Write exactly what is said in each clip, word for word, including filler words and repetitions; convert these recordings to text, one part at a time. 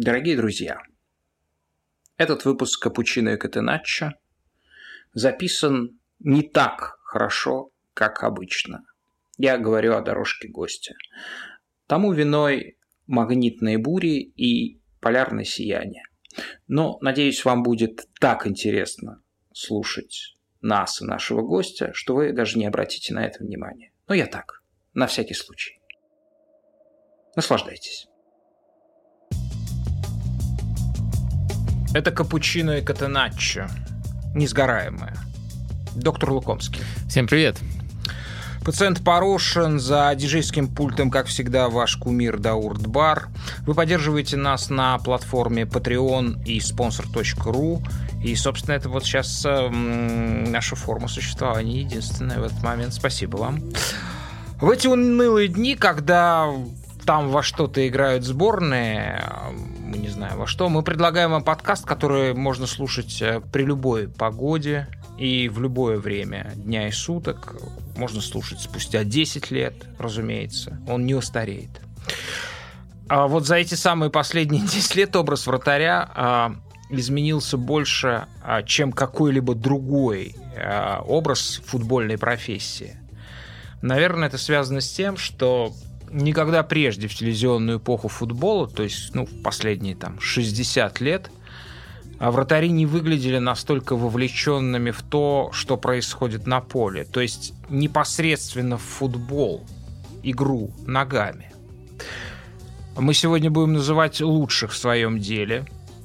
Дорогие друзья, этот выпуск «Капучино и Катеначчо» записан не так хорошо, как обычно. Я говорю о дорожке гостя. Тому виной магнитные бури и полярное сияние. Но, надеюсь, вам будет так интересно слушать нас и нашего гостя, что вы даже не обратите на это внимания. Но я так, на всякий случай. Наслаждайтесь. Это «Капучино и Катеначчо», несгораемое. Доктор Лукомский. Всем привет. Пациент Порошин, за диджейским пультом, как всегда, ваш кумир Даурт Бар. Вы поддерживаете нас на платформе Patreon и спонсор точка ру. И, собственно, это вот сейчас м- наша форма существования единственная в этот момент. Спасибо вам. В эти унылые дни, когда там во что-то играют сборные, мы не знаем во что, мы предлагаем вам подкаст, который можно слушать при любой погоде и в любое время дня и суток. Можно слушать спустя десять лет, разумеется. Он не устареет. А вот за эти самые последние десять лет образ вратаря а, изменился больше, а, чем какой-либо другой а, образ футбольной профессии. Наверное, это связано с тем, что никогда прежде в телевизионную эпоху футбола, то есть ну, в последние там, шестьдесят лет, вратари не выглядели настолько вовлеченными в то, что происходит на поле. То есть непосредственно в футбол, игру ногами. Мы сегодня будем называть лучших в своем деле,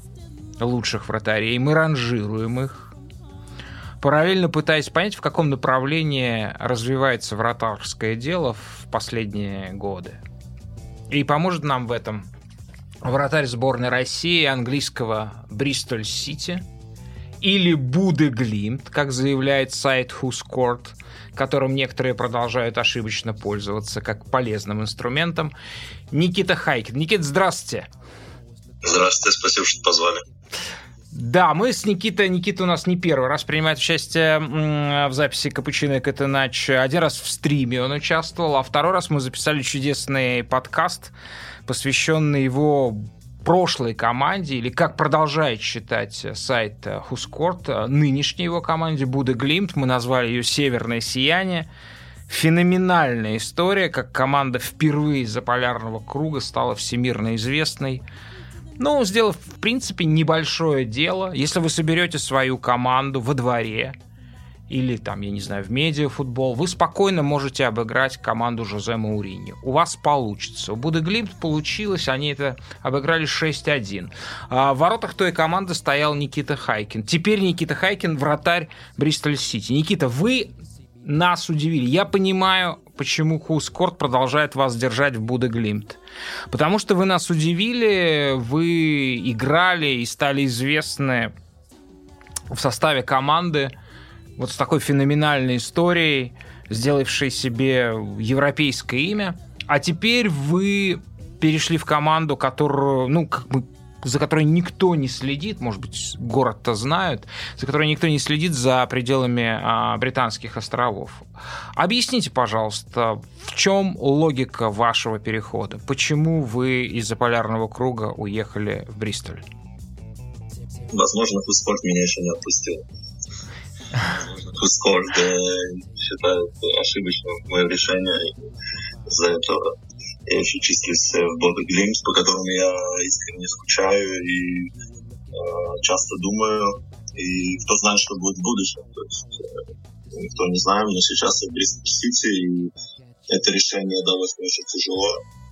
лучших вратарей. Мы ранжируем их, параллельно пытаясь понять, в каком направлении развивается вратарское дело в последние годы. И поможет нам в этом вратарь сборной России английского Бристоль Сити или Боде Глимт, как заявляет сайт WhoScored, которым некоторые продолжают ошибочно пользоваться как полезным инструментом, Никита Хайкин. Никита, здравствуйте. Здравствуйте, спасибо, что позвали. Да, мы с Никитой, Никита у нас не первый раз принимает участие в записи «Капучино и Катеначчо». Один раз в стриме он участвовал, а второй раз мы записали чудесный подкаст, посвященный его прошлой команде, или как продолжает считать сайт WhoScored, нынешней его команде Боде Глимт. Мы назвали ее «Северное сияние». Феноменальная история, как команда впервые из-за полярного круга стала всемирно известной. Ну, сделав, в принципе, небольшое дело, если вы соберете свою команду во дворе или, там, я не знаю, в медиафутбол, вы спокойно можете обыграть команду Жозе Мауриньо. У вас получится. У Боде Глимт получилось, они это обыграли шесть один. А в воротах той команды стоял Никита Хайкин. Теперь Никита Хайкин вратарь Бристоль Сити. Никита, вы нас удивили. Я понимаю, почему WhoScored продолжает вас держать в Боде Глимт. Потому что вы нас удивили, вы играли и стали известны в составе команды вот с такой феноменальной историей, сделавшей себе европейское имя. А теперь вы перешли в команду, которую, ну, как бы, за которой никто не следит, может быть, город-то знают, за которой никто не следит за пределами а, Британских островов. Объясните, пожалуйста, в чем логика вашего перехода? Почему вы из-за полярного круга уехали в Бристоль? Возможно, WhoScored меня еще не отпустил. WhoScored э, считает ошибочным мое решение. Из-за этого я еще числюсь в Боде Глимт, по которому я искренне скучаю и э, часто думаю. И кто знает, что будет в будущем. То есть э, никто не знает, но сейчас я в Бристоль Сити, и это решение далось мне очень тяжело.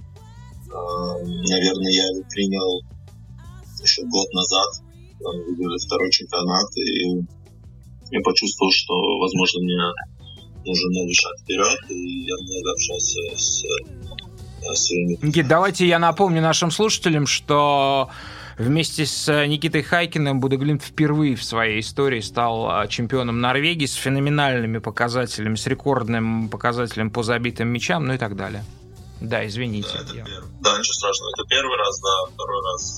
Э, наверное, я его принял еще год назад. Выиграли второй чемпионат, и я почувствовал, что, возможно, мне нужен новый шаг вперед, и я много общался с Никит, давайте я напомню нашим слушателям, что вместе с Никитой Хайкиным Боде Глимт впервые в своей истории стал чемпионом Норвегии с феноменальными показателями, с рекордным показателем по забитым мячам, ну и так далее. Да, извините. Да, это я... да ничего страшного. Это первый раз, да, второй раз.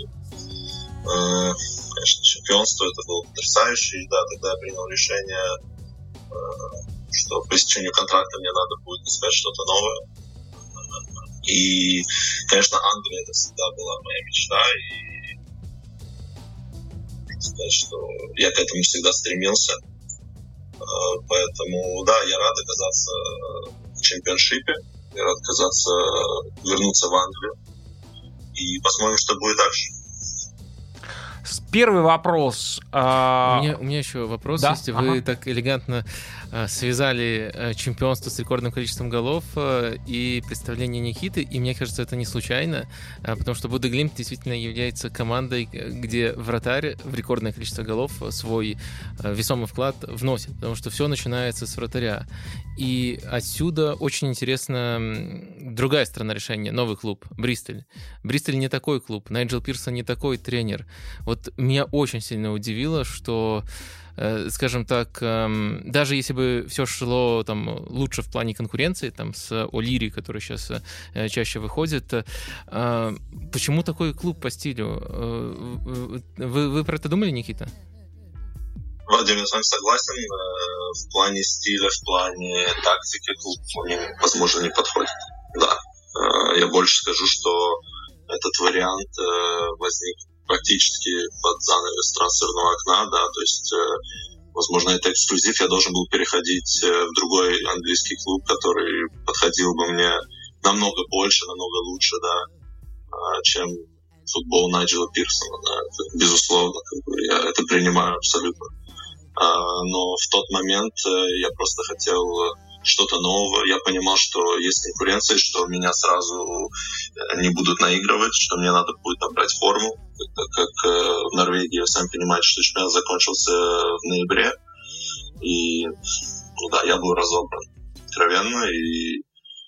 Э, конечно, чемпионство это было потрясающе. И да, тогда я принял решение, э, что по истечению контракта мне надо будет искать что-то новое. И, конечно, Англия это всегда была моя мечта, и можно сказать, что я к этому всегда стремился. Поэтому, да, я рад оказаться в чемпионшипе, я рад оказаться, вернуться в Англию, и посмотрим, что будет дальше. Первый вопрос. А... У, меня, у меня еще вопрос, да? если ага. вы так элегантно а, связали а, чемпионство с рекордным количеством голов а, и представление Никиты, и мне кажется, это не случайно, а, потому что Бодø Glimt действительно является командой, где вратарь в рекордное количество голов свой а, весомый вклад вносит, потому что все начинается с вратаря. И отсюда очень интересна другая сторона решения, новый клуб, Бристоль. Бристоль не такой клуб, Найджел Пирсон не такой тренер. Вот меня очень сильно удивило, что, э, скажем так, э, даже если бы все шло там лучше в плане конкуренции, там с О'Лири, который сейчас э, чаще выходит, э, почему такой клуб по стилю? Э, вы, вы про это думали, Никита? Вадим, я с вами согласен. В плане стиля, в плане тактики клуб мне, возможно, не подходит. Да. Я больше скажу, что этот вариант возник практически под занавес трансферного окна, да, то есть, возможно, это эксклюзив, я должен был переходить в другой английский клуб, который подходил бы мне намного больше, намного лучше, да, чем футбол Найджела Пирсона, да, это, безусловно, как бы, я это принимаю абсолютно. Но в тот момент я просто хотел что-то нового. Я понимал, что есть конкуренция, что меня сразу не будут наигрывать, что мне надо будет набрать форму, так как в Норвегии, вы сами понимаете, что чемпионат закончился в ноябре. И ну да, я был разобран откровенно, и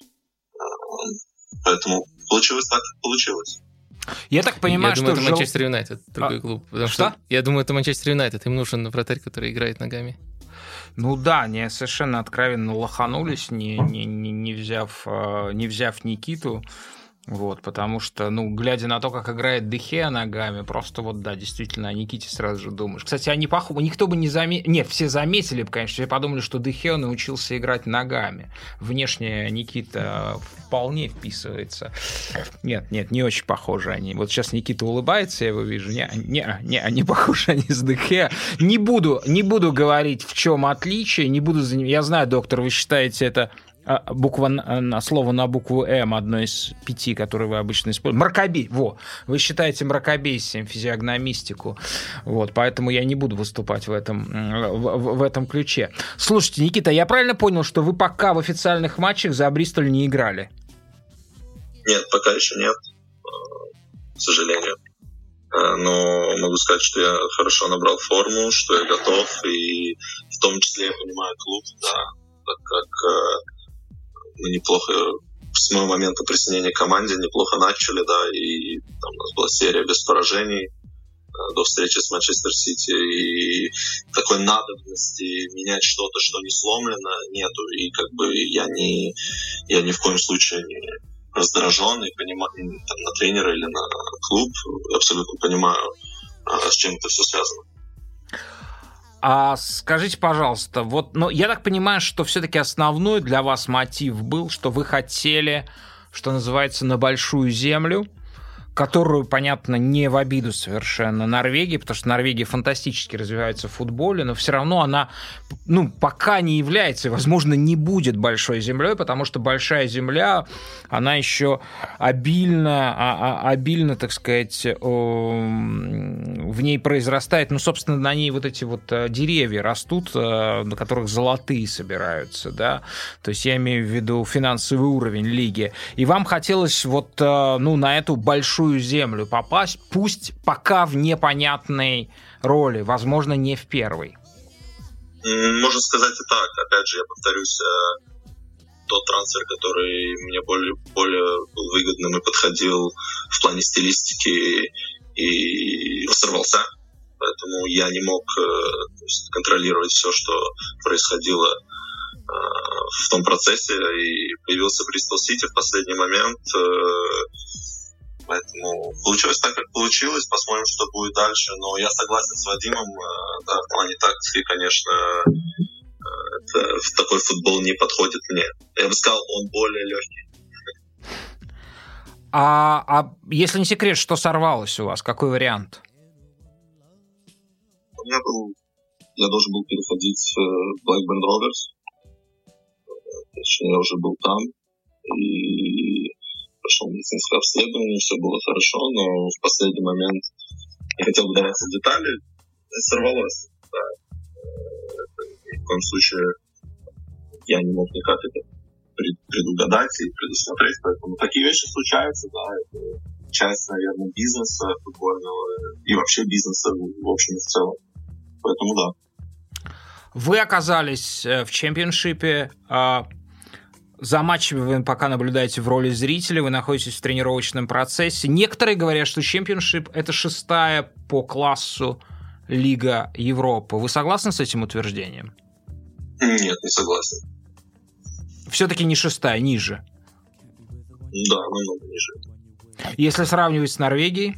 поэтому получилось так, как получилось. Я так понимаю, я что... думаю, это жел... Манчестер Юнайтед, другой а, клуб. Потому что? что? Я думаю, это Манчестер Юнайтед. Им нужен вратарь, который играет ногами. Ну да, они совершенно откровенно лоханулись, не, не, не, не, взяв, не взяв Никиту. Вот, потому что, ну, глядя на то, как играет Де Геа ногами, просто вот, да, действительно, о Никите сразу же думаешь. Кстати, они похожи, никто бы не заметил, нет, все заметили бы, конечно, все подумали, что Де Геа научился играть ногами. Внешне Никита вполне вписывается. Нет, нет, не очень похожи они. Вот сейчас Никита улыбается, я его вижу. Не, не, не, не похожи они с Де Геа. Не буду, не буду говорить, в чем отличие, не буду за ним. Я знаю, доктор, вы считаете это... Буква, слово на букву М, одно из пяти, которые вы обычно используете. Мракобей, во. Вы считаете мракобесием физиогномистику. Вот, поэтому я не буду выступать в этом, в, в этом ключе. Слушайте, Никита, я правильно понял, что вы пока в официальных матчах за Бристоль не играли? Нет, пока еще нет, к сожалению. Но могу сказать, что я хорошо набрал форму, что я готов, и в том числе я понимаю клуб, да, так как мы неплохо с моего момента присоединения к команде неплохо начали, да, и там у нас была серия без поражений до встречи с Манчестер Сити, и такой надобности менять что-то, что не сломлено, нету, и как бы я не, я ни в коем случае не раздражен и понимаю там, на тренера или на клуб, абсолютно понимаю, с чем это все связано. А скажите, пожалуйста, вот, ну, я так понимаю, что все-таки основной для вас мотив был, что вы хотели, что называется, на большую землю, которую, понятно, не в обиду совершенно Норвегии, потому что Норвегия фантастически развивается в футболе, но все равно она, ну, пока не является, возможно, не будет большой землей, потому что большая земля, она еще обильно, обильно, так сказать, в ней произрастает, ну, собственно, на ней вот эти вот деревья растут, на которых золотые собираются, да, то есть я имею в виду финансовый уровень лиги, и вам хотелось вот, ну, на эту большую землю попасть, пусть пока в непонятной роли, возможно, не в первой. Можно сказать и так. Опять же, я повторюсь, тот трансфер, который мне более, более был выгодным и подходил в плане стилистики, и сорвался. Поэтому я не мог то есть, контролировать все, что происходило в том процессе. И появился Бристол Сити в последний момент. Поэтому получилось так, как получилось. Посмотрим, что будет дальше. Но я согласен с Вадимом. Да, в плане тактики, конечно, это, такой футбол не подходит мне. Я бы сказал, он более легкий. А, а если не секрет, что сорвалось у вас? Какой вариант? У меня был... Я должен был переходить в Blackburn Rovers. Точнее, я уже был там. И прошел медицинское обследование, все было хорошо, но в последний момент не хотел ударяться в детали. Сорвалось. Да. Ни в коем случае я не мог никак это предугадать и предусмотреть, поэтому такие вещи случаются, да, это часть, наверное, бизнеса футбольного и вообще бизнеса в общем и в целом, поэтому да. Вы оказались в чемпионшипе, за матчами вы пока наблюдаете в роли зрителя, вы находитесь в тренировочном процессе. Некоторые говорят, что чемпионшип — это шестая по классу Лига Европы. Вы согласны с этим утверждением? Нет, не согласен. Все-таки не шестая, ниже. Да, намного ниже. Если сравнивать с Норвегией?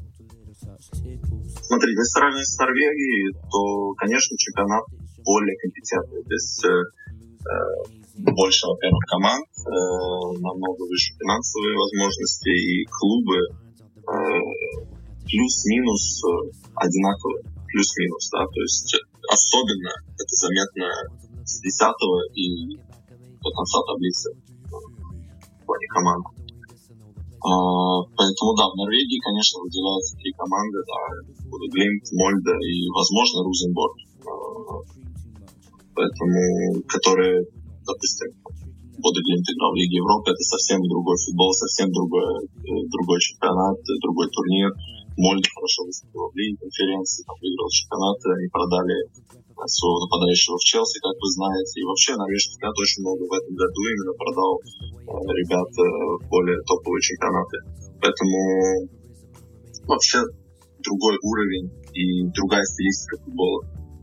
Смотри, если сравнивать с Норвегией, то, конечно, чемпионат более компетентный. То есть э, э, больше, во-первых, команд, э, намного выше финансовые возможности, и клубы э, плюс-минус одинаковые. Плюс-минус, да. То есть особенно это заметно с десятого и до конца таблицы в плане команд. А, поэтому, да, в Норвегии, конечно, выделяются три команды, да, Глимт, Мольде и, возможно, Розенборг. А, поэтому, которые, допустим, Боде Глимт играл в Лиге Европы, это совсем другой футбол, совсем другой, другой чемпионат, другой турнир. Мольде хорошо выступил в Лиге конференции, там выиграл чемпионат, они продали своего нападающего в Челси, как вы знаете. И вообще норвежский чемпионат очень много в этом году именно продал э, ребят э, в более топовые чемпионаты. Поэтому вообще другой уровень и другая стилистика футбола.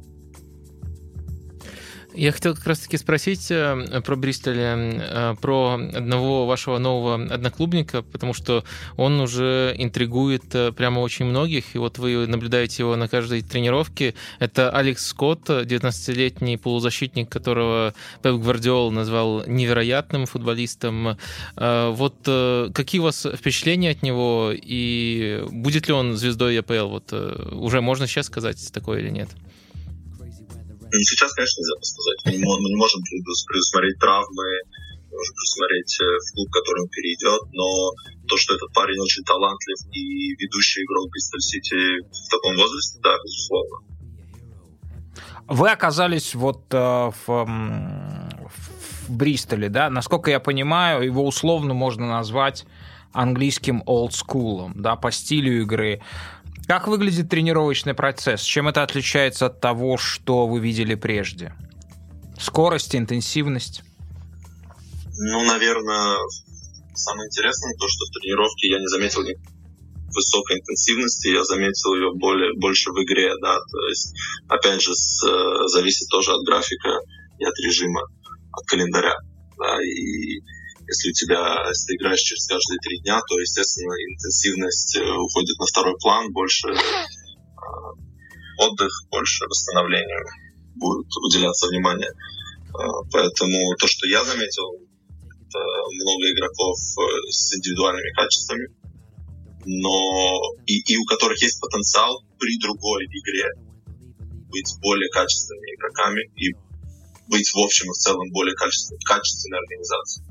Я хотел как раз-таки спросить про Бристоль, про одного вашего нового одноклубника, потому что он уже интригует прямо очень многих, и вот вы наблюдаете его на каждой тренировке. Это Алекс Скотт, девятнадцатилетний полузащитник, которого Пеп Гвардиола назвал невероятным футболистом. Вот какие у вас впечатления от него, и будет ли он звездой АПЛ? Вот уже можно сейчас сказать такое или нет? Сейчас, конечно, нельзя сказать. Мы не можем предусмотреть травмы, не можем предусмотреть в клуб, в который он перейдет, но то, что этот парень очень талантлив и ведущий игрок Бристоль Сити в таком возрасте, да, безусловно. Вы оказались вот э, в, в Бристоле, да? Насколько я понимаю, его условно можно назвать английским олдскулом, да, по стилю игры. Как выглядит тренировочный процесс? Чем это отличается от того, что вы видели прежде? Скорость, интенсивность? Ну, наверное, самое интересное то, что в тренировке я не заметил высокой интенсивности, я заметил ее более, больше в игре, да, то есть, опять же, с, зависит тоже от графика и от режима, от календаря, да, и если у тебя, если ты играешь через каждые три дня, то, естественно, интенсивность уходит на второй план, больше э, отдых, больше восстановлению будет уделяться внимание. Э, поэтому то, что я заметил, это много игроков с индивидуальными качествами, но и, и у которых есть потенциал при другой игре быть более качественными игроками и быть в общем и в целом более качественной, качественной организацией.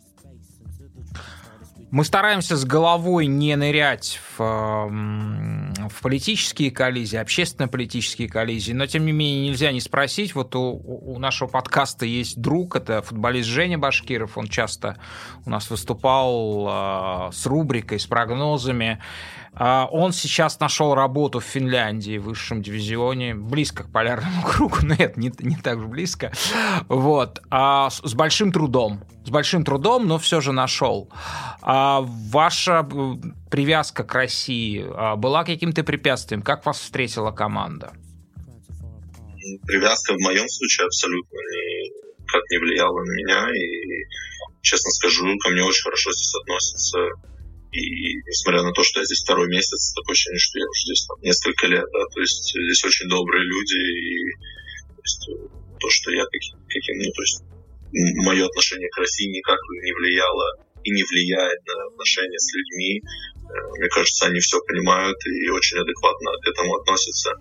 Мы стараемся с головой не нырять в, в политические коллизии, общественно-политические коллизии, но, тем не менее, нельзя не спросить. Вот у, у нашего подкаста есть друг, это футболист Женя Башкиров, он часто у нас выступал э, с рубрикой, с прогнозами. Э, он сейчас нашел работу в Финляндии, в высшем дивизионе, близко к полярному кругу, но это не, не так же близко. Вот. А, с, с большим трудом. С большим трудом, но все же нашел. А ваша привязка к России была каким-то препятствием? Как вас встретила команда? Привязка в моем случае абсолютно никак не влияла на меня. И, честно скажу, ко мне очень хорошо здесь относятся. И несмотря на то, что я здесь второй месяц, такое ощущение, что я уже здесь там, несколько лет. Да, то есть здесь очень добрые люди. И то, есть, то что я каким, каким ну, то есть мое отношение к России никак не влияло и не влияет на отношения с людьми. Мне кажется, они все понимают и очень адекватно к этому относятся.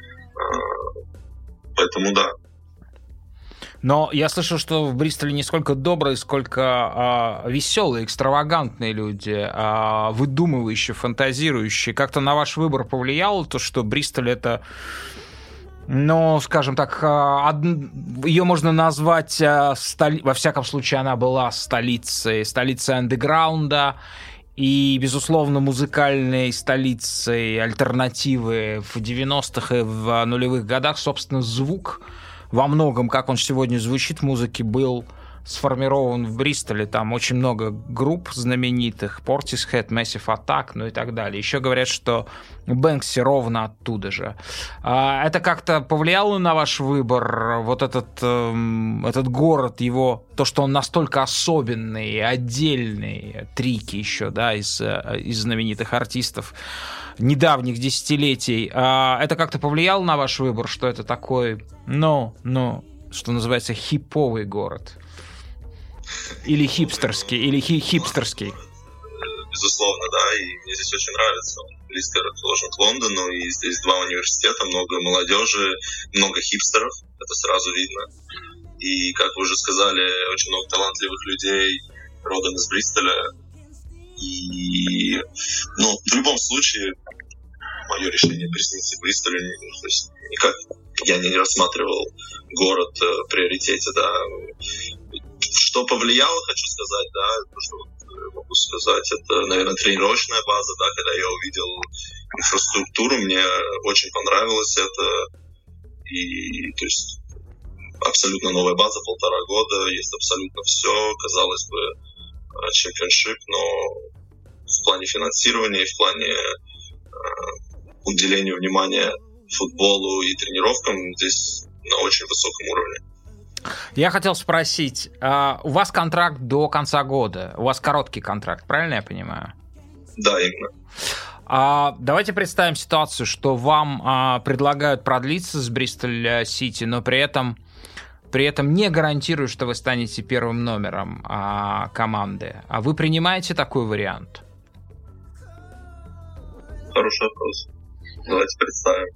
Поэтому да. Но я слышал, что в Бристоле не сколько добрые, сколько а, веселые, экстравагантные люди, а, выдумывающие, фантазирующие. Как-то на ваш выбор повлияло то, что Бристоль — это, ну, скажем так, од... ее можно назвать, столи... во всяком случае, она была столицей, столицей андеграунда и, безусловно, музыкальной столицей альтернативы в девяностых и в нулевых годах. Собственно, звук во многом, как он сегодня звучит, музыки, был сформирован в Бристоле. Там очень много групп знаменитых: Portishead, Massive Attack, ну и так далее. Еще говорят, что Бэнкси ровно оттуда же. Это как-то повлияло на ваш выбор? Вот этот, этот город, его, то, что он настолько особенный, отдельный, трики еще, да, из, из знаменитых артистов недавних десятилетий. Это как-то повлияло на ваш выбор, что это такой, ну, ну, что называется, хиповый город? Или хипстерский, или хи- хипстерский? Безусловно, да, и мне здесь очень нравится. Он близко расположен к Лондону, и здесь два университета, много молодежи, много хипстеров, это сразу видно. И, как вы уже сказали, очень много талантливых людей родом из Бристоля. И, ну, в любом случае, мое решение присоединиться к Бристолю, то есть никак я не рассматривал город в приоритете, да. Что повлияло, хочу сказать, да, то, что могу сказать, это, наверное, тренировочная база, да, когда я увидел инфраструктуру, мне очень понравилось это, и, то есть, абсолютно новая база, полтора года, есть абсолютно все, казалось бы, чемпионшип, но в плане финансирования и в плане э, уделения внимания футболу и тренировкам здесь на очень высоком уровне. Я хотел спросить, а у вас контракт до конца года, у вас короткий контракт, правильно я понимаю? Да, именно. А, давайте представим ситуацию, что вам а, предлагают продлиться с Бристоль-Сити, но при этом, при этом не гарантируют, что вы станете первым номером а, команды. А вы принимаете такой вариант? Хороший вопрос. Давайте представим.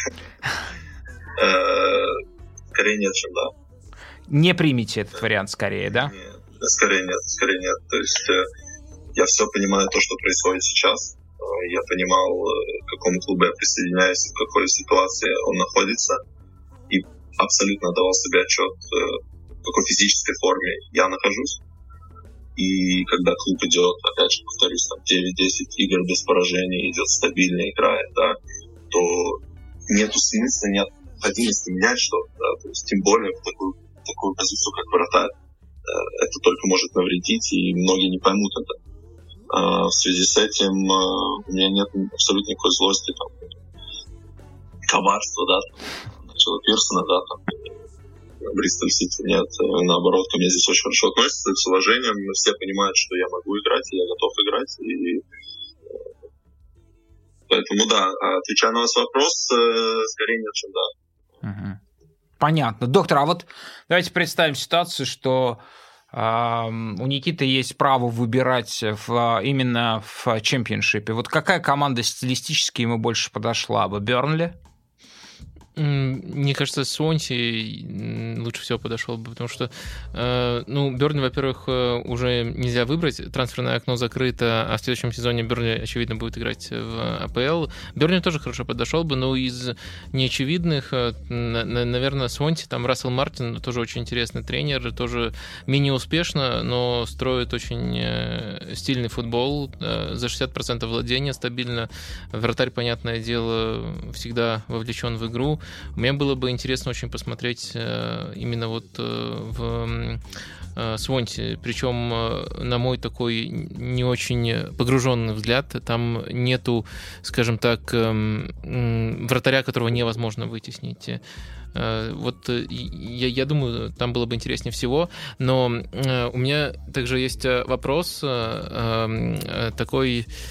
Скорее нет, чем да. Не примите этот вариант, скорее, да? Нет, скорее нет, скорее нет. То есть я все понимаю то, что происходит сейчас. Я понимал, к какому клубу я присоединяюсь, в какой ситуации он находится. И абсолютно отдавал себе отчет, в какой физической форме я нахожусь. И когда клуб идет, опять же, повторюсь, там девять-десять игр без поражений, идет стабильно, играет, да, то нету смысла, нет необходимости менять что-то, да, то есть тем более в такую, в такую позицию, как вратарь. Это только может навредить, и многие не поймут это. В связи с этим у меня нет абсолютно никакой злости, там, коварства, да, начала Пирсона, да, там, Бристоль-Сити нет, наоборот, ко мне здесь очень хорошо относятся, с уважением, все понимают, что я могу играть, и я готов играть, и поэтому, да, отвечая на ваш вопрос, скорее нет, чем да. Угу. Понятно. Доктор, а вот давайте представим ситуацию, что э, у Никиты есть право выбирать в, именно в чемпионшипе. Вот какая команда стилистически ему больше подошла бы? Бернли? Мне кажется, Суонси лучше всего подошел бы, потому что, э, ну, Бернли, во-первых, уже нельзя выбрать, трансферное окно закрыто, а в следующем сезоне Бернли, очевидно, будет играть в АПЛ. Бернли тоже хорошо подошел бы, но из неочевидных, наверное, Суонси, там Рассел Мартин, тоже очень интересный тренер, тоже менее успешно, но строит очень стильный футбол, за шестьдесят процентов владения стабильно, вратарь, понятное дело, всегда вовлечен в игру. Мне было бы интересно очень посмотреть э, именно вот э, в э, Суонси, причем, э, на мой такой не очень погруженный взгляд, там нету, скажем так, э, э, вратаря, которого невозможно вытеснить. Э, вот э, я, я думаю, там было бы интереснее всего, но э, у меня также есть вопрос э, э, такой...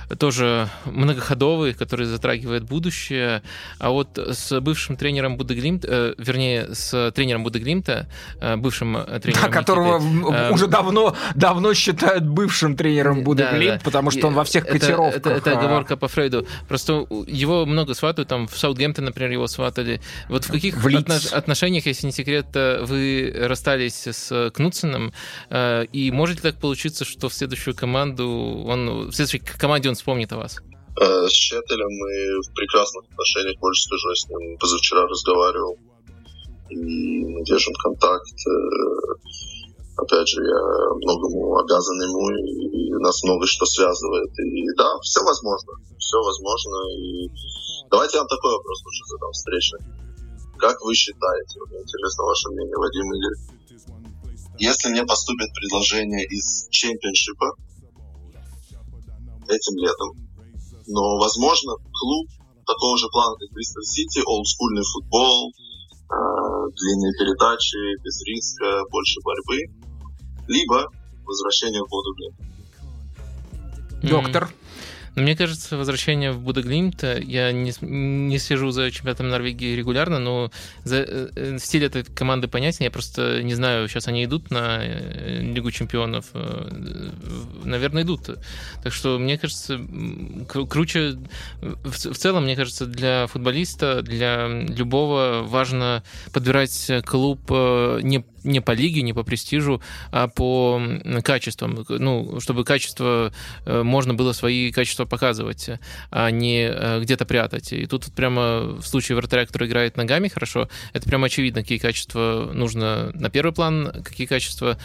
тоже многоходовый, который затрагивает будущее. А вот с бывшим тренером Бодø/Glimt, э, вернее, с тренером Бодø/Glimt, э, бывшим тренером... Да, которого э, уже давно, давно считают бывшим тренером Бодø/Glimt, да, да. потому что он во всех это, котировках... Это, это, это оговорка по Фрейду. Просто его много сватают, там в Саутгемптон, например, его сватали. Вот в каких в отно- отношениях, если не секрет, вы расстались с Кнутсеном, э, и может ли так получиться, что в следующую команду он... В следующей команде он вспомнит о вас? С Шеттелем мы в прекрасных отношениях, больше скажу, я с ним позавчера разговаривал, и мы держим контакт. Опять же, я многому обязан ему, и нас много что связывает. И да, все возможно, все возможно. И давайте я вам такой вопрос лучше задам встречный. Как вы считаете, мне интересно ваше мнение, Вадим, Игорь, если мне поступит предложение из чемпионшипа этим летом, но, возможно, клуб такого же плана, как Бристоль Сити, олдскульный футбол, э, длинные передачи, без риска, больше борьбы, либо возвращение в Бодø/Glimt. Доктор? Мне кажется, возвращение в Бодø/Glimt, я не, не слежу за чемпионатом Норвегии регулярно, но за, э, стиль этой команды понятен. Я просто не знаю, сейчас они идут на Лигу чемпионов. Э, наверное, идут. Так что, мне кажется, круче... В, в целом, мне кажется, для футболиста, для любого важно подбирать клуб не не по лиге, не по престижу, а по качествам. Ну, чтобы качество, можно было свои качества показывать, а не где-то прятать. И тут прямо в случае вратаря, который играет ногами хорошо, это прямо очевидно, какие качества нужно на первый план, какие качества,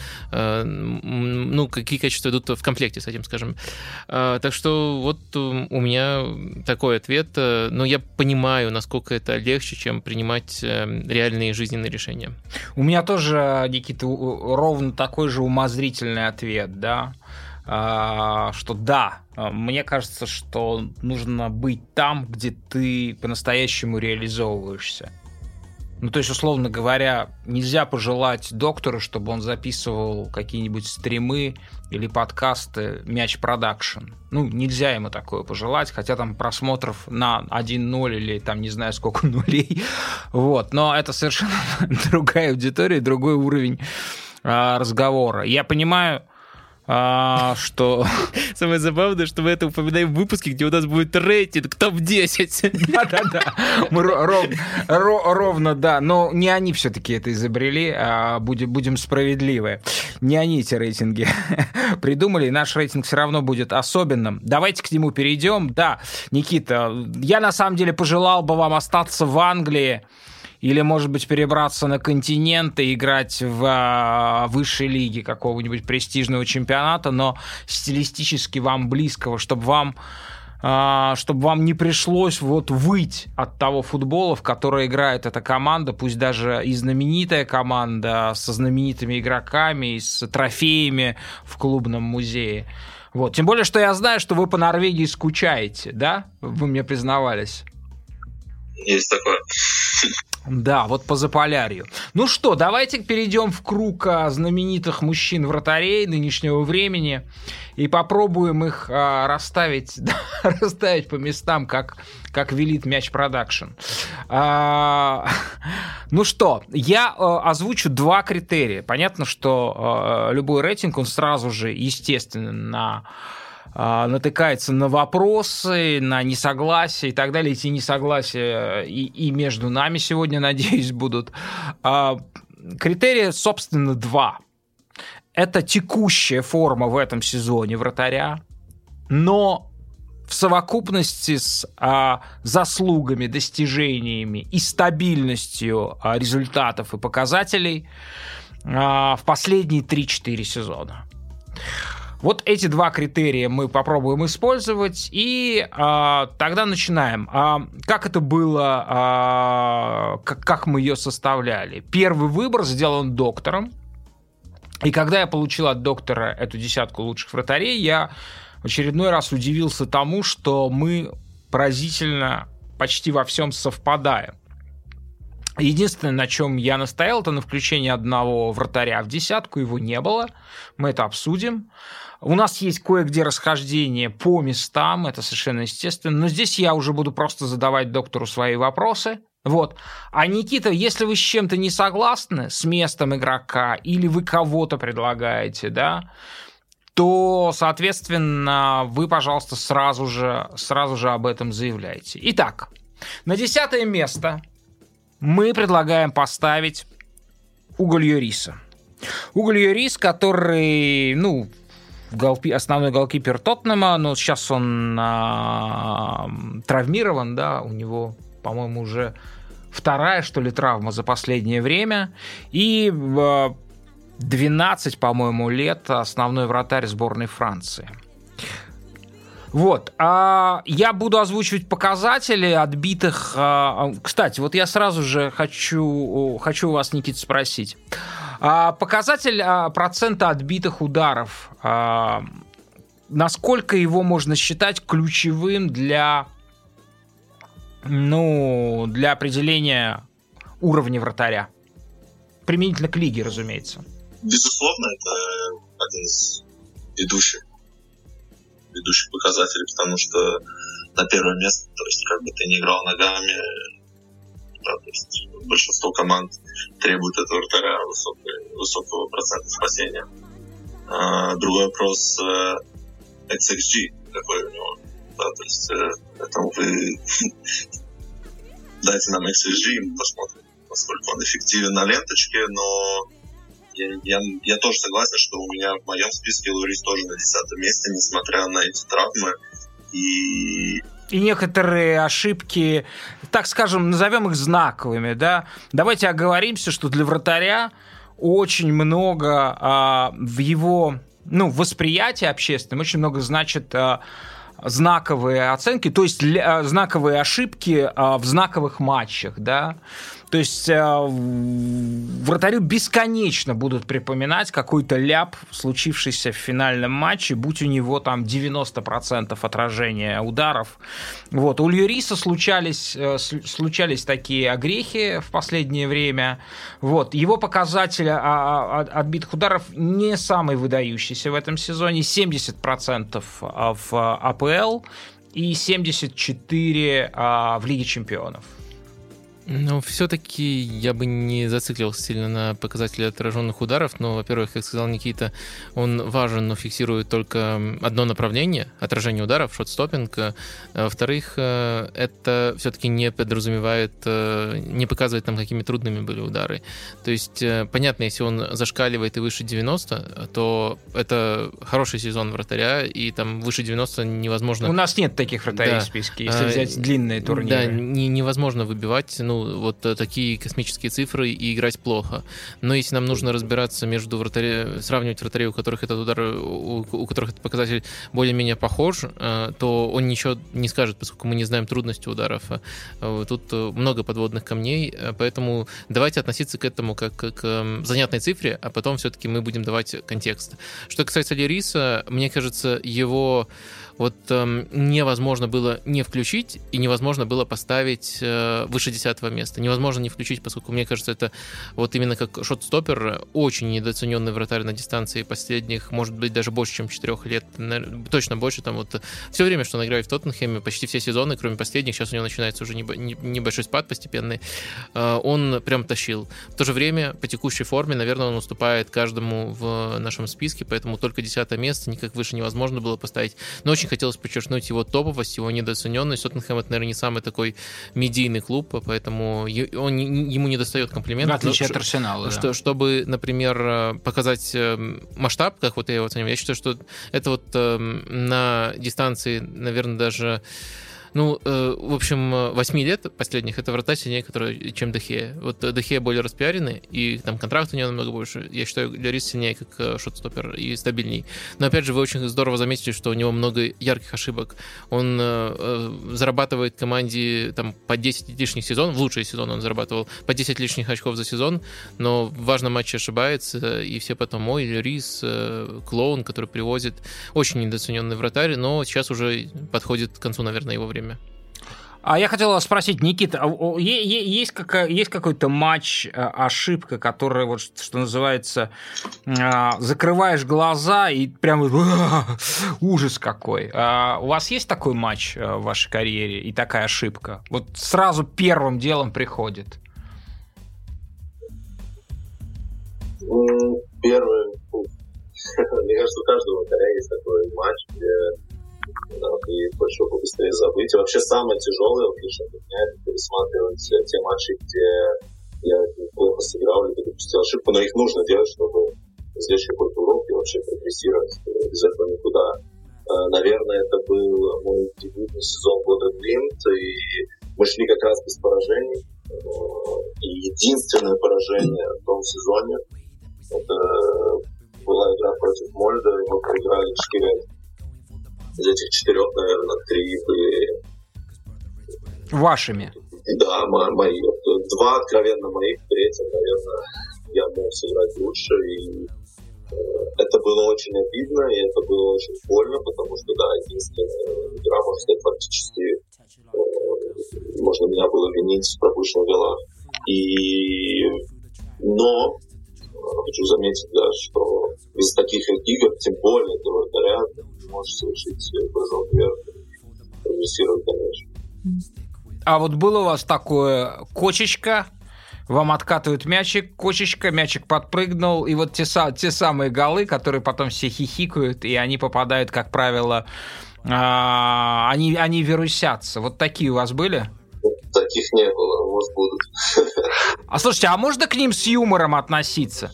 ну, какие качества идут в комплекте с этим, скажем. Так что вот у меня такой ответ. Но я понимаю, насколько это легче, чем принимать реальные жизненные решения. У меня тоже, Никита, ровно такой же умозрительный ответ, да, а, что да, мне кажется, что нужно быть там, где ты по-настоящему реализовываешься. Ну, то есть, условно говоря, нельзя пожелать доктору, чтобы он записывал какие-нибудь стримы или подкасты «Мяч Продакшн». Ну, нельзя ему такое пожелать, хотя там просмотров на один ноль или там не знаю сколько нулей. Вот. Но это совершенно другая аудитория, другой уровень а, разговора. Я понимаю, А, что... Самое забавное, что мы это упоминаем в выпуске, где у нас будет рейтинг топ десять. Да-да-да, мы ров, ров, ровно, да, но не они все-таки это изобрели, а будем, будем справедливы. Не они эти рейтинги придумали, и наш рейтинг все равно будет особенным. Давайте к нему перейдем. Да, Никита, я на самом деле пожелал бы вам остаться в Англии, или, может быть, перебраться на континент и играть в а, высшей лиге какого-нибудь престижного чемпионата, но стилистически вам близкого, чтобы вам, а, чтобы вам не пришлось вот выть от того футбола, в который играет эта команда, пусть даже и знаменитая команда со знаменитыми игроками, и с трофеями в клубном музее. Вот. Тем более, что я знаю, что вы по Норвегии скучаете, да? Вы мне признавались. Есть такое. Да, вот по Заполярью. Ну что, давайте перейдем в круг знаменитых мужчин-вратарей нынешнего времени и попробуем их а, расставить, да, расставить по местам, как, как велит Мяч Продакшн. А, ну что, я а, озвучу два критерия. Понятно, что а, любой рейтинг, он сразу же, естественно, на... натыкается на вопросы, на несогласия и так далее. Эти несогласия и, и между нами сегодня, надеюсь, будут. Критерии, собственно, два. Это текущая форма в этом сезоне вратаря, но в совокупности с а, заслугами, достижениями и стабильностью а, результатов и показателей а, в последние три-четыре сезона. Вот эти два критерия мы попробуем использовать, и а, тогда начинаем. А, как это было, а, как, как мы ее составляли? Первый выбор сделан доктором, и когда я получил от доктора эту десятку лучших вратарей, я в очередной раз удивился тому, что мы поразительно почти во всем совпадаем. Единственное, на чем я настоял, это на включении одного вратаря в десятку, его не было, мы это обсудим. У нас есть кое-где расхождение по местам, это совершенно естественно, но здесь я уже буду просто задавать доктору свои вопросы. Вот. А Никита, если вы с чем-то не согласны, с местом игрока, или вы кого-то предлагаете, да, то, соответственно, вы, пожалуйста, сразу же, сразу же об этом заявляете. Итак, на десятое место мы предлагаем поставить Уго Льориса. Уго Льорис, который, ну, голки, основной голкипер Тоттенхэма, но сейчас он а, травмирован, да, у него, по-моему, уже вторая, что ли, травма за последнее время. И а, двенадцать, по-моему, лет основной вратарь сборной Франции. Вот. А я буду озвучивать показатели отбитых... А, кстати, вот я сразу же хочу, хочу вас, Никита, спросить. А, показатель а, процента отбитых ударов. А, насколько его можно считать ключевым для, ну, для определения уровня вратаря? Применительно к лиге, разумеется. Безусловно, это один из ведущих ведущих показателей, потому что на первое место, то есть как бы ты не играл ногами, да, то есть большинство команд требует от вратаря высокого, высокого процента спасения. А, другой вопрос икс икс джи, какой у него, да, то есть поэтому вы дайте нам икс икс джи, и мы посмотрим, насколько он эффективен на ленточке, но Я, я, я тоже согласен, что у меня в моем списке Льорис тоже на десятом месте, несмотря на эти травмы. И... и некоторые ошибки, так скажем, назовем их знаковыми, да. Давайте оговоримся, что для вратаря очень много а, в его, ну, восприятии общественном, очень много значит а, знаковые оценки, то есть а, знаковые ошибки а, в знаковых матчах, да. То есть э, вратарю бесконечно будут припоминать какой-то ляп, случившийся в финальном матче, будь у него там девяносто процентов отражения ударов. Вот. У Льориса случались, э, случались такие огрехи в последнее время. Вот. Его показатель отбитых ударов не самый выдающийся в этом сезоне. семьдесят процентов в а пэ эл и семьдесят четыре процента в Лиге чемпионов. Ну, все-таки я бы не зацикливался сильно на показателе отраженных ударов, но, во-первых, как сказал Никита, он важен, но фиксирует только одно направление, отражение ударов, шот-стоппинг. А, во-вторых, это все-таки не подразумевает, не показывает нам, какими трудными были удары. То есть, понятно, если он зашкаливает и выше девяноста, то это хороший сезон вратаря, и там выше девяноста невозможно... У нас нет таких вратарей да. в списке, если взять а, длинные турниры. Да, не, невозможно выбивать, ну, вот такие космические цифры и играть плохо. Но если нам нужно разбираться между вратарей, сравнивать вратарей, у которых этот удар, у, у которых этот показатель более-менее похож, то он ничего не скажет, поскольку мы не знаем трудности ударов. Тут много подводных камней, поэтому давайте относиться к этому как к занятной цифре, а потом все-таки мы будем давать контекст. Что касается Льориса, мне кажется, его вот э, невозможно было не включить и невозможно было поставить э, выше десятого места. Невозможно не включить, поскольку, мне кажется, это вот именно как шот-стоппер очень недооцененный вратарь на дистанции последних, может быть, даже больше, чем четырех лет. Точно больше. Там вот все время, что он играет в Тоттенхэме, почти все сезоны, кроме последних, сейчас у него начинается уже небольшой спад постепенный, э, он прям тащил. В то же время, по текущей форме, наверное, он уступает каждому в нашем списке, поэтому только десятое место, никак выше невозможно было поставить. Но очень хотелось подчеркнуть его топовость, его недооцененность. Тоттенхэм — это, наверное, не самый такой медийный клуб, поэтому он, ему не достает комплиментов. В отличие от Арсенала, что, да. Чтобы, например, показать масштаб, как вот я его оцениваю, я считаю, что это вот на дистанции, наверное, даже... Ну, э, в общем, восьми лет последних это вратарь сильнее, который, чем Де Геа. Вот Де Геа более распиаренный, и там контракт у него намного больше. Я считаю, Льорис сильнее как шот-стоппер и стабильней. Но, опять же, вы очень здорово заметили, что у него много ярких ошибок. Он э, зарабатывает команде там, по десять лишних сезон, в лучший сезон он зарабатывал по десять лишних очков за сезон, но в важном матче ошибается, и все потом, ой, Льорис, э, клоун, который привозит. Очень недооцененный вратарь, но сейчас уже подходит к концу, наверное, его время. А я хотел вас спросить, Никита, есть, какая, есть какой-то матч, ошибка, которая, вот, что называется, закрываешь глаза и прям ужас какой. У вас есть такой матч в вашей карьере и такая ошибка? Вот сразу первым делом приходит. Первый, мне кажется, у каждого вратаря есть такой матч, где и хочу побыстрее забыть. И вообще самое тяжелое лично для меня это пересматривать те матчи, где я плохо сыграл или допустил ошибку, но их нужно делать, чтобы извлечь какой-то урок и вообще прогрессировать. Без этого никуда. Наверное, это был мой дебютный сезон года Глимт, и мы шли как раз без поражений. И единственное поражение в том сезоне это была игра против Мольда, и мы проиграли четыре. Из этих четырех, наверное, три были... Вашими? Да, мои. Два откровенно моих, третий, наверное, я мог сыграть лучше. И это было очень обидно, и это было очень больно, потому что, да, единственная игра, можно сказать, фактически можно меня было винить в пропущенных голах. И... Но хочу заметить, да, что из таких игр, тем более для вратаря, можешь совершить прыжок вверх и прогрессировать дальше. А вот было у вас такое: кочечка, вам откатывают мячик, кочечка, мячик подпрыгнул, и вот те, те самые голы, которые потом все хихикают, и они попадают, как правило, а, они, они вирусятся. Вот такие у вас были? Таких не было, может, будут. А слушайте, а можно к ним с юмором относиться?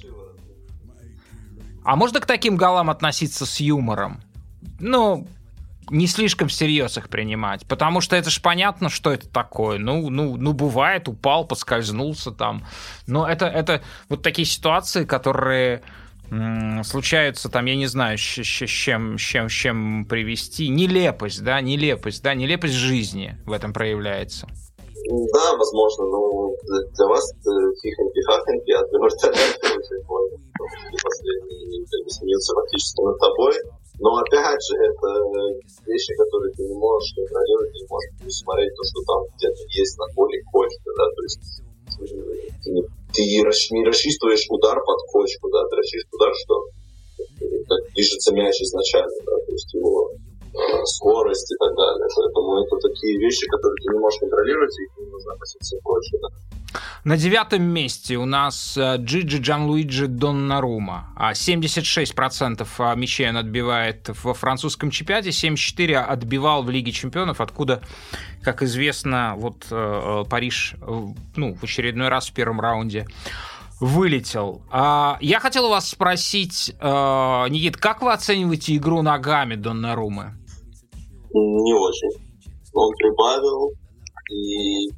А можно к таким голам относиться с юмором? Ну, не слишком всерьез их принимать, потому что это ж понятно, что это такое. Ну, ну, ну бывает, упал, поскользнулся там. Но это, это вот такие ситуации, которые м- случаются там, я не знаю, с чем, чем, чем привести. Нелепость, да, нелепость, да, нелепость жизни в этом проявляется. Да, возможно, но для вас хихоньки-хахоньки, а для вратаря это очень больно. Последний смеются фактически над тобой. Но опять же, это вещи, которые ты не можешь контролировать, не можешь смотреть то, что там где-то есть на поле кочка, да, то есть ты, не, ты не рассчитываешь удар под кочку, да, ты рассчитываешь удар, что как движется мяч изначально, да, то есть его э, скорость и так далее. Поэтому это такие вещи, которые ты не можешь контролировать, и к ним нужно относиться проще, да. На девятом месте у нас Джиджи Джанлуиджи Доннарума. семьдесят шесть процентов мячей он отбивает во французском чемпионате, семьдесят четыре процента отбивал в Лиге чемпионов, откуда, как известно, вот Париж, ну, в очередной раз в первом раунде вылетел. Я хотел у вас спросить, Никит, как вы оцениваете игру ногами Доннарумы? Не очень. Он прибавил, и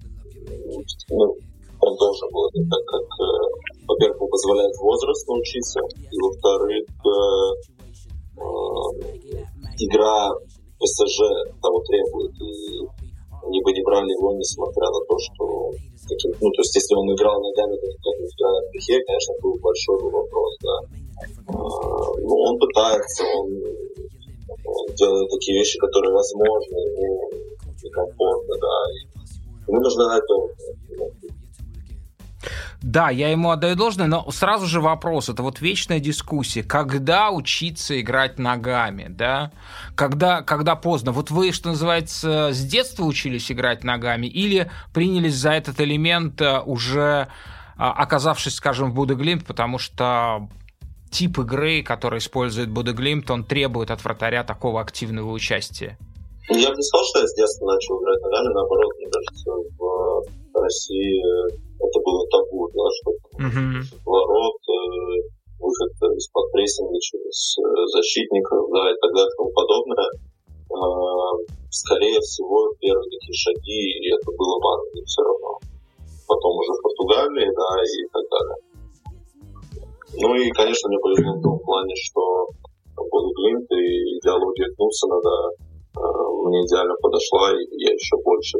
ну, он должен был, так как, э, во-первых, ему позволяет возраст научиться, и, во-вторых, э, э, игра ПСЖ того требует, и они бы не брали его, несмотря на то, что таким, ну, то есть, если он играл ногами, как играет в Пихе, конечно, был большой вопрос, да. Э, но он пытается, он, он делает такие вещи, которые возможны, ему некомфортно, да, и ему нужно это. Да, я ему отдаю должное, но сразу же вопрос, это вот вечная дискуссия, когда учиться играть ногами, да, когда, когда поздно. Вот вы, что называется, с детства учились играть ногами или принялись за этот элемент уже оказавшись, скажем, в Бодø Glimt, потому что тип игры, который использует Бодø Glimt, он требует от вратаря такого активного участия? Я бы не сказал, что я с детства начал играть ногами, наоборот, мне кажется, в России это было табу, да, что uh-huh. ворот, выход из-под прессинга через защитников, да, и так далее, и тому подобное. Скорее всего, первые такие шаги, и это было в Англии все равно. Потом уже в Португалии, да, и так далее. Ну и, конечно, мне повезло в том плане, что Бодø Glimt и идеология Кнутсена, да, мне идеально подошла, и я еще больше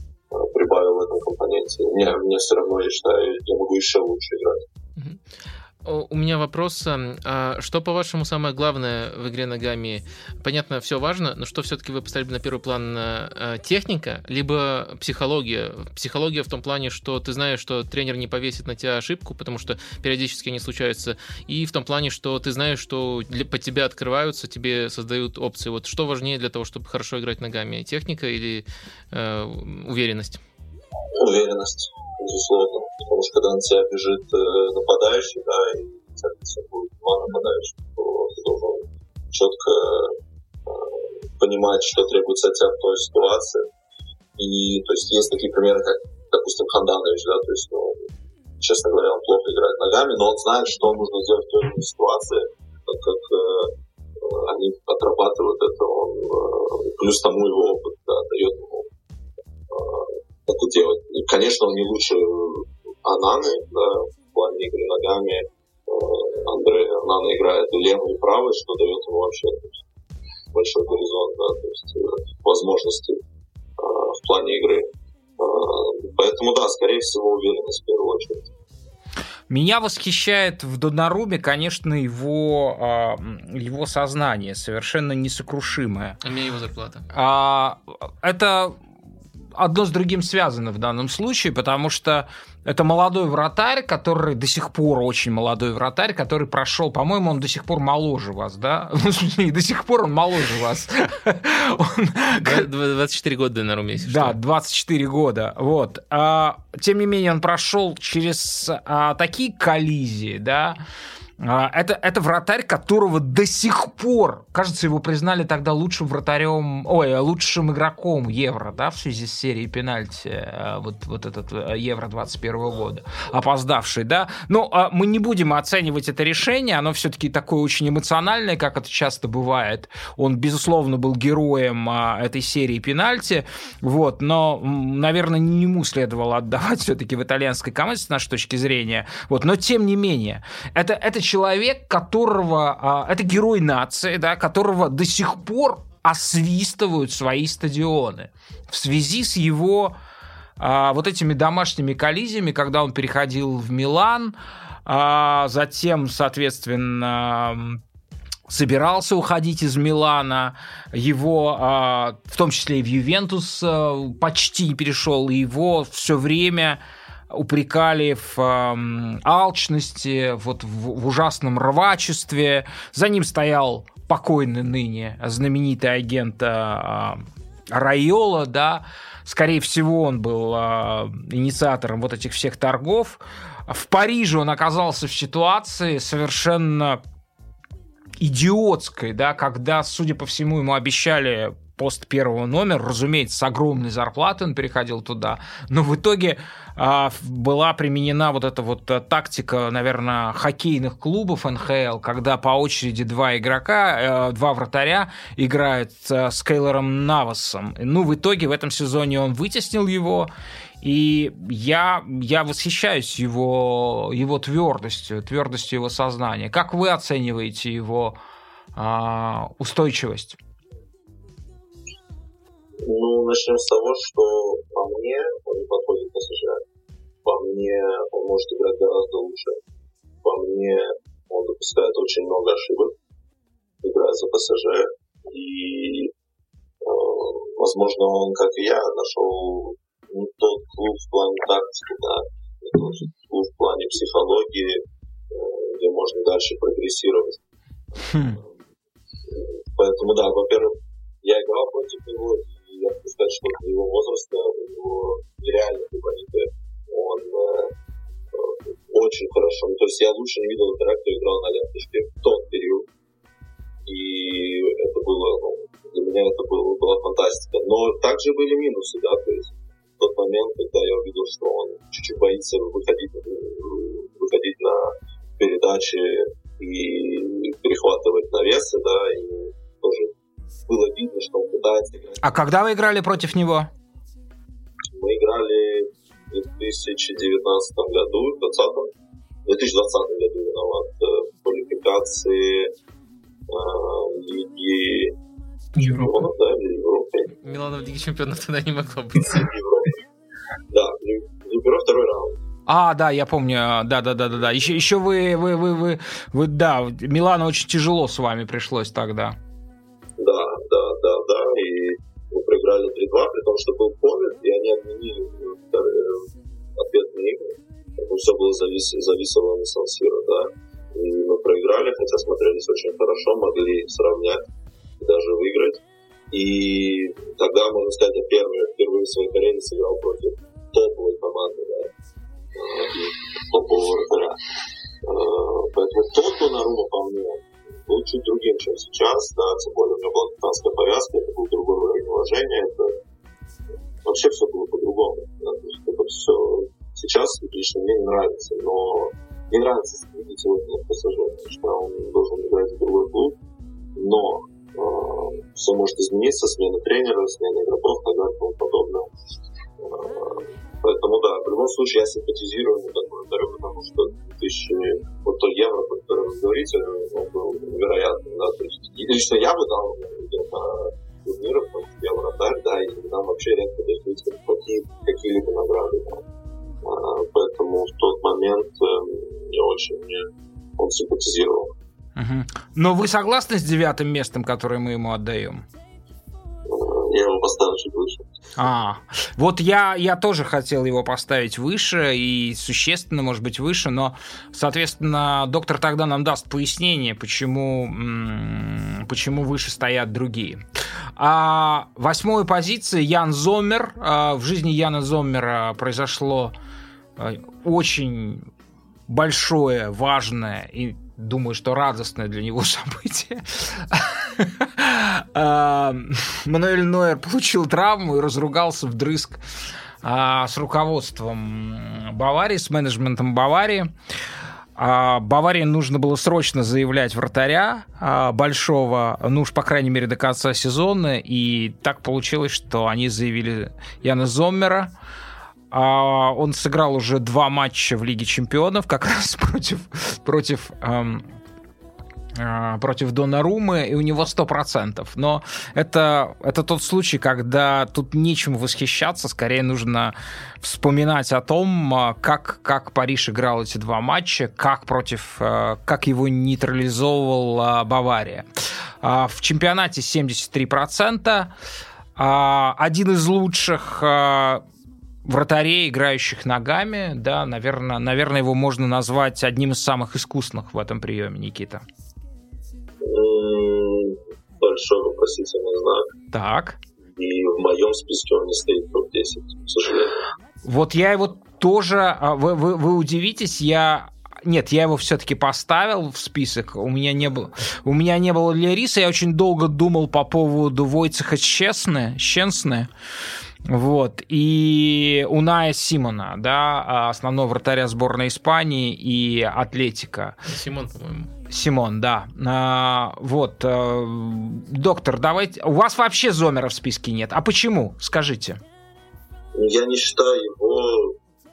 прибавил в этом компоненте. Мне, мне все равно, я считаю, я могу еще лучше играть. У меня вопрос. А что, по-вашему, самое главное в игре ногами? Понятно, все важно, но что все-таки вы поставили на первый план? Техника, либо психология? Психология в том плане, что ты знаешь, что тренер не повесит на тебя ошибку, потому что периодически они случаются, и в том плане, что ты знаешь, что под тебя открываются, тебе создают опции. Вот что важнее для того, чтобы хорошо играть ногами? Техника или э, уверенность? Уверенность. Безусловно, потому что когда на тебя бежит э, нападающий, да, и у тебя будет два нападающих, то ты должен четко э, понимать, что требуется от тебя в той ситуации. И то есть есть такие примеры, как, допустим, Ханданович, да, то есть, ну, честно говоря, он плохо играет ногами, но он знает, что нужно сделать в той или иной ситуации, так как э, они отрабатывают это, он, э, плюс тому его опыт, да, дает ему э, это делать. И, конечно, он не лучше Ананы, да, в плане игры ногами. Андре Анана играет и левый, и правый, что дает ему вообще есть, большой горизонт, да, то есть возможности э, в плане игры. Э, поэтому, да, скорее всего, уверенность в первую очередь. Меня восхищает в Доннаруме, конечно, его, его сознание, совершенно несокрушимое. А мне его зарплата. А, это одно с другим связано в данном случае, потому что это молодой вратарь, который до сих пор очень молодой вратарь, который прошел, по-моему, он до сих пор моложе вас, да? Не до сих пор он моложе вас. двадцать четыре года Доннаруме, если что. Да, двадцать четыре года. Вот. Тем не менее, он прошел через такие коллизии, да. Это, это вратарь, которого до сих пор, кажется, его признали тогда лучшим вратарем, ой, лучшим игроком Евро, да, в связи с серией пенальти, вот, вот этот Евро двадцать первого года, опоздавший, да. Но мы не будем оценивать это решение, оно все-таки такое очень эмоциональное, как это часто бывает. Он, безусловно, был героем этой серии пенальти, вот, но, наверное, не ему следовало отдавать все-таки в итальянской команде, с нашей точки зрения, вот, но тем не менее, это, это человек, которого, это герой нации, да, которого до сих пор освистывают свои стадионы в связи с его а, вот этими домашними коллизиями, когда он переходил в Милан, а затем, соответственно, собирался уходить из Милана, его, в том числе и в Ювентус, почти не перешел, и его все время упрекали в э, алчности, вот в, в ужасном рвачестве. За ним стоял покойный ныне знаменитый агент э, Райола, да. Скорее всего, он был э, инициатором вот этих всех торгов. В Париже он оказался в ситуации совершенно идиотской, да, когда, судя по всему, ему обещали пост первого номера, разумеется, с огромной зарплатой он переходил туда, но в итоге а, была применена вот эта вот а, тактика, наверное, хоккейных клубов эн ха эл, когда по очереди два игрока, а, два вратаря играют а, с Кейлором Навасом. Ну, в итоге в этом сезоне он вытеснил его, и я, я восхищаюсь его, его твердостью, твердостью его сознания. Как вы оцениваете его а, устойчивость? Ну, начнем с того, что по мне он не подходит к ПСЖ. По мне он может играть гораздо лучше. По мне он допускает очень много ошибок, играя за ПСЖ. И, э, возможно, он, как и я, нашел не тот клуб в плане тактики, да, не тот клуб в плане психологии, э, где можно дальше прогрессировать. Хм. Поэтому, да, во-первых, я играл против него, и я хочу сказать, что для его возраста, у него нереально габариты, он э, очень хорошо, то есть я лучше не видел игрока, кто играл на ленточке в тот период, и это было, ну, для меня это было, была фантастика, но также были минусы, да, то есть в тот момент, когда я увидел, что он чуть-чуть боится выходить, выходить на передачи и перехватывать навесы, да, и тоже было видно, что он пытается играть. А когда вы играли против него? Мы играли в две тысячи девятнадцатом году, в двадцатом, в две тысячи двадцатом году виноват, в квалификации э, Лиги Чемпионов, да, или Европы. Милана в Лиге Чемпионов тогда не могло быть. Да, в Европе второй раунд. А, да, я помню, да-да-да-да. Еще, еще вы, вы, вы, вы, вы, да, Милану очень тяжело с вами пришлось тогда. Да, да, да, да, и мы проиграли три-два, при том, что был ковид, и они отменили ответные игры. Все было завис, зависело на Сан-Сиро, да. И мы проиграли, хотя смотрелись очень хорошо, могли сравнять и даже выиграть. И тогда, можно сказать, я первый, впервые в своей карьере сыграл против топовой команды, да, топового вратаря. Поэтому тот Донарума по мне был чуть другим, чем сейчас, да, тем более у меня была капитанская повязка, это был другой уровень уважения, это вообще все было по-другому. Да, то есть это все сейчас лично мне не нравится, но не нравится видеть его на ПСЖ, потому что он должен играть в другой клуб, но э, все может измениться, смена тренера, смена игроков и так далее и тому подобное. Э, поэтому да, в любом случае я симпатизирую ему как вратарю, потому что две тысячи, вот то евро, про которое вы говорите, он был невероятный, да, то есть лично я бы дал где-то турниров, потому что я вратарь, да, и нам вообще редко достаются какие, какие-либо награды, да. Поэтому в тот момент я очень он симпатизировал. Угу. Но вы согласны с девятым местом, которое мы ему отдаем? Я его поставил чуть выше. А, вот я, я тоже хотел его поставить выше, и существенно, может быть, выше, но, соответственно, доктор тогда нам даст пояснение, почему, почему выше стоят другие. А восьмой позиции Ян Зоммер. В жизни Яна Зоммера произошло очень большое, важное и, думаю, что радостное для него событие. Мануэль Нойер получил травму и разругался вдрызг с руководством Баварии, с менеджментом Баварии. Баварии нужно было срочно заявлять вратаря большого, ну уж, по крайней мере, до конца сезона, и так получилось, что они заявили Яна Зоммера. Он сыграл уже два матча в Лиге чемпионов, как раз против, против, эм, э, против Доннарумы, и у него сто процентов. Но это, это тот случай, когда тут нечему восхищаться, скорее нужно вспоминать о том, как, как Париж играл эти два матча, как, против, э, как его нейтрализовывала Бавария. Э, в чемпионате семьдесят три процента. Э, один из лучших... Э, вратарей, играющих ногами, да, наверное, наверное, его можно назвать одним из самых искусных в этом приеме, Никита. Большой вопросительный знак. Так. И в моем списке он не стоит в топ десять, к сожалению. Вот я его тоже... Вы, вы, вы удивитесь, я... Нет, я его все-таки поставил в список. У меня не было, у меня не было Лериса. Я очень долго думал по поводу Войцеха Щесны, Щенсны. Вот. И Уная Симона, да, основного вратаря сборной Испании и Атлетика. Симон, по-моему. Симон, да. А, вот. А, доктор, давайте... У вас вообще Зоммера в списке нет. А почему? Скажите. Я не считаю его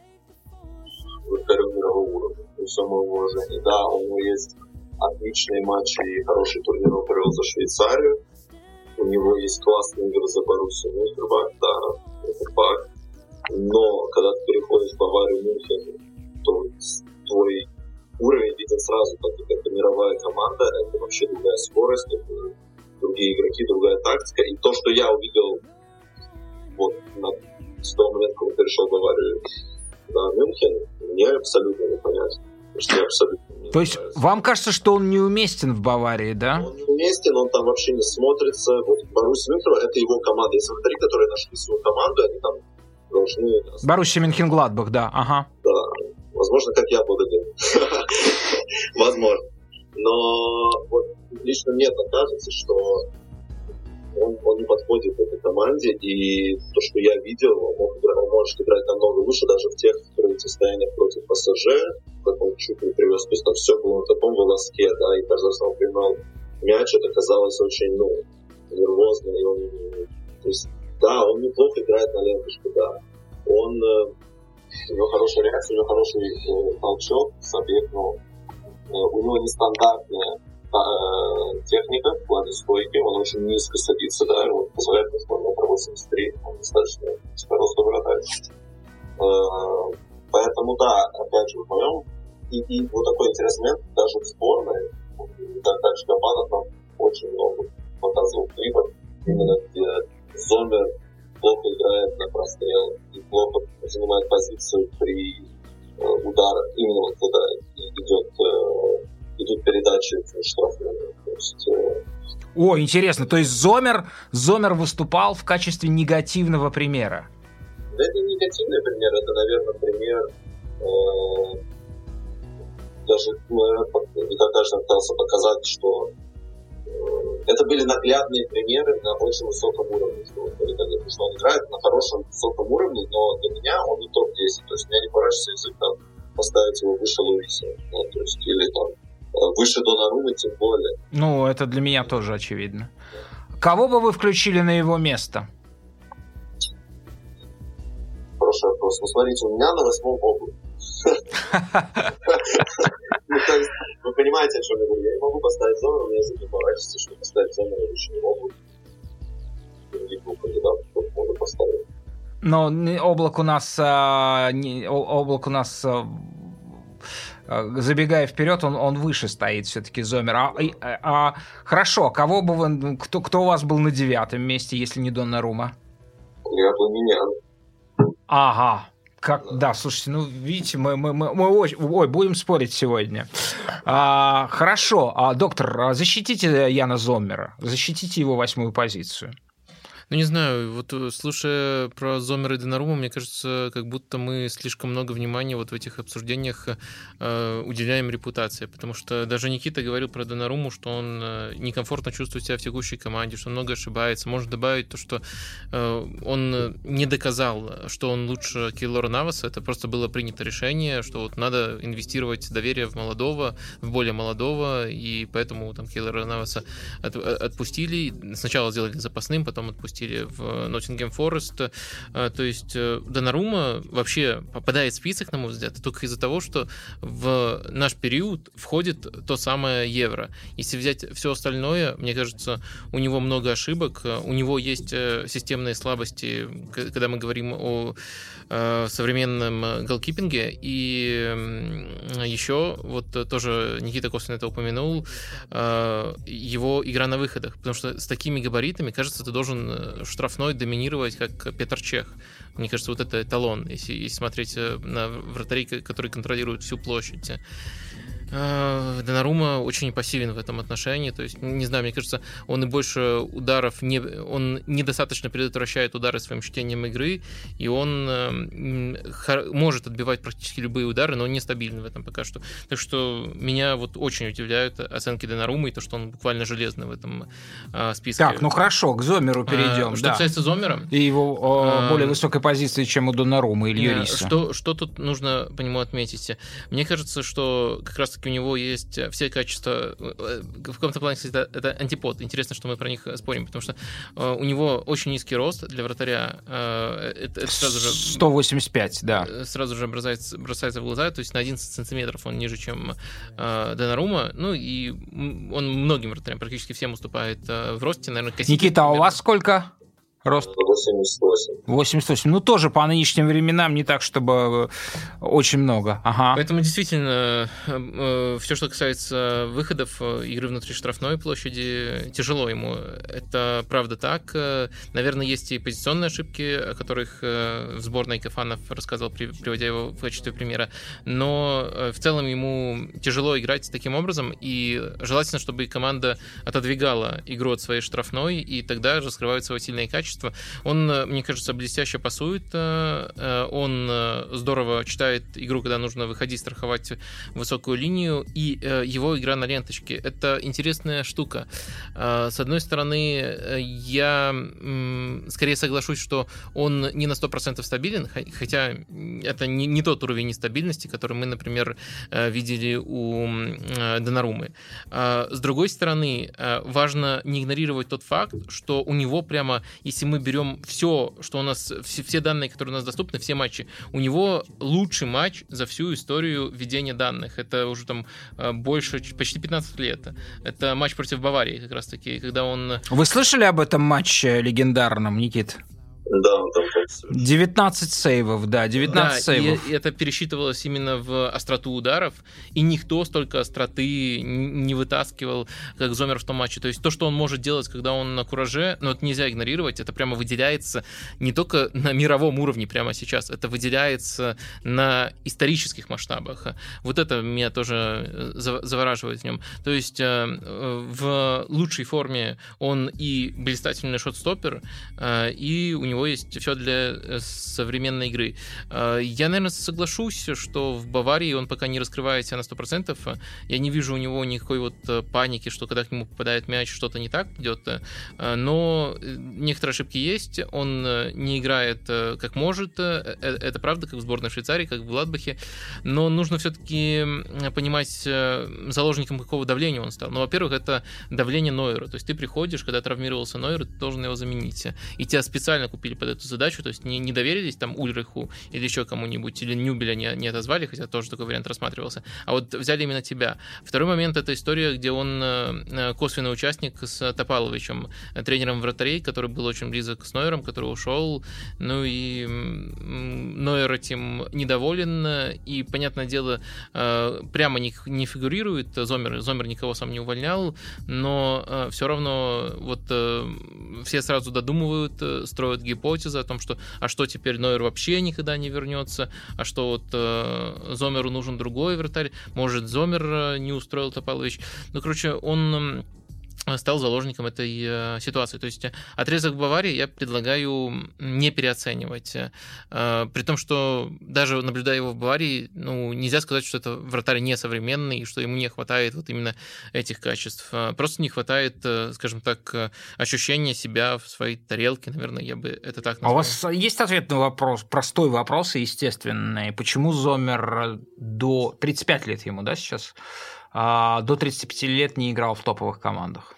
вратарем мирового уровня. При всем моем уважении. Да, у него есть отличные матчи и хороший турнир он провел за Швейцарию. У него есть классные игры за Боруссию Мönchengladbach, да, это факт. Но когда ты переходишь в Баварию, Мюнхен, то твой уровень виден сразу, так как это мировая команда, это вообще другая скорость, это другие игроки, другая тактика. И то, что я увидел вот на, с того момента, когда я перешел в Баварию на Мюнхен, мне абсолютно непонятно. Что абсолютно не То есть нравится. Вам кажется, что он неуместен в Баварии, да? Он неуместен, он там вообще не смотрится. Вот Боруссия Мюнхен — это его команда. Есть вратари, которые нашли свою команду, они там должны... Боруссия Мönchengladbach, да, ага. Да, возможно, как я буду делать. Возможно. Но вот лично мне так кажется, что он, он не подходит этой команде, и то, что я видел, он, мог, он может играть намного лучше даже в тех противостояниях против ПСЖ, как он чуть не привез, то есть там все было на таком волоске, да, и каждый раз он принимал мяч, это казалось очень, ну, нервозно, и он, то есть, да, он неплохо играет на ленточку, да, он, у него хорошая реакция, у него хороший э, толчок, забег, но э, у него нестандартная техника в плане стойки, он очень низко садится, да, ему позволяет, что он метр восемьдесят три, он достаточно скоростной вратарь. Поэтому, да, опять же, в моем... И, и вот такой интересный момент, даже в сборной, так, так что Габанов там очень много показывал клипов, именно где Зомер плохо играет на прострел и плохо занимает позицию при э, ударах. Именно вот когда идет, э, идут передачи в штрафную. То есть... Э, О, интересно, то есть Зомер, Зомер выступал в качестве негативного примера? Да, это не негативный пример, это, наверное, пример... Э, даже Виталий даже пытался показать, что э, это были наглядные примеры на очень высоком уровне, что, что он играет на хорошем высоком уровне, но для меня он не топ десять, то есть меня не порачивается язык там поставить его выше Луиса, да, то есть или там выше Доннаруммы тем более. Ну, это для меня тоже очевидно. Кого бы вы включили на его место? Хороший вопрос. Ну, смотрите, у меня на восьмом обувь. Ну, то есть, вы понимаете, о чем я говорю. Я не могу поставить Зомера, у меня язык не поворачивается, чтобы поставить Зомера выше не могу. Других двух кандидатов тоже могу поставить. Но Облак у нас... Облак у нас... Забегая вперед, он, он выше стоит все-таки Зомер. А, а, а, хорошо, кого бы вы... Кто, кто у вас был на девятом месте, если не Доннарумма? Я был Миньян. Ага. Как, да, слушайте, ну, видите, мы, мы, мы, мы ой, ой, будем спорить сегодня. А, хорошо, а, доктор, защитите Яна Зоммера, защитите его восьмую позицию. Ну, не знаю, вот слушая про Зомера и Доннарумму, мне кажется, как будто мы слишком много внимания вот в этих обсуждениях э, уделяем репутации, потому что даже Никита говорил про Доннарумму, что он э, некомфортно чувствует себя в текущей команде, что он много ошибается. Можно добавить то, что э, он не доказал, что он лучше Кейлора Наваса, это просто было принято решение, что вот надо инвестировать доверие в молодого, в более молодого, и поэтому там Кейлора Наваса от, отпустили, сначала сделали запасным, потом отпустили в Ноттингем Форест. То есть Доннарумма вообще попадает в список, на мой взгляд, только из-за того, что в наш период входит то самое Евро. Если взять все остальное, мне кажется, у него много ошибок, у него есть системные слабости, когда мы говорим о современном голкипинге, и еще, вот тоже Никита косвенно это упомянул, его игра на выходах, потому что с такими габаритами, кажется, ты должен в штрафной доминировать, как Петр Чех. Мне кажется, вот это эталон, если, если смотреть на вратарей, которые контролируют всю площадь. Доннарумма очень пассивен в этом отношении, то есть, не знаю, мне кажется, он и больше ударов, не, он недостаточно предотвращает удары своим чтением игры, и он э, может отбивать практически любые удары, но он нестабильный в этом пока что. Так что меня вот очень удивляют оценки Доннаруммы и то, что он буквально железный в этом э, списке. Так, ну хорошо, к Зомеру перейдем. А, что да. касается Зомера... И его э, а, более высокой позиции, чем у Доннаруммы или Юриса. Что, что тут нужно по нему отметить? Мне кажется, что как раз у него есть все качества, в каком-то плане, кстати, это, это антипод. Интересно, что мы про них спорим, потому что э, у него очень низкий рост для вратаря. Э, это, это сразу же... сто восемьдесят пять, да. Сразу же бросается, бросается в глаза, то есть на одиннадцать сантиметров он ниже, чем э, Доннарумма. Ну и он многим вратарям, практически всем уступает э, в росте. Наверное, Никита, а у вас сколько? Рост? восемьдесят восемь. восемьдесят восемь. Ну, тоже по нынешним временам не так, чтобы очень много. Ага. Поэтому действительно, э, все, что касается выходов, игры внутри штрафной площади, тяжело ему. Это правда так. Наверное, есть и позиционные ошибки, о которых в сборной Кафанов рассказывал, приводя его в качестве примера. Но в целом ему тяжело играть таким образом, и желательно, чтобы команда отодвигала игру от своей штрафной, и тогда раскрываются его сильные качества. Он, мне кажется, блестяще пасует, он здорово читает игру, когда нужно выходить, страховать высокую линию, и его игра на ленточке — это интересная штука. С одной стороны, я скорее соглашусь, что он не на сто процентов стабилен, хотя это не, не тот уровень нестабильности, который мы, например, видели у Доннаруммы. С другой стороны, важно не игнорировать тот факт, что у него прямо, если мы берем все, что у нас, все, все данные, которые у нас доступны, все матчи, у него лучший матч за всю историю ведения данных. Это уже там больше, почти пятнадцать лет. Это матч против Баварии, как раз таки, когда он... Вы слышали об этом матче легендарном, Никит? Да, он там девятнадцать сейвов, да, девятнадцать да, сейвов. И это пересчитывалось именно в остроту ударов, и никто столько остроты не вытаскивал, как Зомер в том матче. То есть то, что он может делать, когда он на кураже, ну, это нельзя игнорировать, это прямо выделяется не только на мировом уровне прямо сейчас, это выделяется на исторических масштабах. Вот это меня тоже завораживает в нем. То есть в лучшей форме он и блистательный шотстоппер, и у него есть все для современной игры. Я, наверное, соглашусь, что в Баварии он пока не раскрывает себя на сто процентов. Я не вижу у него никакой вот паники, что когда к нему попадает мяч, что-то не так идет. Но некоторые ошибки есть. Он не играет как может. Это правда, как в сборной Швейцарии, как в Гладбахе. Но нужно все-таки понимать, заложником какого давления он стал. Ну, во-первых, это давление Нойера. То есть ты приходишь, когда травмировался Нойер, ты должен его заменить. И тебя специально купили под эту задачу, то есть не, не доверились там Ульриху или еще кому-нибудь, или Нюбеля не, не отозвали, хотя тоже такой вариант рассматривался, а вот взяли именно тебя. Второй момент — это история, где он косвенный участник с Топаловичем, тренером вратарей, который был очень близок с Нойером, который ушел, ну и Нойер этим недоволен, и, понятное дело, прямо не, не фигурирует Зомер, Зомер никого сам не увольнял, но все равно вот все сразу додумывают, строят гипотезы о том, что а что теперь Нойер вообще никогда не вернется, а что вот э, Зомеру нужен другой вратарь, может Зомер не устроил Топалович. Ну, короче, он стал заложником этой э, ситуации. То есть отрезок в Баварии я предлагаю не переоценивать. Э, при том, что даже наблюдая его в Баварии, ну, нельзя сказать, что это вратарь несовременный, и что ему не хватает вот именно этих качеств. Просто не хватает, э, скажем так, ощущения себя в своей тарелке, наверное, я бы это так назвал. А у вас есть ответ на вопрос, простой вопрос и естественный. Почему Зомер до тридцать пять лет ему, да, сейчас, до тридцати пяти лет не играл в топовых командах?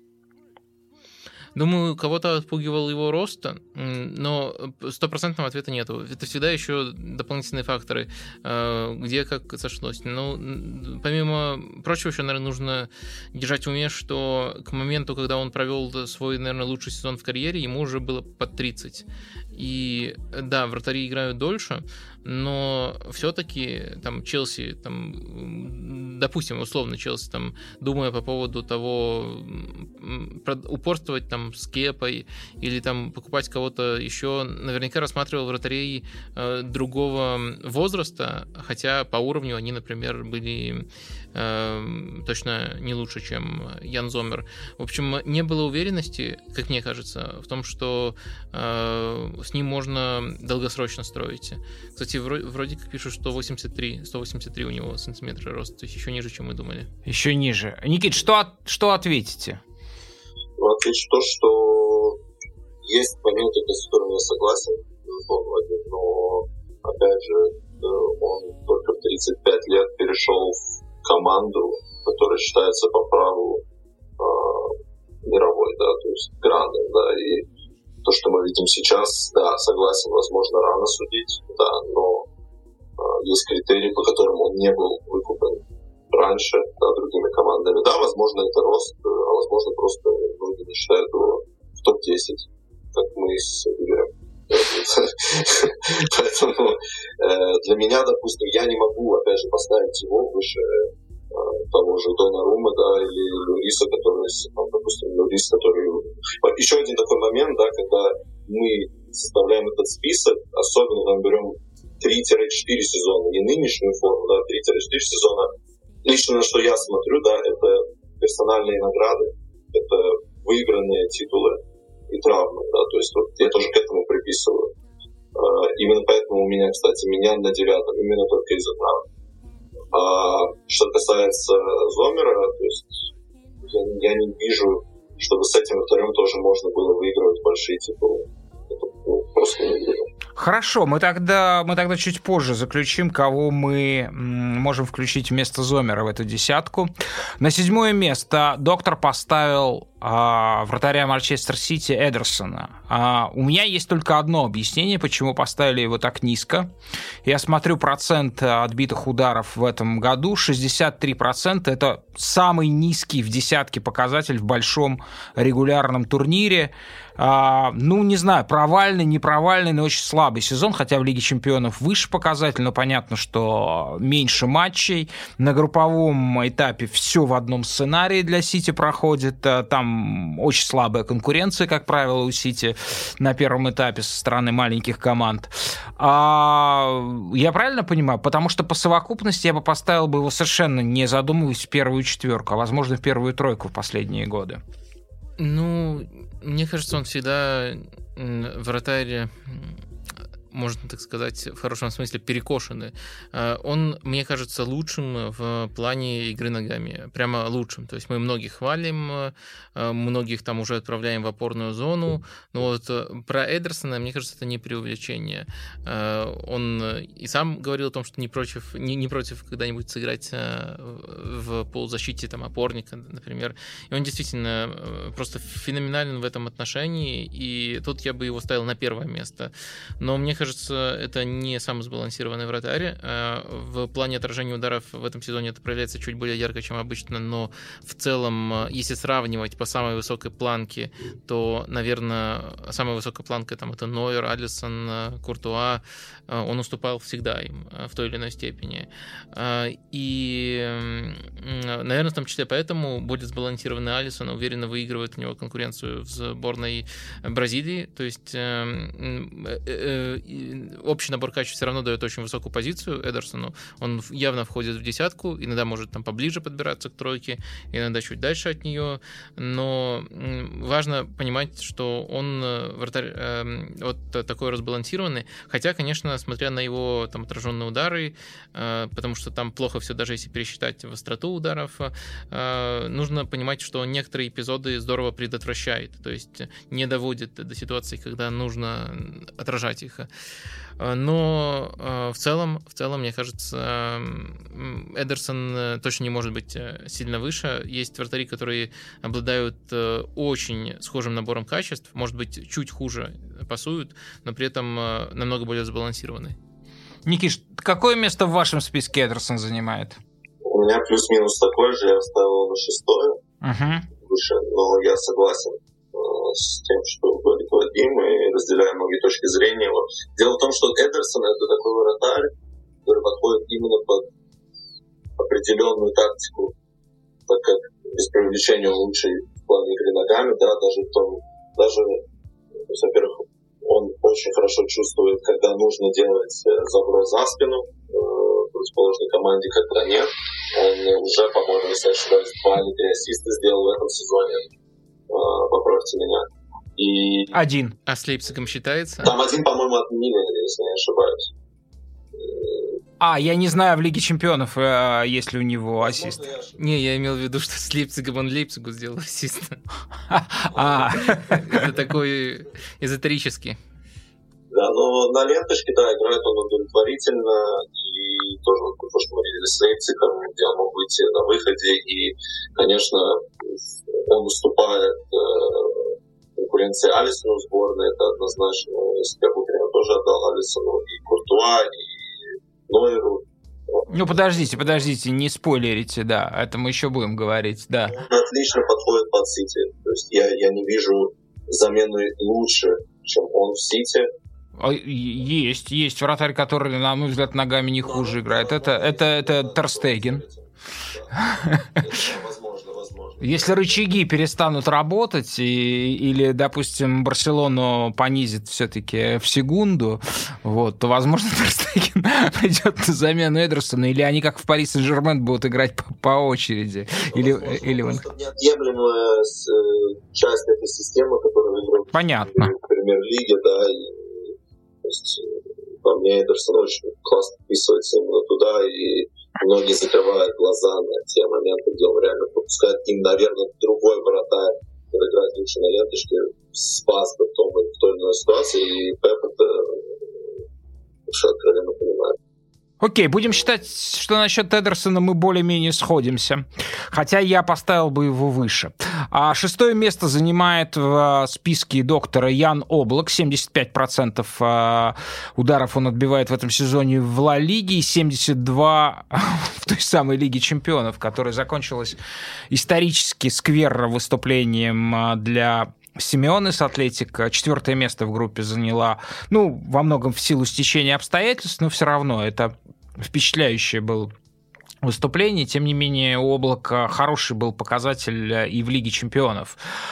Думаю, кого-то отпугивал его рост, но стопроцентного ответа нету. Это всегда еще дополнительные факторы, где как сошлось. Но помимо прочего, еще, наверное, нужно держать в уме, что к моменту, когда он провел свой, наверное, лучший сезон в карьере, ему уже было под тридцать. И да, вратари играют дольше, но все-таки там Челси, там, допустим, условно Челси, там, думая по поводу того, упорствовать там с Кепой или там покупать кого-то еще, наверняка рассматривал вратарей э, другого возраста, хотя по уровню они, например, были э, точно не лучше, чем Ян Зомер. В общем, не было уверенности, как мне кажется, в том, что э, с ним можно долгосрочно строить. Кстати, вроде, вроде как пишут, что восемьдесят три, сто восемьдесят три у него сантиметра роста, то есть еще ниже, чем мы думали. Еще ниже. Никит, что, от, что ответите? Отвечу то, что есть моменты, с которыми я согласен, безусловно, но, опять же, он только в тридцать пять лет перешел в команду, которая считается по праву э, мировой, да, то есть грандом, да, и то, что мы видим сейчас, да, согласен, возможно, рано судить, да, но э, есть критерии, по которым он не был выкуплен раньше, да, другими командами. Да, возможно, это рост, а возможно, просто люди не считают его в топ десять, как мы с Игорем. Поэтому для меня, допустим, я не могу, опять же, поставить его выше того же Донарума, да, или Льюриса, который, допустим, Льюрис, который... Еще один такой момент, да, когда мы составляем этот список, особенно когда мы берем три-четыре сезона, не нынешнюю форму, да, три-четыре сезона. Лично на что я смотрю, да, это персональные награды, это выигранные титулы и травмы, да, то есть вот я тоже к этому приписываю. Именно поэтому у меня, кстати, меня на девятом, именно только из-за травм. А что касается Зомера, то есть я, я не вижу, чтобы с этим вторым тоже можно было выигрывать большие титулы. Это ну, просто не вижу. Хорошо, мы тогда, мы тогда чуть позже заключим, кого мы можем включить вместо Зомера в эту десятку. На седьмое место доктор поставил а, вратаря Манчестер Сити Эдерсона. А, у меня есть только одно объяснение, почему поставили его так низко. Я смотрю процент отбитых ударов в этом году, шестьдесят три процента. Это самый низкий в десятке показатель в большом регулярном турнире. А, ну, не знаю, провальный, не провальный, но очень слабый сезон, хотя в Лиге Чемпионов выше показатель, но понятно, что меньше матчей. На групповом этапе все в одном сценарии для Сити проходит. Там очень слабая конкуренция, как правило, у Сити на первом этапе со стороны маленьких команд. А, я правильно понимаю? Потому что по совокупности я бы поставил бы его совершенно не задумываясь в первую четверку, а, возможно, в первую тройку в последние годы. Ну, мне кажется, он всегда вратарь, можно так сказать, в хорошем смысле перекошенный. Он, мне кажется, лучшим в плане игры ногами. Прямо лучшим. То есть мы многих хвалим, многих там уже отправляем в опорную зону. Но вот про Эдерсона, мне кажется, это не преувеличение. Он и сам говорил о том, что не против, не, не против когда-нибудь сыграть в полузащите там, опорника, например. И он действительно просто феноменален в этом отношении. И тут я бы его ставил на первое место. Но мне кажется, это не самый сбалансированный вратарь. В плане отражения ударов в этом сезоне это проявляется чуть более ярко, чем обычно, но в целом, если сравнивать по самой высокой планке, то, наверное, самая высокая планка там это Нойер, Алисон, Куртуа. Он уступал всегда им в той или иной степени. И, наверное, в том числе поэтому более сбалансированный Алисон уверенно выигрывает у него конкуренцию в сборной Бразилии. То есть общий набор качеств все равно дает очень высокую позицию Эдерсону. Он явно входит в десятку, иногда может там поближе подбираться к тройке, иногда чуть дальше от нее, но важно понимать, что он вратарь э, вот такой разбалансированный, хотя, конечно, смотря на его там отраженные удары, э, потому что там плохо все, даже если пересчитать в остроту ударов, э, нужно понимать, что некоторые эпизоды здорово предотвращает, то есть не доводит до ситуации, когда нужно отражать их. Но в целом, в целом, мне кажется, Эдерсон точно не может быть сильно выше. Есть вратари, которые обладают очень схожим набором качеств, может быть, чуть хуже пасуют, но при этом намного более сбалансированы. Никиш, какое место в вашем списке Эдерсон занимает? У меня плюс-минус такой же, я ставил на шестое. Uh-huh. Выше, но я согласен с тем, что говорит Вадим, и разделяю многие точки зрения его. Дело в том, что Эдерсон — это такой вратарь, который подходит именно под определенную тактику, так как без привлечения лучший в плане игры ногами, да, даже в том, даже, то есть, во-первых, он очень хорошо чувствует, когда нужно делать заброс за спину э, противоположной команде, когда нет. Он уже, по-моему, если я ошибаюсь, два или три ассиста сделал в этом сезоне. Поправьте меня. И... Один. А с Лейпцигом считается? Там один, по-моему, отменили, если не ошибаюсь. А, я не знаю в Лиге Чемпионов, есть ли у него ассист. Не, я имел в виду, что с Лейпцигом он Лейпцигу сделал ассист. Это такой эзотерический. Да, но на ленточке, да, играет он удовлетворительно. И тоже, вот, то, что мы видели с Лейпцигом, где он мог выйти на выходе. И, конечно, он уступает э, конкуренции Алисону в сборной, это однозначно. Если я бы, например, тоже отдал Алисону и Куртуа, и Нойеру. Ну, подождите, подождите, не спойлерите, да, это мы еще будем говорить, да. Он отлично подходит под Сити. То есть я, я не вижу замены лучше, чем он в Сити. Есть, есть вратарь, который, на мой взгляд, ногами не хуже играет. Это, это, это Тер Стеген. Возможно, возможно. Если рычаги перестанут работать, и, или, допустим, Барселону понизит все-таки в секунду, вот, то, возможно, Тер Стеген придет на замену Эдерсона, или они, как в Пари Сен-Жермен, будут играть по, по очереди. Или, или он... неотъемлемая часть этой системы, которая выигрывает Понятно. в Премьер-лиге, да, и то есть, по мне, Эдерсон очень классно вписывается именно туда, и многие закрывают глаза на те моменты, где он реально пропускает. Им, наверное, другой вратарь, который играет лучше на ленточке, спас бы в, том, в той или иной ситуации, и Пеп это уже откровенно понимает. Окей, будем считать, что насчет Эдерсона мы более-менее сходимся. Хотя я поставил бы его выше. А шестое место занимает в списке доктора Ян Облак. семьдесят пять процентов ударов он отбивает в этом сезоне в Ла Лиге и семьдесят два процента в той самой Лиге чемпионов, которая закончилась исторически скверным выступлением для Симеоне с Атлетико. Четвертое место в группе заняла, ну, во многом в силу стечения обстоятельств, но все равно это впечатляющее было выступление. Тем не менее, у Облака хороший был показатель и в Лиге чемпионов.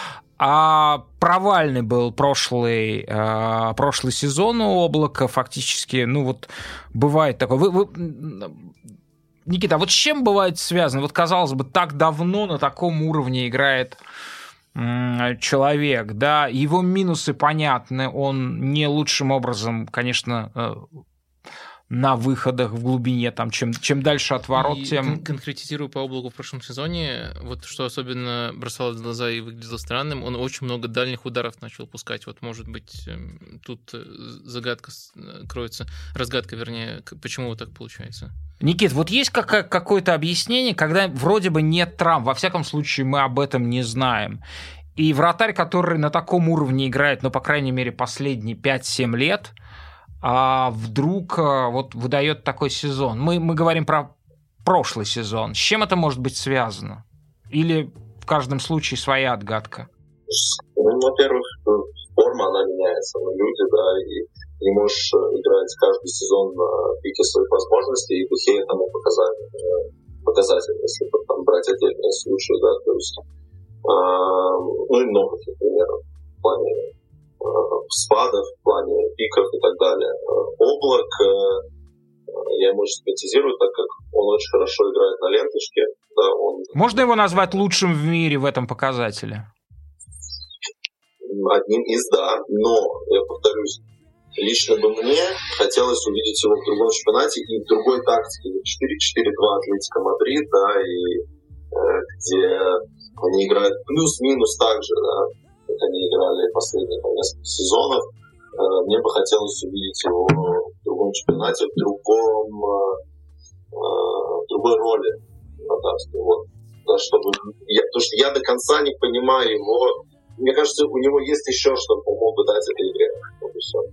А провальный был прошлый, э, прошлый сезон у Облака. Фактически, ну вот, бывает такое. Вы, вы, Никита, а вот с чем бывает связано? Вот, казалось бы, так давно на таком уровне играет человек, да, его минусы понятны, он не лучшим образом, конечно, на выходах в глубине, там, чем, чем дальше от ворот, и тем... Кон- конкретизирую по Облаку в прошлом сезоне, вот что особенно бросалось в глаза и выглядело странным, он очень много дальних ударов начал пускать. Вот, может быть, тут загадка кроется, разгадка, вернее, почему вот так получается. Никит, вот есть как- какое-то объяснение, когда вроде бы нет травм, во всяком случае мы об этом не знаем, и вратарь, который на таком уровне играет, ну, по крайней мере, последние пять-семь лет, а вдруг вот выдает такой сезон. Мы, мы говорим про прошлый сезон. С чем это может быть связано? Или в каждом случае своя отгадка? Ну, во-первых, форма, она меняется. Мы люди, да, и не можешь играть каждый сезон на пике своих возможностей, и Духей тому показатель, показатель, если там брать отдельные случаи, да, то есть, э, ну и много таких примеров в плане э, спадов, в плане пиков и так далее. Облак, э, я ему симпатизирую, так как он очень хорошо играет на ленточке. Да, он... Можно его назвать лучшим в мире в этом показателе? Одним из, да, но, я повторюсь, лично бы мне хотелось увидеть его в другом чемпионате и в другой тактике, четыре четыре два Атлетико Мадрид, да, и э, где они играют плюс-минус так же, да, как они играли последние там, несколько сезонов. Э, мне бы хотелось увидеть его в другом чемпионате, в другом э, в другой роли, да, вот, да, чтобы я, потому что я до конца не понимаю его. Мне кажется, у него есть еще что-то, он мог бы дать этой игре. Вот и все.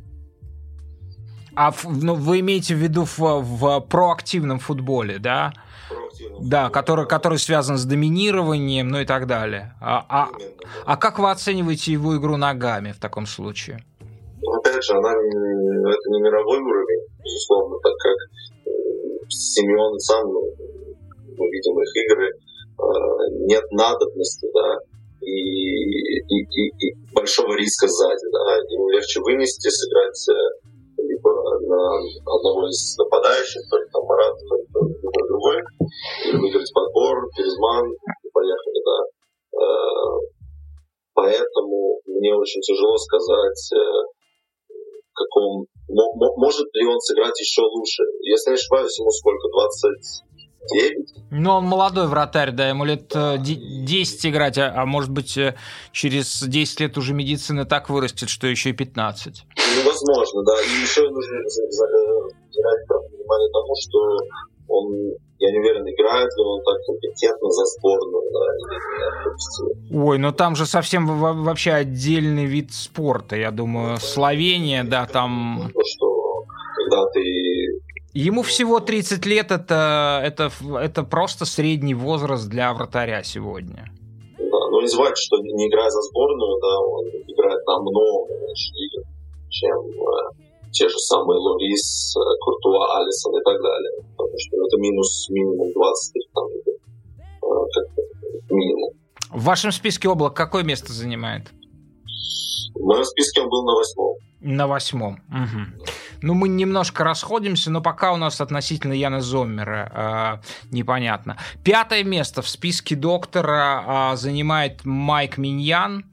А ну, вы имеете в виду в, в проактивном футболе, да? Проактивном да, футболе, который, да. который связан с доминированием, ну и так далее. А, а, а как вы оцениваете его игру ногами в таком случае? Опять же, она это не мировой уровень, безусловно, так как Симеон сам, ну, мы видим их игры, нет надобности, да, и, и, и, и большого риска сзади, да, ему легче вынести, сыграть либо на одного из нападающих, то ли там Марат, то ли любой другой, или выиграть подбор, Гризман, и поехали, да. Поэтому мне очень тяжело сказать, каком, может ли он сыграть еще лучше. Если не ошибаюсь, ему сколько, двадцать девять? Ну, он молодой вратарь, да, ему лет десять играть, а, а может быть, через десять лет уже медицина так вырастет, что еще и пятнадцать. Ну, возможно, да. И еще нужно уделять внимание тому, что он, я не уверен, играет ли он так компетентно за сборную, да, или нет. Ой, ну там же совсем вообще отдельный вид спорта, я думаю. Словения, да, там... То, что когда ты... Ему всего тридцать лет, это, это, это просто средний возраст для вратаря сегодня. Да, но не забывайте, что не играя за сборную, да, он играет намного меньше игр, чем э, те же самые Лорис, Куртуа, Алисон и так далее. Потому что это минус минимум двадцать, там, э, как минимум. В вашем списке Облак какое место занимает? В моем списке он был на восьмом. На восьмом. Угу. Ну, мы немножко расходимся, но пока у нас относительно Яна Зоммера э, непонятно. Пятое место в списке доктора э, занимает Майк Миньян.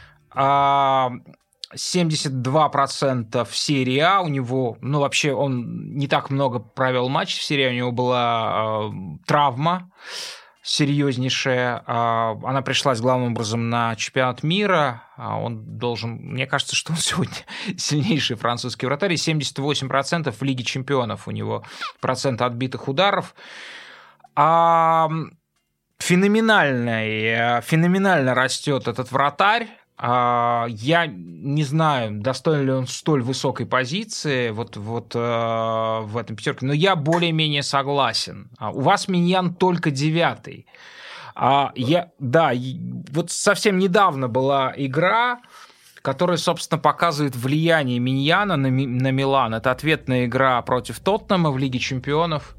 Э, семьдесят два процента в серии А. У него, ну, вообще, он не так много провел матчей в серии А. У него была э, травма серьезнейшая. Она пришлась главным образом на чемпионат мира. Он должен... Мне кажется, что он сегодня сильнейший французский вратарь. И семьдесят восемь процентов в Лиге чемпионов у него процент отбитых ударов. А феноменальный, феноменально растет этот вратарь. Я не знаю, достоин ли он столь высокой позиции вот, вот в этом пятерке, но я более-менее согласен. У вас Миньян только девятый. Я, да, вот совсем недавно была игра, которая, собственно, показывает влияние Миньяна на, на Милан. Это ответная игра против Тоттенхэма в Лиге чемпионов,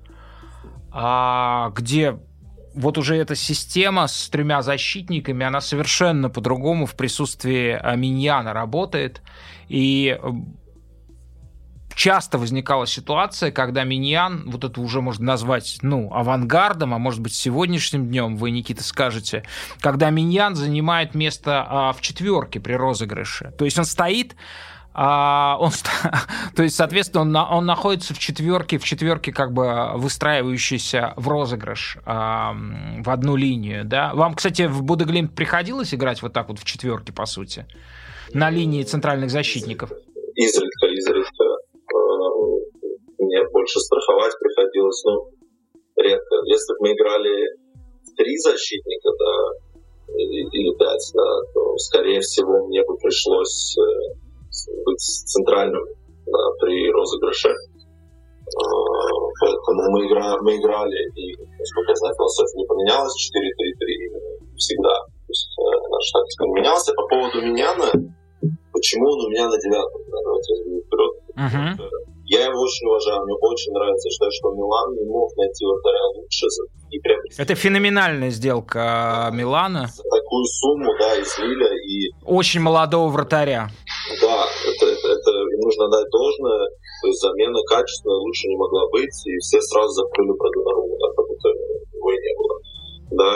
где вот уже эта система с тремя защитниками, она совершенно по-другому в присутствии Миньяна работает. И часто возникала ситуация, когда Миньян, вот это уже можно назвать, ну, авангардом, а может быть, сегодняшним днем, вы, Никита, скажете, когда Миньян занимает место а, в четверке при розыгрыше. То есть он стоит, а, он, то есть, соответственно, он, он находится в четверке, в четверке как бы выстраивающейся в розыгрыш а, в одну линию, да. Вам, кстати, в Бодø/Glimt приходилось играть вот так вот в четверке, по сути, на линии центральных защитников? Изредка, изредка. Мне больше страховать приходилось, ну, редко. Если бы мы играли в три защитника, да, или пять, да, то, скорее всего, мне бы пришлось быть центральным, да, при розыгрыше. Поэтому мы, игра, мы играли, и, насколько я знаю, философия не поменялась, четыре три три всегда. То есть наш тактика не менялся. По поводу Миньяна, почему он у меня на девятом? Да, давайте возьмем вперед. Uh-huh. Я его очень уважаю, мне очень нравится. Я считаю, что Милан не мог найти вратаря лучше. И прям... Это феноменальная сделка Милана. За такую сумму, да, из Лиля. И... Очень молодого вратаря. Да, это, это, это им нужно дать должное. То есть замена качественная лучше не могла быть. И все сразу закрыли про Донарума, да, как будто его и не было. Да.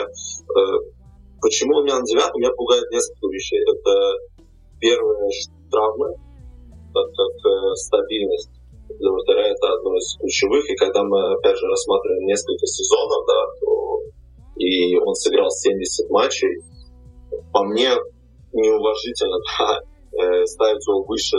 Почему у меня на девятом? Меня пугает несколько вещей. Это первая травма, так как э, стабильность для вратаря это одно из ключевых, и когда мы, опять же, рассматриваем несколько сезонов, да, то и он сыграл семьдесят матчей, по мне неуважительно, да, э, ставить его выше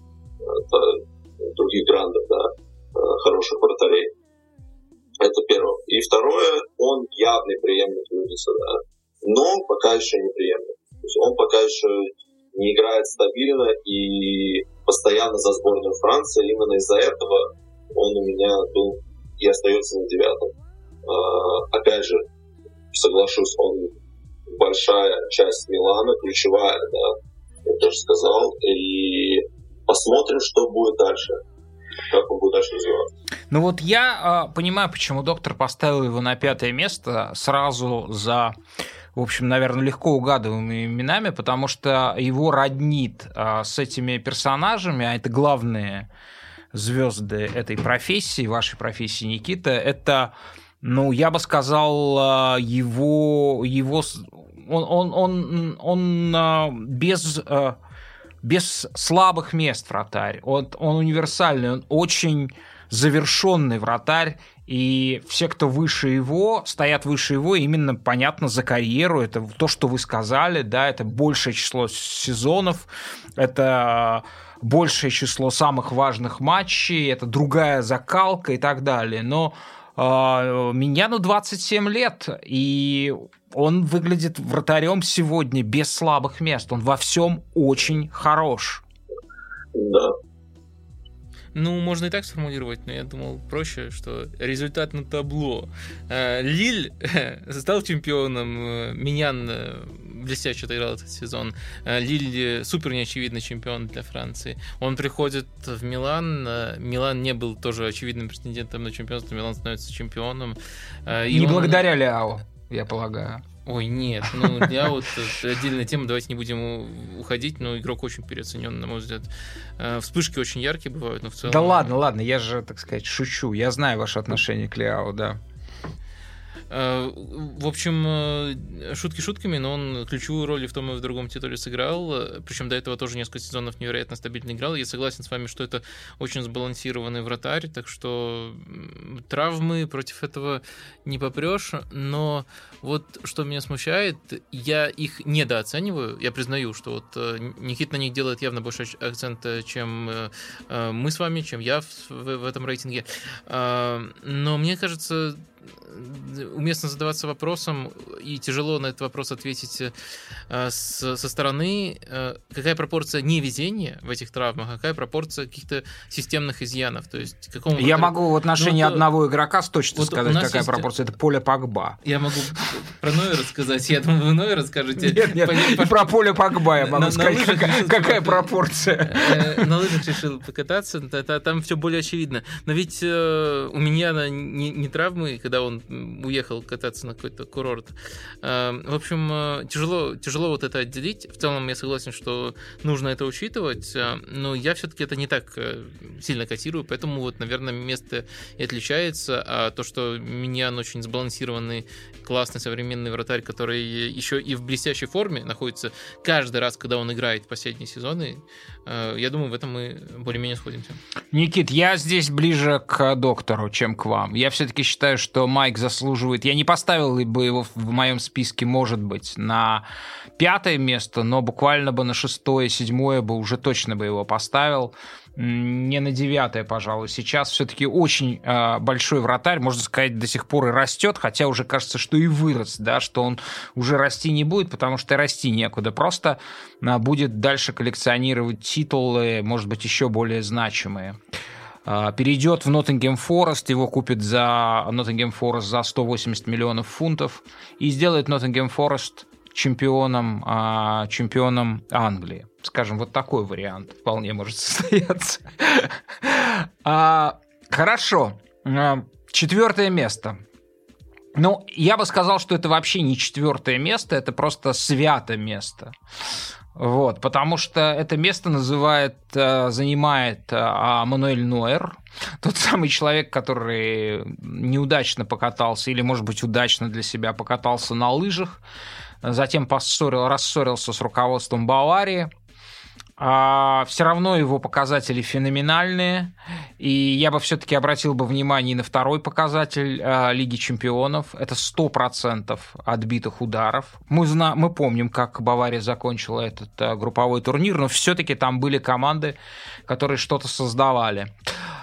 э, других грандов, да, э, хороших вратарей. Это первое. И второе, он явный преемник Юдиса, да, но пока еще не преемник. То есть он пока еще не играет стабильно и постоянно за сборную Франции. Именно из-за этого он у меня был и остается на девятом. А, опять же, соглашусь, он большая часть Милана, ключевая, да, я тоже сказал. И посмотрим, что будет дальше. Как он будет дальше развиваться. Ну вот я э, понимаю, почему доктор поставил его на пятое место сразу за... в общем, наверное, легко угадываемыми именами, потому что его роднит а, с этими персонажами, а это главные звезды этой профессии, вашей профессии, Никита, это, ну, я бы сказал, его, его он, он, он, он без, без слабых мест вратарь, он, он универсальный, он очень завершенный вратарь, и все, кто выше его, стоят выше его именно, понятно, за карьеру. Это то, что вы сказали, да, это большее число сезонов, это большее число самых важных матчей, это другая закалка и так далее. Но э, Миньяну двадцать семь лет, и он выглядит вратарем сегодня без слабых мест. Он во всем очень хорош. Да. Ну, можно и так сформулировать, но я думал проще, что результат на табло. Лиль стал чемпионом, Миньян блестяще отыграл этот сезон. Лиль супер неочевидный чемпион для Франции. Он приходит в Милан, Милан не был тоже очевидным претендентом на чемпионство, Милан становится чемпионом. И не он... благодаря Ляо, я полагаю. Ой, нет, ну я вот отдельная тема, давайте не будем уходить, но игрок очень переоценен, на мой взгляд. Вспышки очень яркие бывают, но в целом... Да ладно, ладно, я же, так сказать, шучу, я знаю ваше отношение к Ляо, да. В общем, шутки шутками, но он ключевую роль и в том и в другом титуле сыграл. Причем до этого тоже несколько сезонов невероятно стабильно играл. Я согласен с вами, что это очень сбалансированный вратарь, так что травмы против этого не попрешь. Но вот что меня смущает, я их недооцениваю. Я признаю, что вот Никита на них делает явно больше акцент, чем мы с вами, чем я в, в этом рейтинге. Но мне кажется, уместно задаваться вопросом, и тяжело на этот вопрос ответить э, с, со стороны, э, какая пропорция невезения в этих травмах, а какая пропорция каких-то системных изъянов. То есть, какому Я вратарю... могу в отношении ну, одного игрока точно вот сказать, какая есть... пропорция. Это Поля Погба. Я могу про Нойера сказать, я думаю, вы Нойера скажете. Нет, нет, по... про Поля Погба я могу на, сказать, на какая, какая пропорция. На лыжах решил покататься, там все более очевидно. Но ведь у меня не, не травмы, когда он уехал кататься на какой-то курорт. В общем, тяжело, тяжело вот это отделить. В целом я согласен, что нужно это учитывать, но я все-таки это не так сильно котирую, поэтому вот, наверное, место и отличается. А то, что Миньян очень сбалансированный, классный современный вратарь, который еще и в блестящей форме находится каждый раз, когда он играет в последние сезоны, я думаю, в этом мы более-менее сходимся. Никит, я здесь ближе к доктору, чем к вам. Я все-таки считаю, что Майк заслуживает... Я не поставил бы его в моем списке, может быть, на пятое место, но буквально бы на шестое, седьмое бы уже точно бы его поставил. Не на девятое, пожалуй. Сейчас все-таки очень э, большой вратарь, можно сказать, до сих пор и растет, хотя уже кажется, что и вырос, да, что он уже расти не будет, потому что и расти некуда. Просто э, будет дальше коллекционировать титулы, может быть, еще более значимые. Э, перейдет в Ноттингем Форест, его купит за Ноттингем Форест за сто восемьдесят миллионов фунтов и сделает Ноттингем Форест чемпионом, а, чемпионом Англии. Скажем, вот такой вариант вполне может состояться. а, хорошо. Четвертое место. Ну, я бы сказал, что это вообще не четвертое место, это просто святое место. Вот, потому что это место называет, занимает Мануэль Нойер, тот самый человек, который неудачно покатался, или, может быть, удачно для себя покатался на лыжах, затем поссорил, рассорился с руководством Баварии. А все равно его показатели феноменальные, и я бы все-таки обратил бы внимание на второй показатель а, Лиги Чемпионов. Это сто процентов отбитых ударов. Мы, зна- мы помним, как Бавария закончила этот а, групповой турнир, но все-таки там были команды, которые что-то создавали.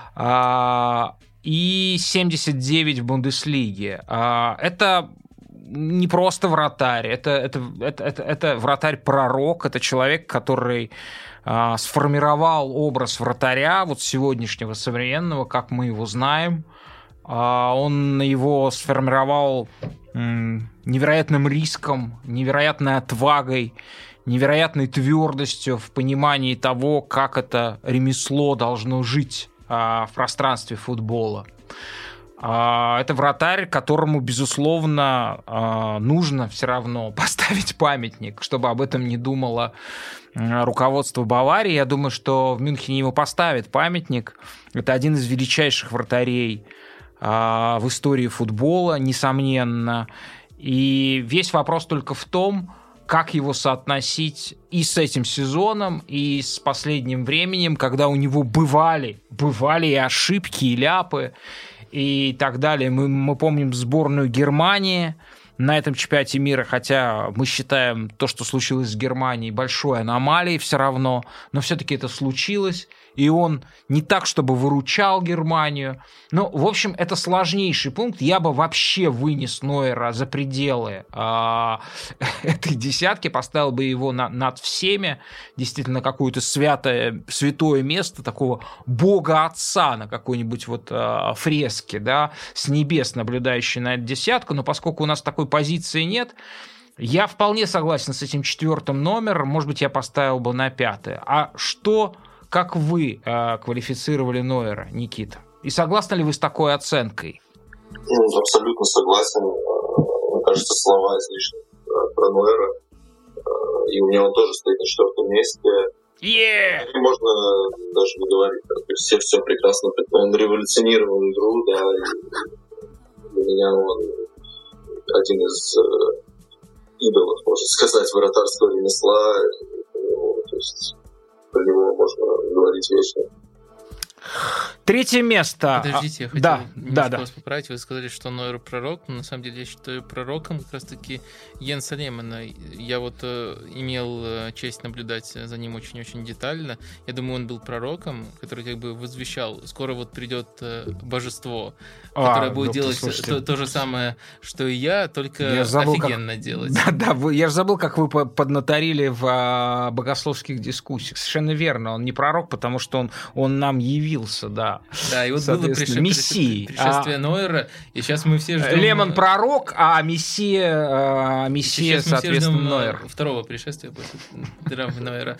А, и семьдесят девять в Бундеслиге. А, это... не просто вратарь, это, это, это, это, это вратарь-пророк, это человек, который а, сформировал образ вратаря, вот сегодняшнего современного, как мы его знаем. А, он его сформировал м, невероятным риском, невероятной отвагой, невероятной твердостью в понимании того, как это ремесло должно жить а, в пространстве футбола. Это вратарь, которому, безусловно, нужно все равно поставить памятник, чтобы об этом не думало руководство Баварии. Я думаю, что в Мюнхене ему поставят памятник. Это один из величайших вратарей в истории футбола, несомненно. И весь вопрос только в том, как его соотносить и с этим сезоном, и с последним временем, когда у него бывали, бывали и ошибки, и ляпы, и так далее. Мы, мы помним сборную Германии на этом чемпионате мира, хотя мы считаем то, что случилось с Германией, большой аномалией все равно, но все-таки это случилось, и он не так, чтобы выручал Германию. Ну, в общем, это сложнейший пункт. Я бы вообще вынес Нойера за пределы а, этой десятки, поставил бы его на, над всеми, действительно, какое-то святое, святое место, такого бога-отца на какой-нибудь вот а, фреске, да, с небес, наблюдающей на эту десятку, но поскольку у нас такой позиции нет, я вполне согласен с этим четвертым номером, может быть, я поставил бы на пятое. А что... Как вы э, квалифицировали Нойера, Никита? И согласны ли вы с такой оценкой? Ну, абсолютно согласен. Мне кажется, слова излишни про Нойера. И у меня он тоже стоит на четвертом месте. Yeah! И можно даже не говорить. Все все прекрасно. Он революционировал игру, да. И для меня он один из идолов, можно сказать, вратарского ремесла. То есть... про него можно говорить вечно. Третье место. Подождите, я хотел да, немножко да, да. вас поправить. Вы сказали, что Нойер пророк, но на самом деле я считаю пророком как раз-таки Йенса Лемана. Я вот э, имел э, честь наблюдать за ним очень-очень детально. Я думаю, он был пророком, который как бы возвещал, скоро вот придет э, божество, которое а, будет ну, делать то, то же самое, что и я, только я забыл, офигенно как... делать. Да, да, вы... я же забыл, как вы поднаторили в а, богословских дискуссиях. Совершенно верно, он не пророк, потому что он, он нам явился, да. Да, и вот было пришествие, Мессии. пришествие а... Нойера, и сейчас мы все ждем... Лемон пророк, а Мессия, а, Мессия соответственно, Нойер. Второго пришествия после драмы Нойера.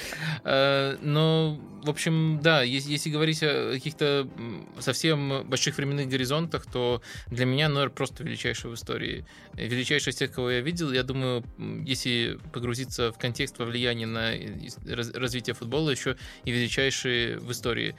Но, в общем, да, если говорить о каких-то совсем больших временных горизонтах, то для меня Нойер просто величайший в истории. Величайший из тех, кого я видел. Я думаю, если погрузиться в контекст во влияние на развитие футбола, еще и величайший в истории.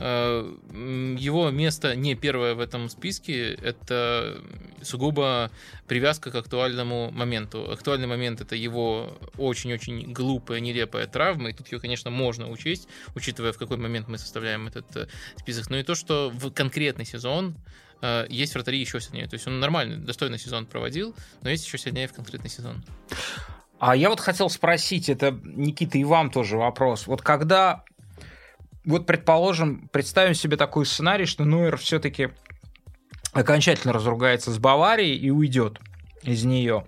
Его место не первое в этом списке, это сугубо привязка к актуальному моменту. Актуальный момент — это его очень-очень глупая, нелепая травма, и тут ее, конечно, можно учесть, учитывая, в какой момент мы составляем этот список. Но и то, что в конкретный сезон есть вратари еще сильнее. То есть он нормальный, достойный сезон проводил, но есть еще сильнее в конкретный сезон. А я вот хотел спросить, это, Никита, и вам тоже вопрос. Вот когда, вот предположим, представим себе такой сценарий, что Нойер все-таки окончательно разругается с Баварией и уйдет из нее.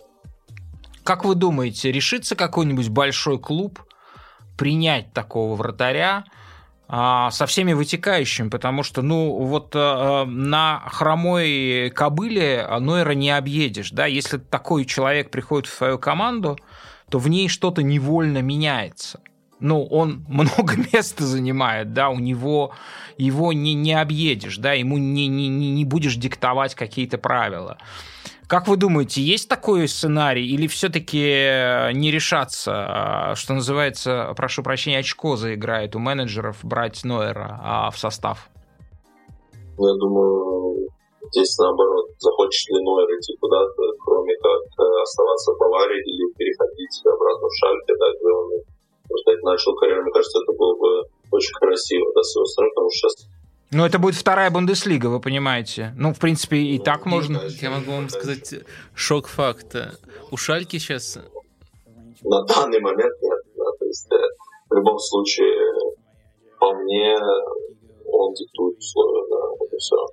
Как вы думаете, решится какой-нибудь большой клуб принять такого вратаря а, со всеми вытекающими? Потому что, ну, вот а, на хромой кобыле Нойера не объедешь, да? Если такой человек приходит в свою команду, то в ней что-то невольно меняется. Ну, он много места занимает, да, у него его не, не объедешь, да, ему не, не, не будешь диктовать какие-то правила. Как вы думаете, есть такой сценарий или все-таки не решаться, что называется, прошу прощения, очко заиграет у менеджеров брать Нойера в состав? Я думаю, здесь наоборот, захочет ли Нойер идти куда-то, кроме как оставаться в Баварии или переходить обратно в Шальке, да, где он сказать, начал карьеру, мне кажется, это было бы очень красиво, да, с его стороны, потому что сейчас... Ну, это будет вторая Бундеслига, вы понимаете. Ну, в принципе, и ну, так можно... Я могу вам сказать шок-факт. У Шальки сейчас... На данный момент нет, да, то есть в любом случае, по мне, он диктует условия, да, вот и все.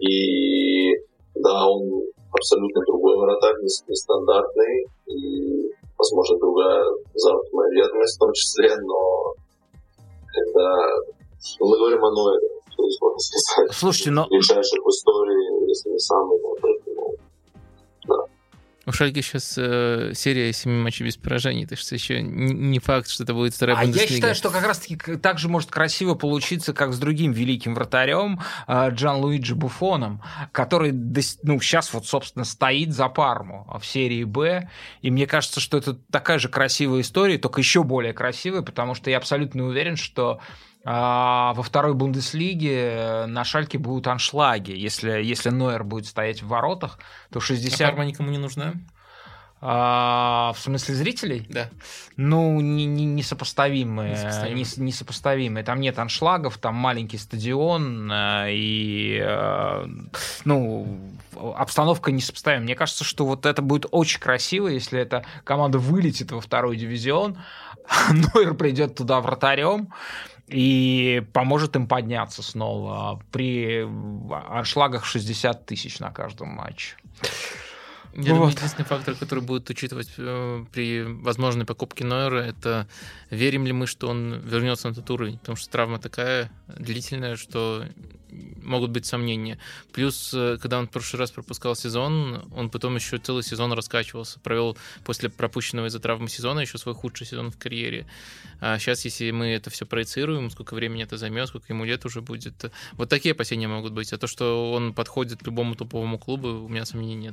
И да, он абсолютно другой вратарь, нестандартный, и возможно, другая замкнутая ведомость в том числе, но когда ну, мы говорим о Нойере, то есть, можно сказать, слушайте, но... ближайших в истории, если не самый, но поэтому, да. У Шальки сейчас э, серия семи матчей без поражений, так что еще не, не факт, что это будет вторая а Бундеслига. Я считаю, что как раз-таки так же может красиво получиться, как с другим великим вратарем э, Джанлуиджи Буфоном, который ну, сейчас вот, собственно, стоит за Парму в серии Б, и мне кажется, что это такая же красивая история, только еще более красивая, потому что я абсолютно уверен, что А во второй Бундеслиге на Шальке будут аншлаги. Если, если Нойер будет стоять в воротах, то шестьдесят... А Парма никому не нужна? А, в смысле зрителей? Да. Ну, не, не, несопоставимые. Несопоставимые. Не, несопоставимые. Там нет аншлагов, там маленький стадион, и ну, обстановка несопоставима. Мне кажется, что вот это будет очень красиво, если эта команда вылетит во второй дивизион, Нойер придет туда вратарем и поможет им подняться снова при аншлагах шестьдесят тысяч на каждом матче. Я вот. думаю, единственный фактор, который будет учитывать э, при возможной покупке Нойера, это верим ли мы, что он вернется на этот уровень, потому что травма такая длительная, что могут быть сомнения. Плюс, когда он в прошлый раз пропускал сезон, он потом еще целый сезон раскачивался, провел после пропущенного из-за травмы сезона еще свой худший сезон в карьере. А сейчас, если мы это все проецируем, сколько времени это займет, сколько ему лет уже будет, вот такие опасения могут быть. А то, что он подходит к любому топовому клубу, у меня сомнений нет.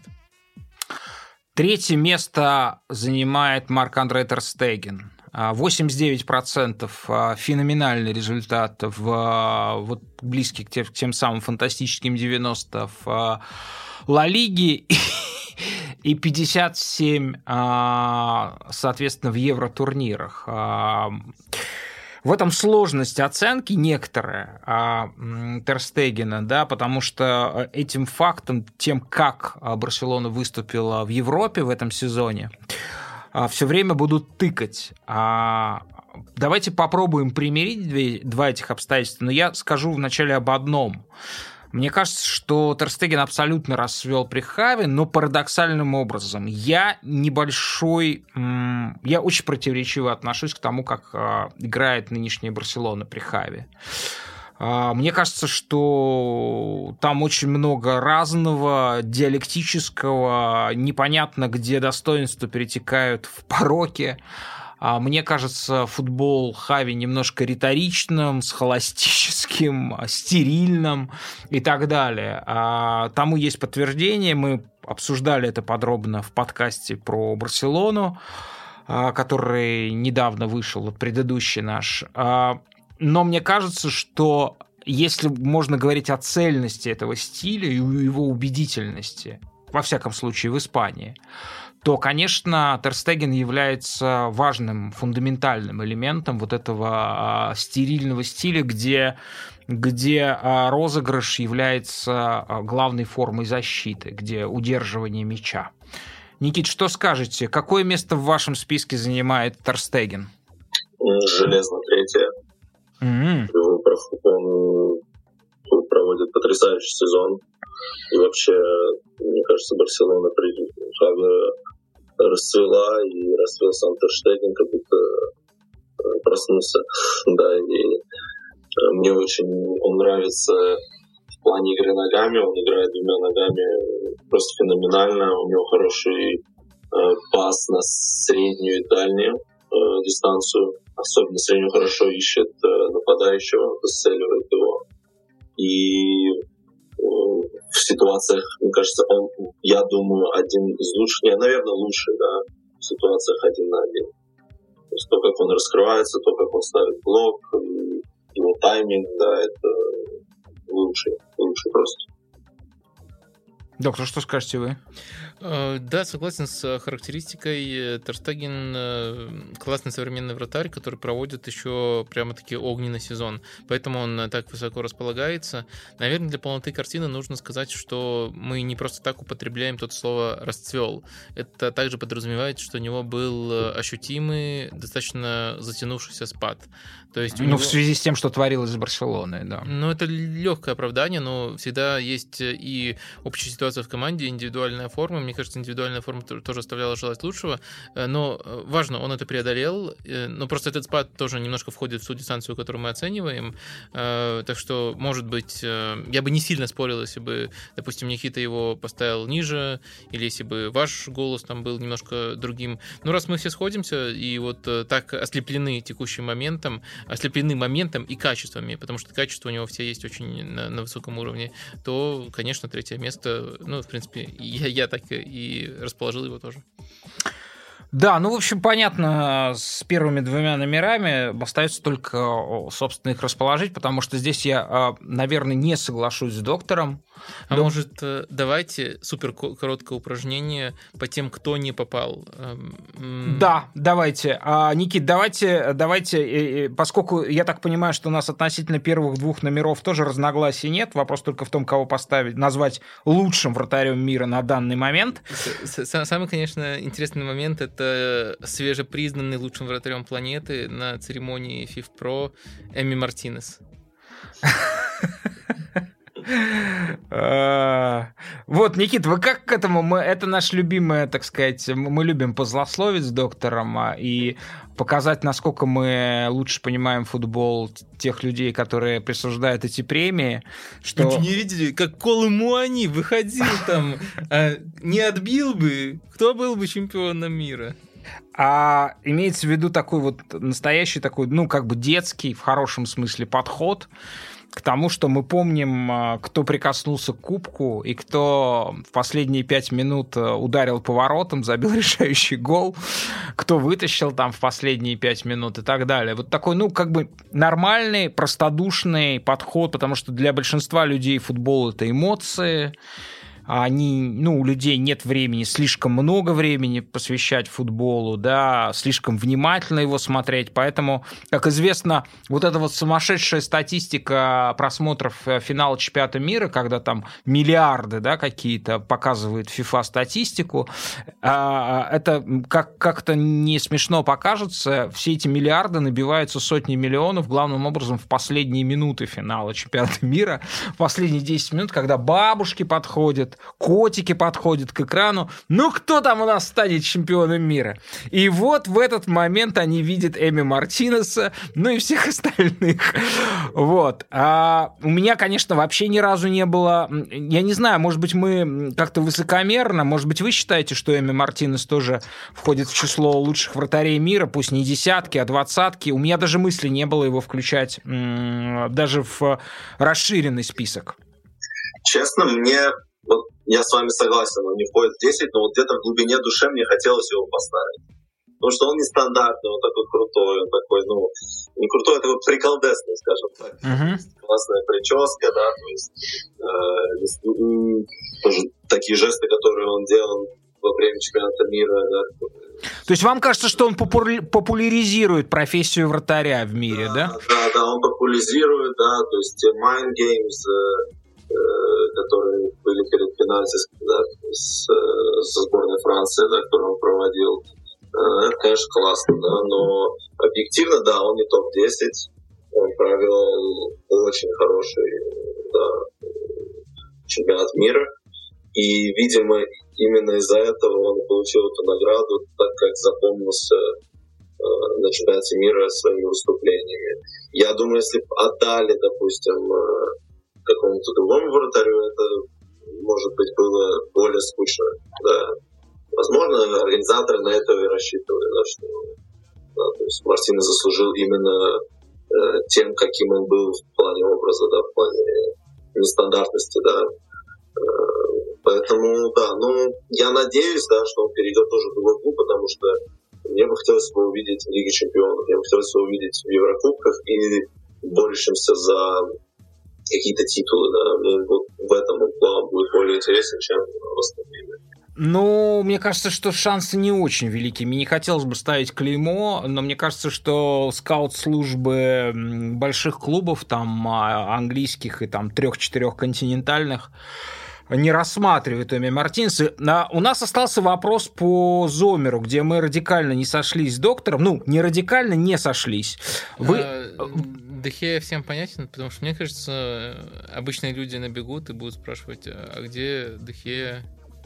Третье место занимает Марк-Андре тер Стеген. восемьдесят девять процентов феноменальный результат, в, вот, близкий к тем, к тем самым фантастическим девяностым в Ла Лиге и пятьдесят семь, соответственно, в евротурнирах. в этом сложность оценки некоторая а, Тер Стегена, да, потому что этим фактом, тем, как Барселона выступила в Европе в этом сезоне, все время будут тыкать. А, давайте попробуем примирить две, два этих обстоятельства, но я скажу вначале об одном. Мне кажется, что Тер Стеген абсолютно расцвел при Хаве, но парадоксальным образом. Я небольшой... Я очень противоречиво отношусь к тому, как играет нынешняя Барселона при Хаве. Мне кажется, что там очень много разного, диалектического, непонятно, где достоинства перетекают в пороки. Мне кажется, футбол Хави немножко риторичным, схоластическим, стерильным и так далее. Тому есть подтверждение. Мы обсуждали это подробно в подкасте про Барселону, который недавно вышел, вот предыдущий наш. Но мне кажется, что если можно говорить о цельности этого стиля и его убедительности, во всяком случае в Испании, то, конечно, Тер Стеген является важным, фундаментальным элементом вот этого а, стерильного стиля, где, где а, розыгрыш является а, главной формой защиты, где удерживание мяча. Никит, что скажете? Какое место в вашем списке занимает Тер Стеген? Железно третье. Mm-hmm. Он проводит потрясающий сезон. И вообще, мне кажется, Барселона при Хаве расцвела, и расцвел сам Тер Стеген, как будто проснулся. Да, и мне очень он нравится в плане игры ногами. Он играет двумя ногами просто феноменально. У него хороший э, пас на среднюю и дальнюю э, дистанцию. Особенно среднюю хорошо ищет э, нападающего, зацеливает его. И в ситуациях, мне кажется, он, я думаю, один из лучших, не, наверное, лучший, да, в ситуациях один на один. То есть то, как он раскрывается, то, как он ставит блок, и его тайминг, да, это лучший, лучший просто. Доктор, что скажете вы? Да, согласен с характеристикой. Тер Стеген классный современный вратарь, который проводит еще прямо-таки огненный сезон. Поэтому он так высоко располагается. Наверное, для полноты картины нужно сказать, что мы не просто так употребляем то слово «расцвел». Это также подразумевает, что у него был ощутимый, достаточно затянувшийся спад. То есть ну, него... в связи с тем, что творилось с Барселоной, да. Ну, это легкое оправдание, но всегда есть и общая ситуация в команде, индивидуальная форма. Мне кажется, индивидуальная форма тоже оставляла желать лучшего. Но важно, он это преодолел. Но просто этот спад тоже немножко входит в ту дистанцию, которую мы оцениваем. Так что, может быть, я бы не сильно спорил, если бы, допустим, Никита его поставил ниже, или если бы ваш голос там был немножко другим. Но раз мы все сходимся и вот так ослеплены текущим моментом, ослеплены моментом и качествами, потому что качества у него все есть очень на, на высоком уровне, то, конечно, третье место, ну, в принципе, я, я так и расположил его тоже. Да, ну, в общем, понятно, с первыми двумя номерами остается только, собственно, их расположить, потому что здесь я, наверное, не соглашусь с доктором. А Док... может, давайте супер короткое упражнение по тем, кто не попал? Да, давайте. Никит, давайте, давайте, поскольку я так понимаю, что у нас относительно первых двух номеров тоже разногласий нет, вопрос только в том, кого поставить, назвать лучшим вратарем мира на данный момент. Самый, конечно, интересный момент — это свежепризнанный лучшим вратарем планеты на церемонии FIFA Эми Мартинес. Вот, Никит, вы как к этому? Мы, это наш любимое, так сказать, мы любим позлословить с доктором и показать, насколько мы лучше понимаем футбол тех людей, которые присуждают эти премии. Что... Вы не видели, как Колы Муани выходил там, не отбил бы, кто был бы чемпионом мира? А имеется в виду такой вот настоящий такой, ну, как бы детский, в хорошем смысле, подход к тому, что мы помним, кто прикоснулся к кубку и кто в последние пять минут ударил поворотом, забил решающий гол, кто вытащил там в последние пять минут и так далее. Вот такой, ну, как бы нормальный, простодушный подход, потому что для большинства людей футбол — это эмоции, они, ну, у людей нет времени, слишком много времени посвящать футболу, да, слишком внимательно его смотреть, поэтому, как известно, вот эта вот сумасшедшая статистика просмотров финала чемпионата мира, когда там миллиарды, да, какие-то показывает FIFA статистику, это как- как-то не смешно покажется, все эти миллиарды набиваются сотни миллионов, главным образом в последние минуты финала чемпионата мира, в последние десять минут, когда бабушки подходят, котики подходят к экрану, ну кто там у нас станет чемпионом мира? И вот в этот момент они видят Эми Мартинеса, ну и всех остальных. Вот. А у меня, конечно, вообще ни разу не было, я не знаю, может быть, мы как-то высокомерно, может быть, вы считаете, что Эми Мартинес тоже входит в число лучших вратарей мира, пусть не десятки, а двадцатки. У меня даже мысли не было его включать м- даже в расширенный список. Честно, мне, вот я с вами согласен, он не входит в десять, но вот где-то в глубине души мне хотелось его поставить. Потому что он нестандартный, он такой крутой, он такой, ну, не крутой, а такой приколдесный, скажем так. Uh-huh. Классная прическа, да, то есть э, тоже такие жесты, которые он делал во время чемпионата мира, да. То есть вам кажется, что он популя- популяризирует профессию вратаря в мире, да? Да, да, да, он популяризирует, да, то есть mind games, э, э, которые были перед пенальти, да, с, со сборной Франции, да, которую он проводил. Это, конечно, классно, да, но объективно, да, он не топ десять, он провел очень хороший, да, чемпионат мира, и, видимо, именно из-за этого он получил эту награду, так как запомнился э, на чемпионате мира своими выступлениями. Я думаю, если бы отдали, допустим, э, какому-то другому вратарю, это, может быть, было более скучно, да. Возможно, организаторы на это и рассчитывали, да, что да, то есть Мартинес заслужил именно э, тем, каким он был в плане образа, да, в плане нестандартности, да. Э, поэтому, да, ну, я надеюсь, да, что он перейдет тоже в другой клуб, потому что мне бы хотелось его увидеть в Лиге Чемпионов, мне бы хотелось его увидеть в Еврокубках и борющимся за какие-то титулы, да. Мне вот в этом план будет более интересен, чем в остальном. Ну, мне кажется, что шансы не очень велики. Мне не хотелось бы ставить клеймо, но мне кажется, что скаут-службы больших клубов, там, английских и там трех-четырех континентальных, не рассматривают Эми Мартинеса. А у нас остался вопрос по Зомеру, где мы радикально не сошлись с доктором. Ну, не радикально, не сошлись. Вы... Де Геа всем понятен, потому что, мне кажется, обычные люди набегут и будут спрашивать, а где Де Геа?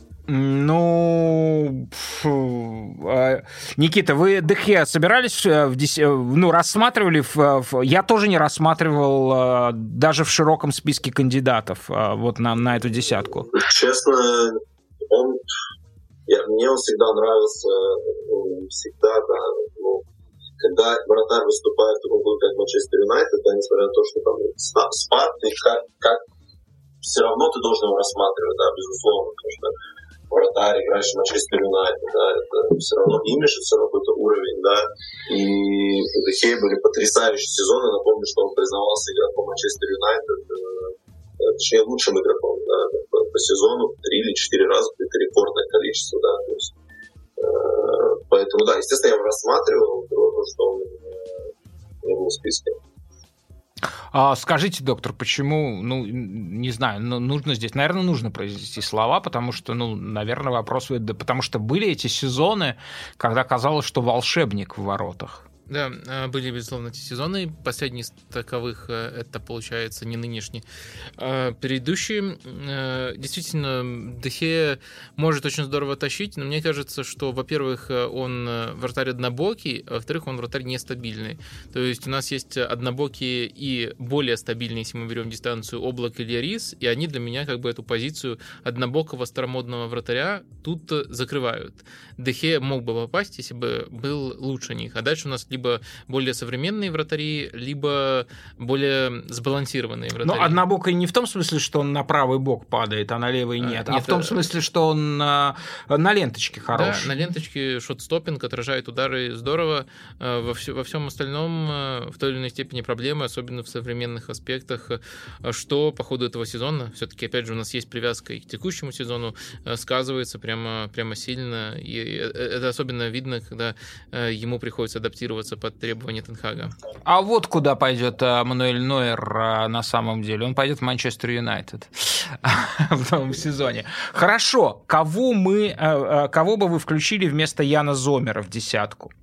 Ну, фу, Никита, вы Де Геа собирались, в дес... ну, рассматривали? В... Я тоже не рассматривал даже в широком списке кандидатов вот на, на эту десятку. Честно, он, я, мне он всегда нравился, всегда, да, ну, когда вратарь выступает в таком клубе, как Манчестер Юнайтед, да, несмотря на то, что там спад, ты как, как все равно ты должен его рассматривать, да, безусловно, потому что вратарь, играющий в Манчестер Юнайтед, да, это все равно имидж, все равно какой-то уровень, да, и у Де Геа были потрясающие сезоны, напомню, что он признавался игроком Манчестер Юнайтед, э, точнее, лучшим игроком, да, по, по сезону три или четыре раза, это рекордное количество, да, то есть, э, поэтому, да, естественно, я его рассматривал, потому что он э, не был в списке. А скажите, доктор, почему, ну, не знаю, ну, нужно здесь, наверное, нужно произнести слова, потому что, ну, наверное, вопрос, да, потому что были эти сезоны, когда казалось, что волшебник в воротах. Да, были, безусловно, эти сезоны. Последний из таковых, это, получается, не нынешний. Предыдущий, действительно, Де Геа может очень здорово тащить, но мне кажется, что, во-первых, он вратарь однобокий, а во-вторых, он вратарь нестабильный. То есть у нас есть однобокие и более стабильные, если мы берем дистанцию, Облак или Рис, и они для меня как бы эту позицию однобокого старомодного вратаря тут закрывают. Де Геа мог бы попасть, если бы был лучше них. А дальше у нас либо либо более современные вратари, либо более сбалансированные вратари. Ну, однобокий не в том смысле, что он на правый бок падает, а на левый нет, а, нет, а в том смысле, что он на, на ленточке хороший. Да, на ленточке шот-стоппинг, отражает удары здорово. Во, все, во всем остальном в той или иной степени проблемы, особенно в современных аспектах, что по ходу этого сезона, все-таки, опять же, у нас есть привязка и к текущему сезону, сказывается прямо, прямо сильно. И это особенно видно, когда ему приходится адаптироваться под требования Тен Хага. А вот куда пойдет Мануэль Нойер на самом деле. Он пойдет в Манчестер Юнайтед в новом сезоне. Хорошо. Кого мы, кого бы вы включили вместо Яна Зоммера в десятку?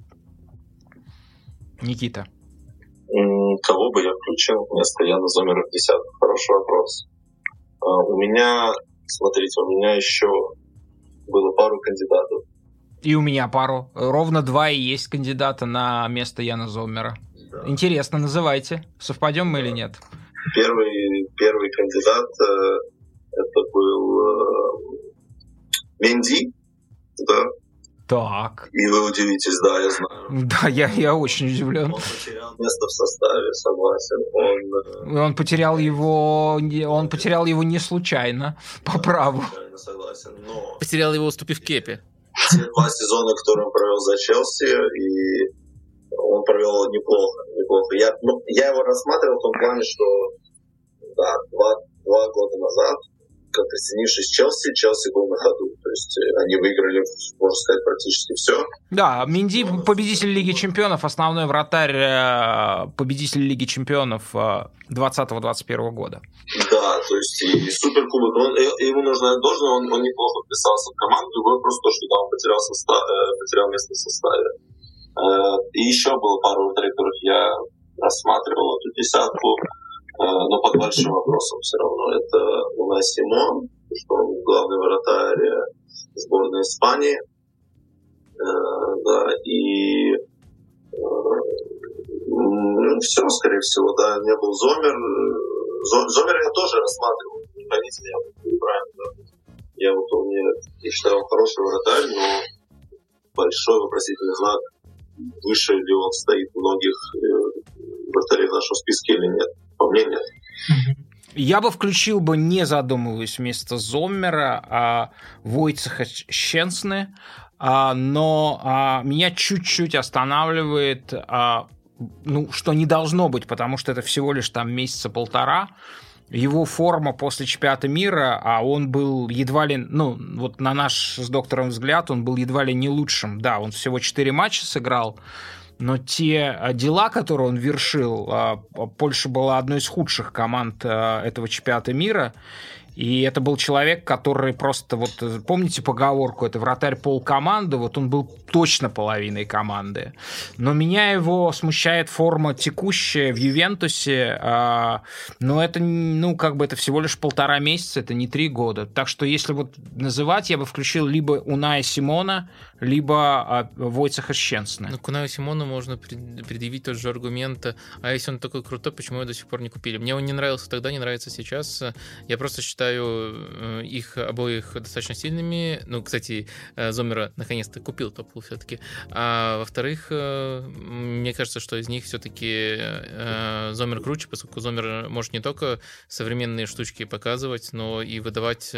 Никита. Кого бы я включил вместо Яна Зоммера в десятку? Хороший вопрос. У меня, смотрите, у меня еще было пару кандидатов. И у меня пару. Ровно два и есть кандидата на место Яна Зоммера. Да. Интересно, называйте. Совпадем мы или нет? Первый, первый кандидат это был Менди, да. Так. И вы удивитесь, да, я знаю. Да, я, я очень удивлен. Он потерял место в составе, согласен. Он, он потерял его, он потерял его не случайно, по праву. Случайно, согласен, но... Потерял его, уступив Кепе. Те два сезона, которые он провел за Челси, и он провел неплохо, неплохо. Я, ну, я его рассматривал в том плане, что да, два, два года назад, как присоединившись к Челси, Челси был на ходу. То есть они выиграли, можно сказать, практически все. Да, Менди победитель Лиги Чемпионов, основной вратарь победитель Лиги Чемпионов двадцатого-двадцать первого года. Да, то есть и суперкубок, он, ему нужно должно, он, он неплохо вписался в команду, другой просто то, что да, он потерял, состав, потерял место в составе. И еще было пару вратарей, которых я рассматривал эту десятку. Но под большим вопросом все равно. Это Унай Симон, что он главный вратарь сборной Испании. Да, и ну, все, скорее всего, да, не был Зоммер. Зоммер я тоже рассматривал. Не поймите меня неправильно. Да. Я вот он не считал хороший вратарь, но большой вопросительный знак, выше ли он стоит многих вратарей в нашем списке или нет. По мне нет. Я бы включил бы, не задумываясь, вместо Зоммера, а Войцеха Щенсне, а, но а, меня чуть-чуть останавливает, а, ну, что не должно быть, потому что это всего лишь там месяца полтора, его форма после чемпионата мира, а он был едва ли, ну, вот на наш с доктором взгляд, он был едва ли не лучшим. Да, он всего четыре матча сыграл, но те дела, которые он вершил, Польша была одной из худших команд этого чемпионата мира, и это был человек, который просто, вот помните поговорку, это вратарь полкоманды, вот он был точно половиной команды. Но меня его смущает форма текущая в Ювентусе, но это, ну, как бы это всего лишь полтора месяца, это не три года. Так что если вот называть, я бы включил либо Уная Симона, либо Войцеха Щенсне. Ну, к Унаю Симону можно предъявить тот же аргумент, а если он такой крутой, почему его до сих пор не купили? Мне он не нравился тогда, не нравится сейчас. Я просто считаю их обоих достаточно сильными. Ну, кстати, Зоммера наконец-то купил топ-клуб все-таки. А во-вторых, мне кажется, что из них все-таки Зоммер круче, поскольку Зоммер может не только современные штучки показывать, но и выдавать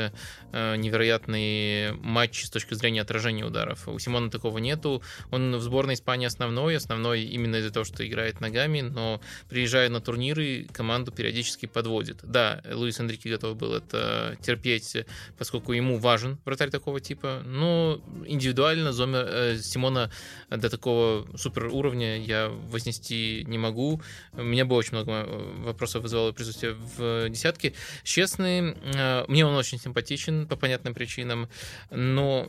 невероятные матчи с точки зрения отражения ударов. У Симона такого нету. Он в сборной Испании основной, основной именно из-за того, что играет ногами, но приезжая на турниры, команду периодически подводит. Да, Луис Энрике готов был это терпеть, поскольку ему важен вратарь такого типа, но индивидуально Зоммер, э, Симона до такого супер уровня я вознести не могу. У меня было очень много вопросов вызвало присутствие в десятке. Честный, э, мне он очень симпатичен по понятным причинам, но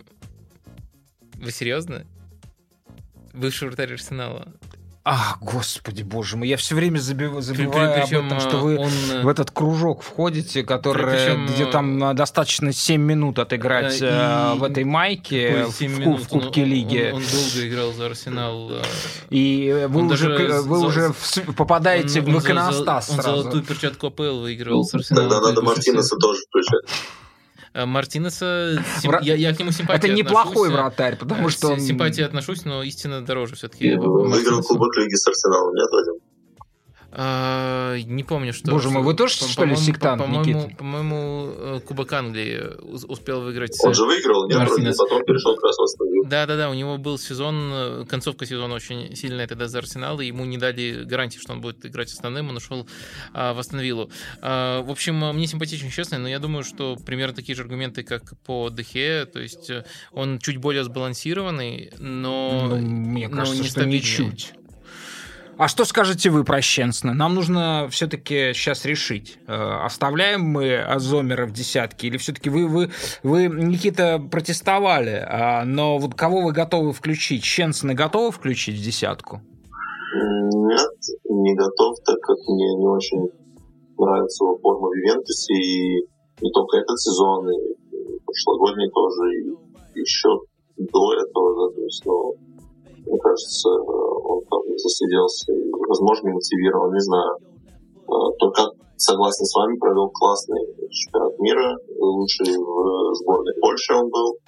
вы серьезно? Бывший вратарь Арсенала. Ах, господи, боже мой, я все время забив, забиваю причем, об этом, что вы он... в этот кружок входите, который, причем... где там достаточно семь минут отыграть и... в этой майке в, минут, в Кубке он, Лиги. Он, он долго играл за Арсенал. И вы он уже, даже вы за... уже попадаете он, в иконостас он, сразу. Он золотую перчатку АПЛ выигрывал с Арсеналом. Тогда надо Мартинеса тоже включать. Мартинеса, сим... я, я к нему симпатию Это неплохой отношусь, вратарь, потому что он... Симпатии отношусь, но истинно дороже все-таки. Выиграл Кубок Лиги с Арсеналом, нет, Вадим? А, не помню, что... Боже мой, вы тоже, по- что ли, сектант, по-моему, Никита? по-моему, Кубок Англии успел выиграть... Он же выиграл, нет? Мартинес. Потом перешел как раз в Астон Виллу. Да-да-да, у него был сезон, концовка сезона очень сильная тогда за Арсенал, и ему не дали гарантии, что он будет играть основным, он ушел а, в Астон Виллу. А, в общем, мне симпатичен, честно, но я думаю, что примерно такие же аргументы, как по Дехе, то есть он чуть более сбалансированный, но, Ну, мне но кажется, что нестабильный. ничуть. А что скажете вы про Щенсна? Нам нужно все-таки сейчас решить, э, оставляем мы Зомера в десятке, или все-таки вы, вы, вы, Никита, протестовали, а, но вот кого вы готовы включить? Щенсна готовы включить в десятку? Нет, не готов, так как мне не очень нравится его форма в Ювентусе, и не только этот сезон, и прошлогодний тоже, и еще до этого, да, то есть, ну, мне кажется, он там засиделся, и, возможно, мотивирован, не знаю. Только, согласен с вами, провел классный чемпионат мира, лучший в сборной Польши он был.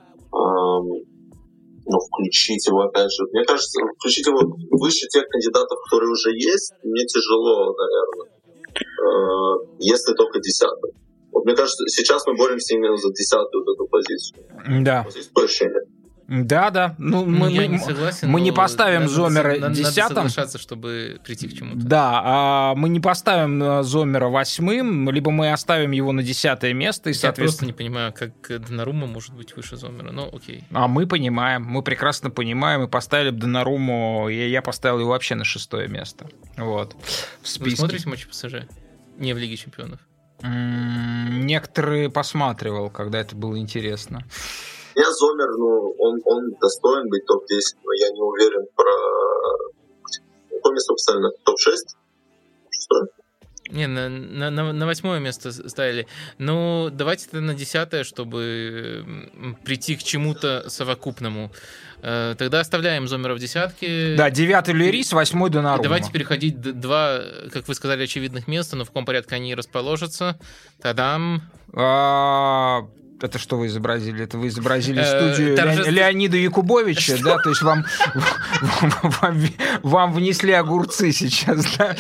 Но включить его, опять же, мне кажется, включить его выше тех кандидатов, которые уже есть, мне тяжело, наверное, если только десятый. Вот мне кажется, сейчас мы боремся именно за десятую вот эту позицию. Да. Вот есть ощущение. Да, да. Ну, мы, я мы, не согласен, мы не поставим надо, Зомера надо, десятым. Надо соглашаться, чтобы прийти к чему-то. Да, а мы не поставим Зомера восьмым, либо мы оставим его на десятое место. И, я соответственно... просто не понимаю, как Донарума может быть выше Зомера, но окей. А мы понимаем, мы прекрасно понимаем, и поставили бы Донаруму, и я поставил его вообще на шестое место. Вот, в списке. Вы смотрите матч ПСЖ? Не в Лиге Чемпионов? М-м, некоторые посматривал, когда это было интересно. Я Зомер, ну, он, он достоин быть топ десять, но я не уверен про... Какое место поставили? топ шесть? Шестое? Не, на, на, на восьмое место ставили. Ну, давайте тогда на десятое, чтобы прийти к чему-то совокупному. Тогда оставляем Зомера в десятке. Да, девятый Льюрис, восьмой Донарума. Давайте переходить два, как вы сказали, очевидных места, но в каком порядке они расположатся. Тадам. А... Это что вы изобразили? Это вы изобразили Э, студию торжеств... Леонида Якубовича, да? То есть вам, вам, вам внесли огурцы сейчас, да?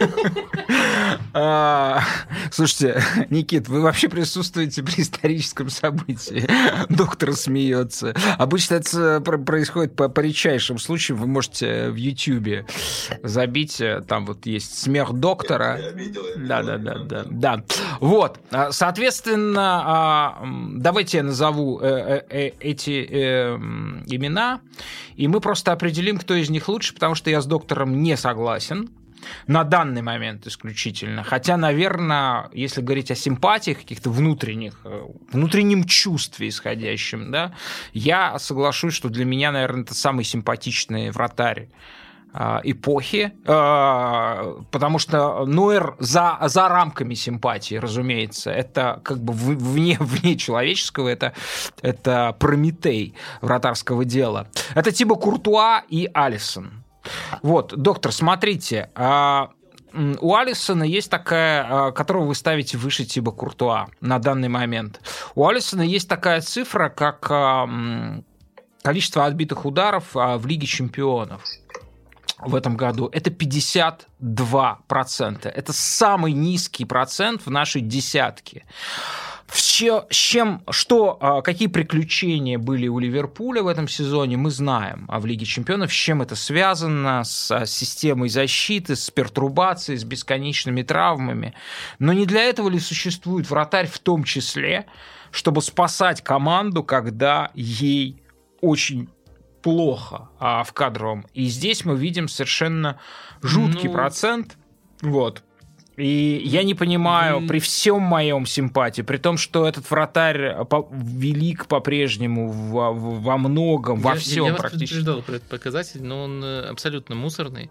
А, слушайте, Никит, вы вообще присутствуете при историческом событии. Доктор смеется. Обычно это происходит по, по редчайшим случаям. Вы можете в Ютьюбе забить, там вот есть смех доктора. Да, да, да, да, да. Вот, соответственно, давайте я назову э, э, эти э, имена, и мы просто определим, кто из них лучше, потому что я с доктором не согласен. На данный момент исключительно. Хотя, наверное, если говорить о симпатиях, каких-то внутренних, внутреннем чувстве исходящем, да, я соглашусь, что для меня, наверное, это самый симпатичный вратарь эпохи, потому что Нойер за, за рамками симпатии, разумеется, это как бы вне, вне человеческого, это, это Прометей вратарского дела. Это Тибо Куртуа и Алисон. Вот, доктор, смотрите, у Алисона есть такая, которого вы ставите выше Тибо Куртуа на данный момент. У Алисона есть такая цифра, как количество отбитых ударов в Лиге Чемпионов в этом году. Это пятьдесят два процента. Это самый низкий процент в нашей десятке. С чем, что, какие приключения были у Ливерпуля в этом сезоне, мы знаем. А в Лиге Чемпионов, с чем это связано, с системой защиты, с пертурбацией, с бесконечными травмами. Но не для этого ли существует вратарь в том числе, чтобы спасать команду, когда ей очень плохо а, в кадровом. И здесь мы видим совершенно жуткий ну... процент. Вот. И я не понимаю, при всем моем симпатии, при том, что этот вратарь по- велик по-прежнему во, во многом, во я, всем я практически. Я вас предупреждал про этот показатель, но он абсолютно мусорный.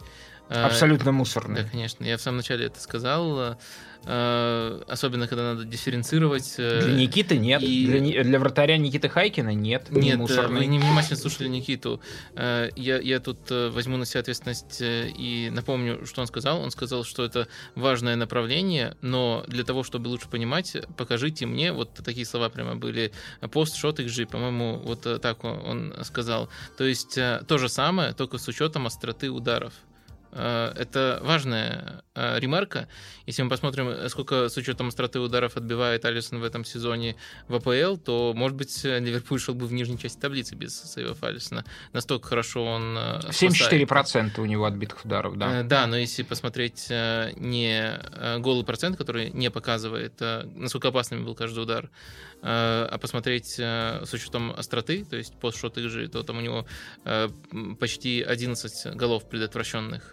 Абсолютно мусорный. Да, конечно. Я в самом начале это сказал. Особенно, когда надо дифференцировать. Для Никиты нет. И... Для, для вратаря Никиты Хайкина нет. Нет, не мусорный. Вы не внимательно слушали Никиту. Я, я тут возьму на себя ответственность и напомню, что он сказал. Он сказал, что это важное направление, но для того, чтобы лучше понимать, покажите мне, вот такие слова прямо были, пост, шот, икс джи, по-моему, вот так он сказал. То есть то же самое, только с учетом остроты ударов. Это важная ремарка. Если мы посмотрим, сколько с учетом остроты ударов отбивает Алисон в этом сезоне в АПЛ, то, может быть, Ливерпуль шел бы в нижней части таблицы без сейвов Алисона. Настолько хорошо он спасает. семьдесят четыре процента у него отбитых ударов, да. Да, но если посмотреть не голый процент, который не показывает, насколько опасным был каждый удар, а посмотреть с учетом остроты, то есть пост-шот икс джи, то там у него почти одиннадцать голов предотвращенных.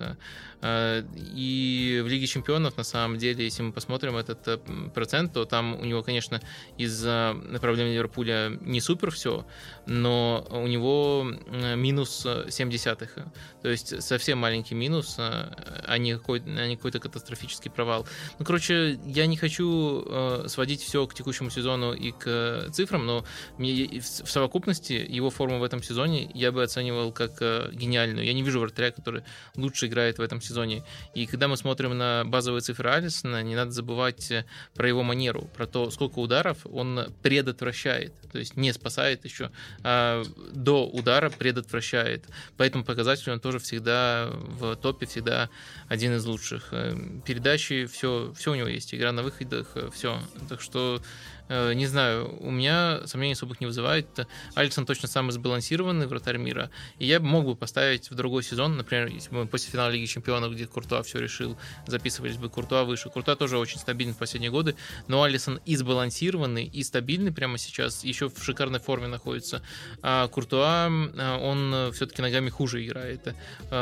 И в Лиге Чемпионов, на самом деле, если мы посмотрим этот процент, то там у него, конечно, из-за проблем Ливерпуля не супер все, но у него минус семь десятых. То есть совсем маленький минус, а не какой-то, а не какой-то катастрофический провал. Ну, короче, я не хочу сводить все к текущему сезону и к цифрам, но в совокупности его форму в этом сезоне я бы оценивал как гениальную. Я не вижу вратаря, который лучше играет в этом сезоне. И когда мы смотрим на базовые цифры Алисона, не надо забывать про его манеру, про то, сколько ударов он предотвращает. То есть не спасает еще, а до удара предотвращает. По этому показателю он тоже всегда в топе, всегда один из лучших. Передачи, все, все у него есть. Игра на выходах, все. Так что не знаю, у меня сомнений особых не вызывает. Алисон точно самый сбалансированный вратарь мира. И я мог бы поставить в другой сезон, например, если бы мы после финала Лиги Чемпионов, где Куртуа все решил, записывались бы Куртуа выше. Куртуа тоже очень стабильный в последние годы, но Алисон и сбалансированный, и стабильный прямо сейчас, еще в шикарной форме находится. А Куртуа, он все-таки ногами хуже играет.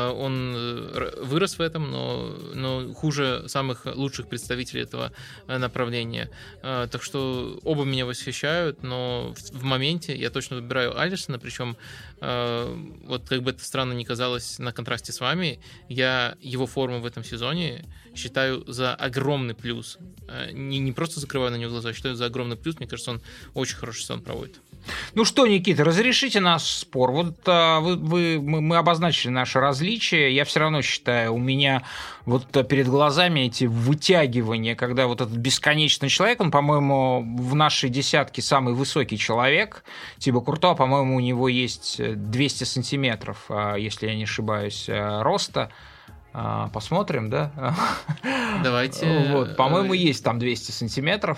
Он вырос в этом, но, но хуже самых лучших представителей этого направления. Так что оба меня восхищают, но в, в моменте я точно выбираю Алисона, причем э, вот как бы это странно ни казалось на контрасте с вами, я его форму в этом сезоне считаю за огромный плюс. Э, не, не просто закрываю на него глаза, а считаю за огромный плюс. Мне кажется, он очень хороший сезон проводит. Ну что, Никита, разрешите наш спор. Вот а, вы, вы, мы, мы обозначили наши различия. Я все равно считаю, у меня вот перед глазами эти вытягивания, когда вот этот бесконечный человек, он, по-моему, в нашей десятке самый высокий человек. Тибо Куртуа, по-моему, у него есть двести сантиметров, если я не ошибаюсь, роста. Посмотрим, да? Давайте. Вот, по-моему, есть там двести сантиметров.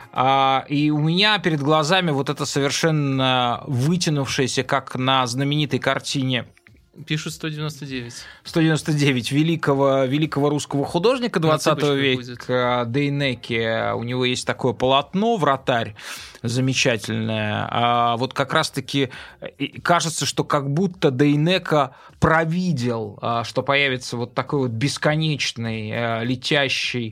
И у меня перед глазами вот это совершенно вытянувшееся, как на знаменитой картине. Пишут сто девяносто девять. сто девяносто девять великого, великого русского художника двадцатого века Дейнеки. У него есть такое полотно «Вратарь» замечательное. А вот как раз-таки кажется, что как будто Дейнека провидел, что появится вот такой вот бесконечный, летящий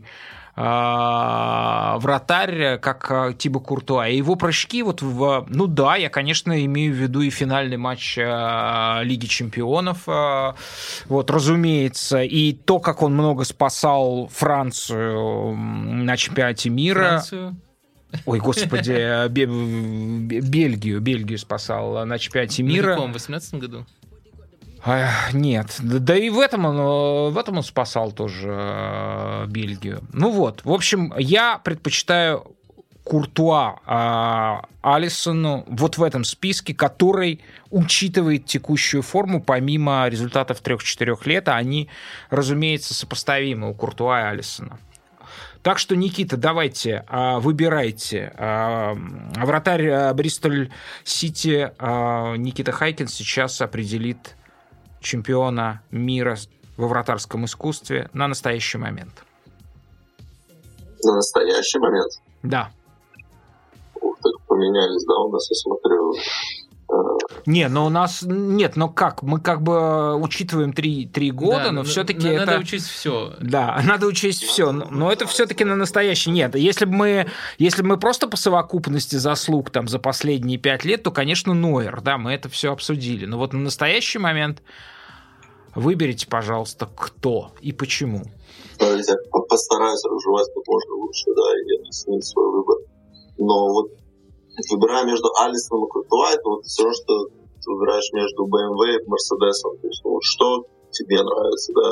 вратарь, как Тибо Куртуа. И его прыжки вот в... Ну да, я, конечно, имею в виду и финальный матч Лиги Чемпионов, вот, разумеется, и то, как он много спасал Францию на чемпионате мира. Францию? Ой, господи, Бельгию, Бельгию спасал на чемпионате мира. В каком, в восемнадцатом году? Нет, да и в этом он, в этом он спасал тоже Бельгию. Ну вот, в общем, я предпочитаю Куртуа а, Алисону вот в этом списке, который учитывает текущую форму помимо результатов трех-четырех лет, а они, разумеется, сопоставимы у Куртуа и Алисона. Так что, Никита, давайте, выбирайте. Вратарь Бристоль Сити Никита Хайкин сейчас определит чемпиона мира во вратарском искусстве на настоящий момент. На настоящий момент? Да. Ух, так поменялись, да, у нас, я смотрю... Не, но у нас нет, но как? Мы как бы учитываем три, три года, да, но все-таки это... Надо учесть все. Да, надо учесть все, но, но это все-таки на настоящий нет. Если бы мы, если бы мы просто по совокупности заслуг там за последние пять лет, то, конечно, Нойер, да, мы это все обсудили. Но вот на настоящий момент Выберите, пожалуйста, кто и почему. Я постараюсь разжевать как можно лучше, да, и объяснить свой выбор. Но вот выбирая между Алисоном и Куртуа, это вот все, что ты выбираешь между бэ эм вэ и Мерседесом. То есть, ну, что тебе нравится, да.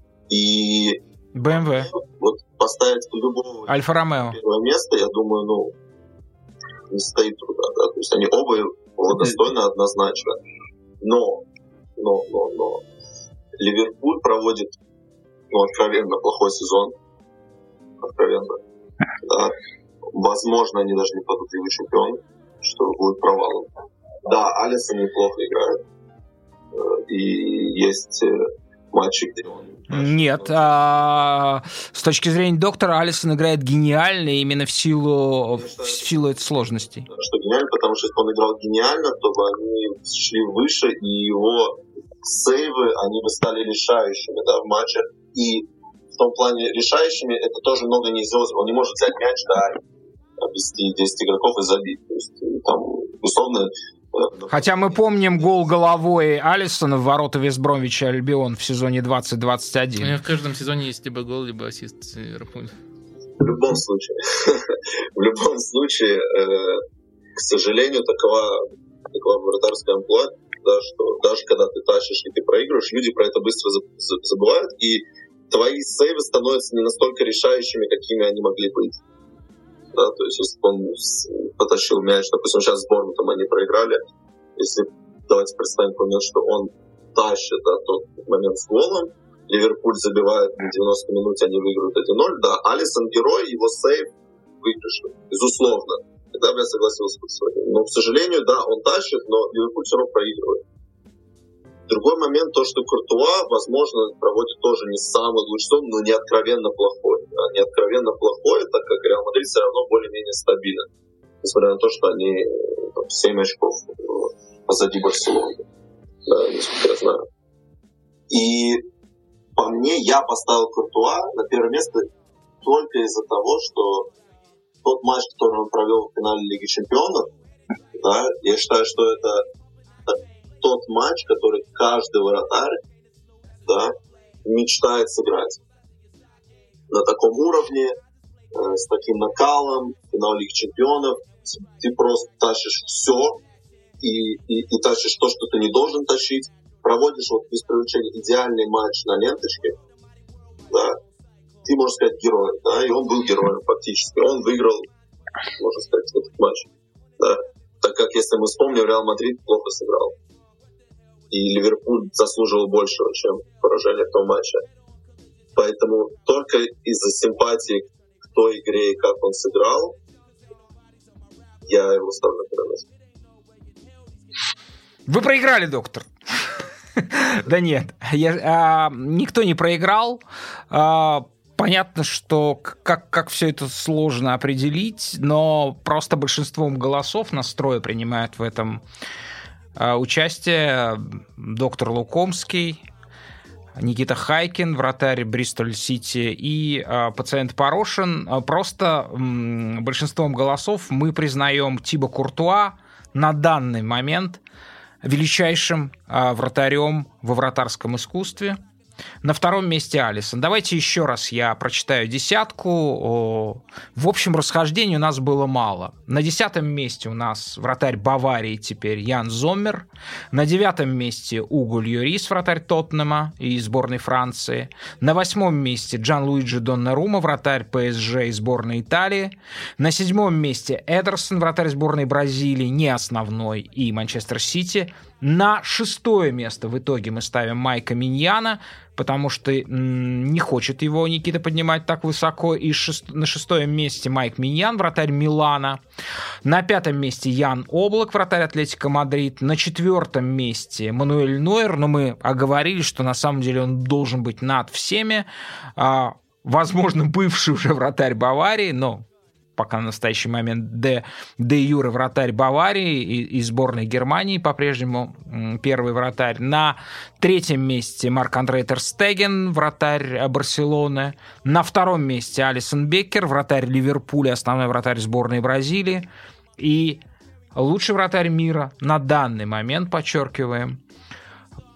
И бэ эм вэ. Вот поставить любого Альфа-Ромео первое место, я думаю, ну, не стоит труда, да. То есть они оба его достойны однозначно. Но, но, но, но Ливерпуль проводит, ну, откровенно плохой сезон. Откровенно. Да. Возможно, они даже не падут в Лигу чемпионов, что будет провалом. Да, Алисон неплохо играет. И есть матчи, где он... Нет, а, с точки зрения доктора, Алисон играет гениально именно в силу, в силу этой сложностей. Что гениально, потому что если он играл гениально, то бы они шли выше, и его сейвы, они бы стали решающими, да, в матче. И в том плане решающими это тоже много не сделать. Он не может взять мяч, да, обвести десять игроков и забить. То есть, там, условно... Хотя мы помним гол головой Алисона в ворота Вест-Бромвича Альбион в сезоне двадцать двадцать один. У меня в каждом сезоне есть либо гол, либо ассист Ливерпуль. В любом случае. В любом случае, к сожалению, такова, такова вратарская амплуа, да, что даже когда ты тащишь и ты проигрываешь, люди про это быстро забывают, и твои сейвы становятся не настолько решающими, какими они могли быть. Да, то есть, если он потащил мяч, допустим, сейчас сборную там они проиграли, если, давайте представим момент, что он тащит, да, тот момент с голом, Ливерпуль забивает на девяностой минуте, они выиграют один ноль, да, Алисон герой, его сейв выигрышный, безусловно. Тогда бы я согласился с вами. Но, к сожалению, да, он тащит, но Ливерпуль все равно проигрывает. Другой момент, то, что Куртуа, возможно, проводит тоже не самый лучший сон, но не откровенно плохой. Да, не откровенно плохой, так как Реал Мадрид все равно более-менее стабилен. Несмотря на то, что они там, семь очков позади Барселоны. Да, насколько я знаю. И по мне, я поставил Куртуа на первое место только из-за того, что тот матч, который он провел в финале Лиги Чемпионов, да, я считаю, что это тот матч, который каждый вратарь, да, мечтает сыграть. На таком уровне, э, с таким накалом, финал Лиги Чемпионов, ты просто тащишь все и, и, и тащишь то, что ты не должен тащить, проводишь вот без привлечения идеальный матч на ленточке, да, ты, можно сказать, герой, да, и он был героем фактически. Он выиграл, можно сказать, этот матч, да, так как, если мы вспомним, Реал Мадрид плохо сыграл. И Ливерпуль заслуживал большего, чем поражение в том матче. Поэтому только из-за симпатии к той игре и как он сыграл, я его ставлю на первое место. Вы проиграли, доктор. Да нет, никто не проиграл. Понятно, что как, как все это сложно определить, но просто большинством голосов настрой принимает в этом участие доктор Лукомский, Никита Хайкин, вратарь Бристоль-Сити и э, пациент Порошин. Просто м, большинством голосов мы признаем Тибо Куртуа на данный момент величайшим э, вратарем во вратарском искусстве. На втором месте Алисон. Давайте еще раз я прочитаю десятку. В общем расхождении у нас было мало. На десятом месте у нас вратарь Баварии теперь Ян Зоммер. На девятом месте Уго Льорис, вратарь Тоттенхэма и сборной Франции. На восьмом месте Джанлуиджи Доннарума, вратарь ПСЖ и сборной Италии. На седьмом месте Эдерсон, вратарь сборной Бразилии, не основной, и Манчестер Сити. На шестое место в итоге мы ставим Майка Миньяна, потому что м- не хочет его Никита поднимать так высоко. И шест... на шестом месте Майк Миньян, вратарь Милана. На пятом месте Ян Облак, вратарь Атлетико Мадрид. На четвертом месте Мануэль Нойер, но мы оговорили, что на самом деле он должен быть над всеми. А, возможно, бывший уже вратарь Баварии, но пока на настоящий момент де, де юре вратарь Баварии и, и сборной Германии, по-прежнему первый вратарь. На третьем месте Марк-Андре тер Стеген, вратарь Барселоны. На втором месте Алисон Беккер, вратарь Ливерпуля, основной вратарь сборной Бразилии. И лучший вратарь мира на данный момент, подчеркиваем,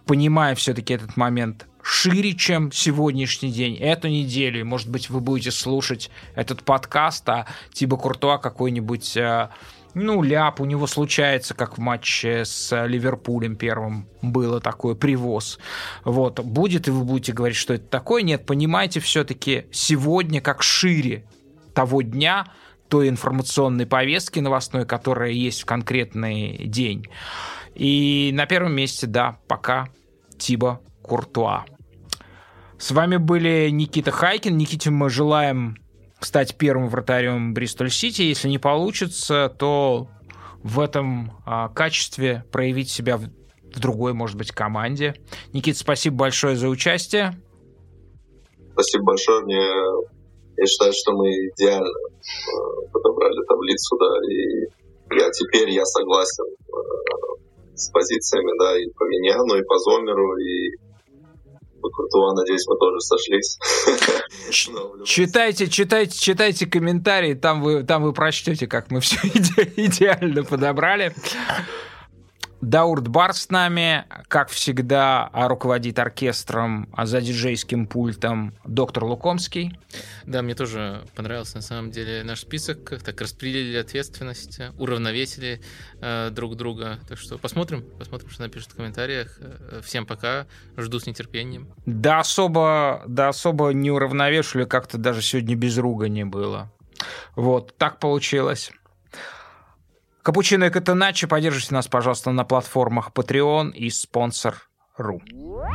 понимая все-таки этот момент шире, чем сегодняшний день, эту неделю, и, может быть, вы будете слушать этот подкаст, а Тибо Куртуа какой-нибудь, ну, ляп у него случается, как в матче с Ливерпулем первым было такое, привоз. Вот, будет, и вы будете говорить, что это такое. Нет, понимаете все-таки сегодня как шире того дня, той информационной повестки новостной, которая есть в конкретный день. И на первом месте, да, пока Тибо Куртуа. С вами были Никита Хайкин. Никите мы желаем стать первым вратарем Бристоль-Сити. Если не получится, то в этом а, качестве проявить себя в, в другой, может быть, команде. Никита, спасибо большое за участие. Спасибо большое. Мне, я считаю, что мы идеально э, подобрали таблицу, да, и я теперь я согласен э, с позициями, да, и по Миньяну, и по Зомеру, и Куртуа, надеюсь, мы тоже сошлись. Читайте, читайте, читайте комментарии, там вы, там вы прочтете, как мы все иде- идеально подобрали. Даурд Бар с нами, как всегда, руководит оркестром, а за диджейским пультом доктор Лукомский. Да, мне тоже понравился, на самом деле, наш список. Так распределили ответственность, уравновесили э, друг друга. Так что посмотрим, посмотрим, что напишут в комментариях. Всем пока, жду с нетерпением. Да особо, да особо не уравновешивали, как-то даже сегодня без ругани было. Вот, так получилось. Капучино и Катеначо, поддержите нас, пожалуйста, на платформах Patreon и спонсор точка ру.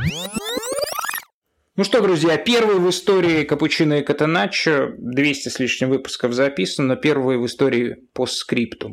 Ну что, друзья, первый в истории Капучино и Катеначо, двести с лишним выпусков записано, первый в истории постскриптум.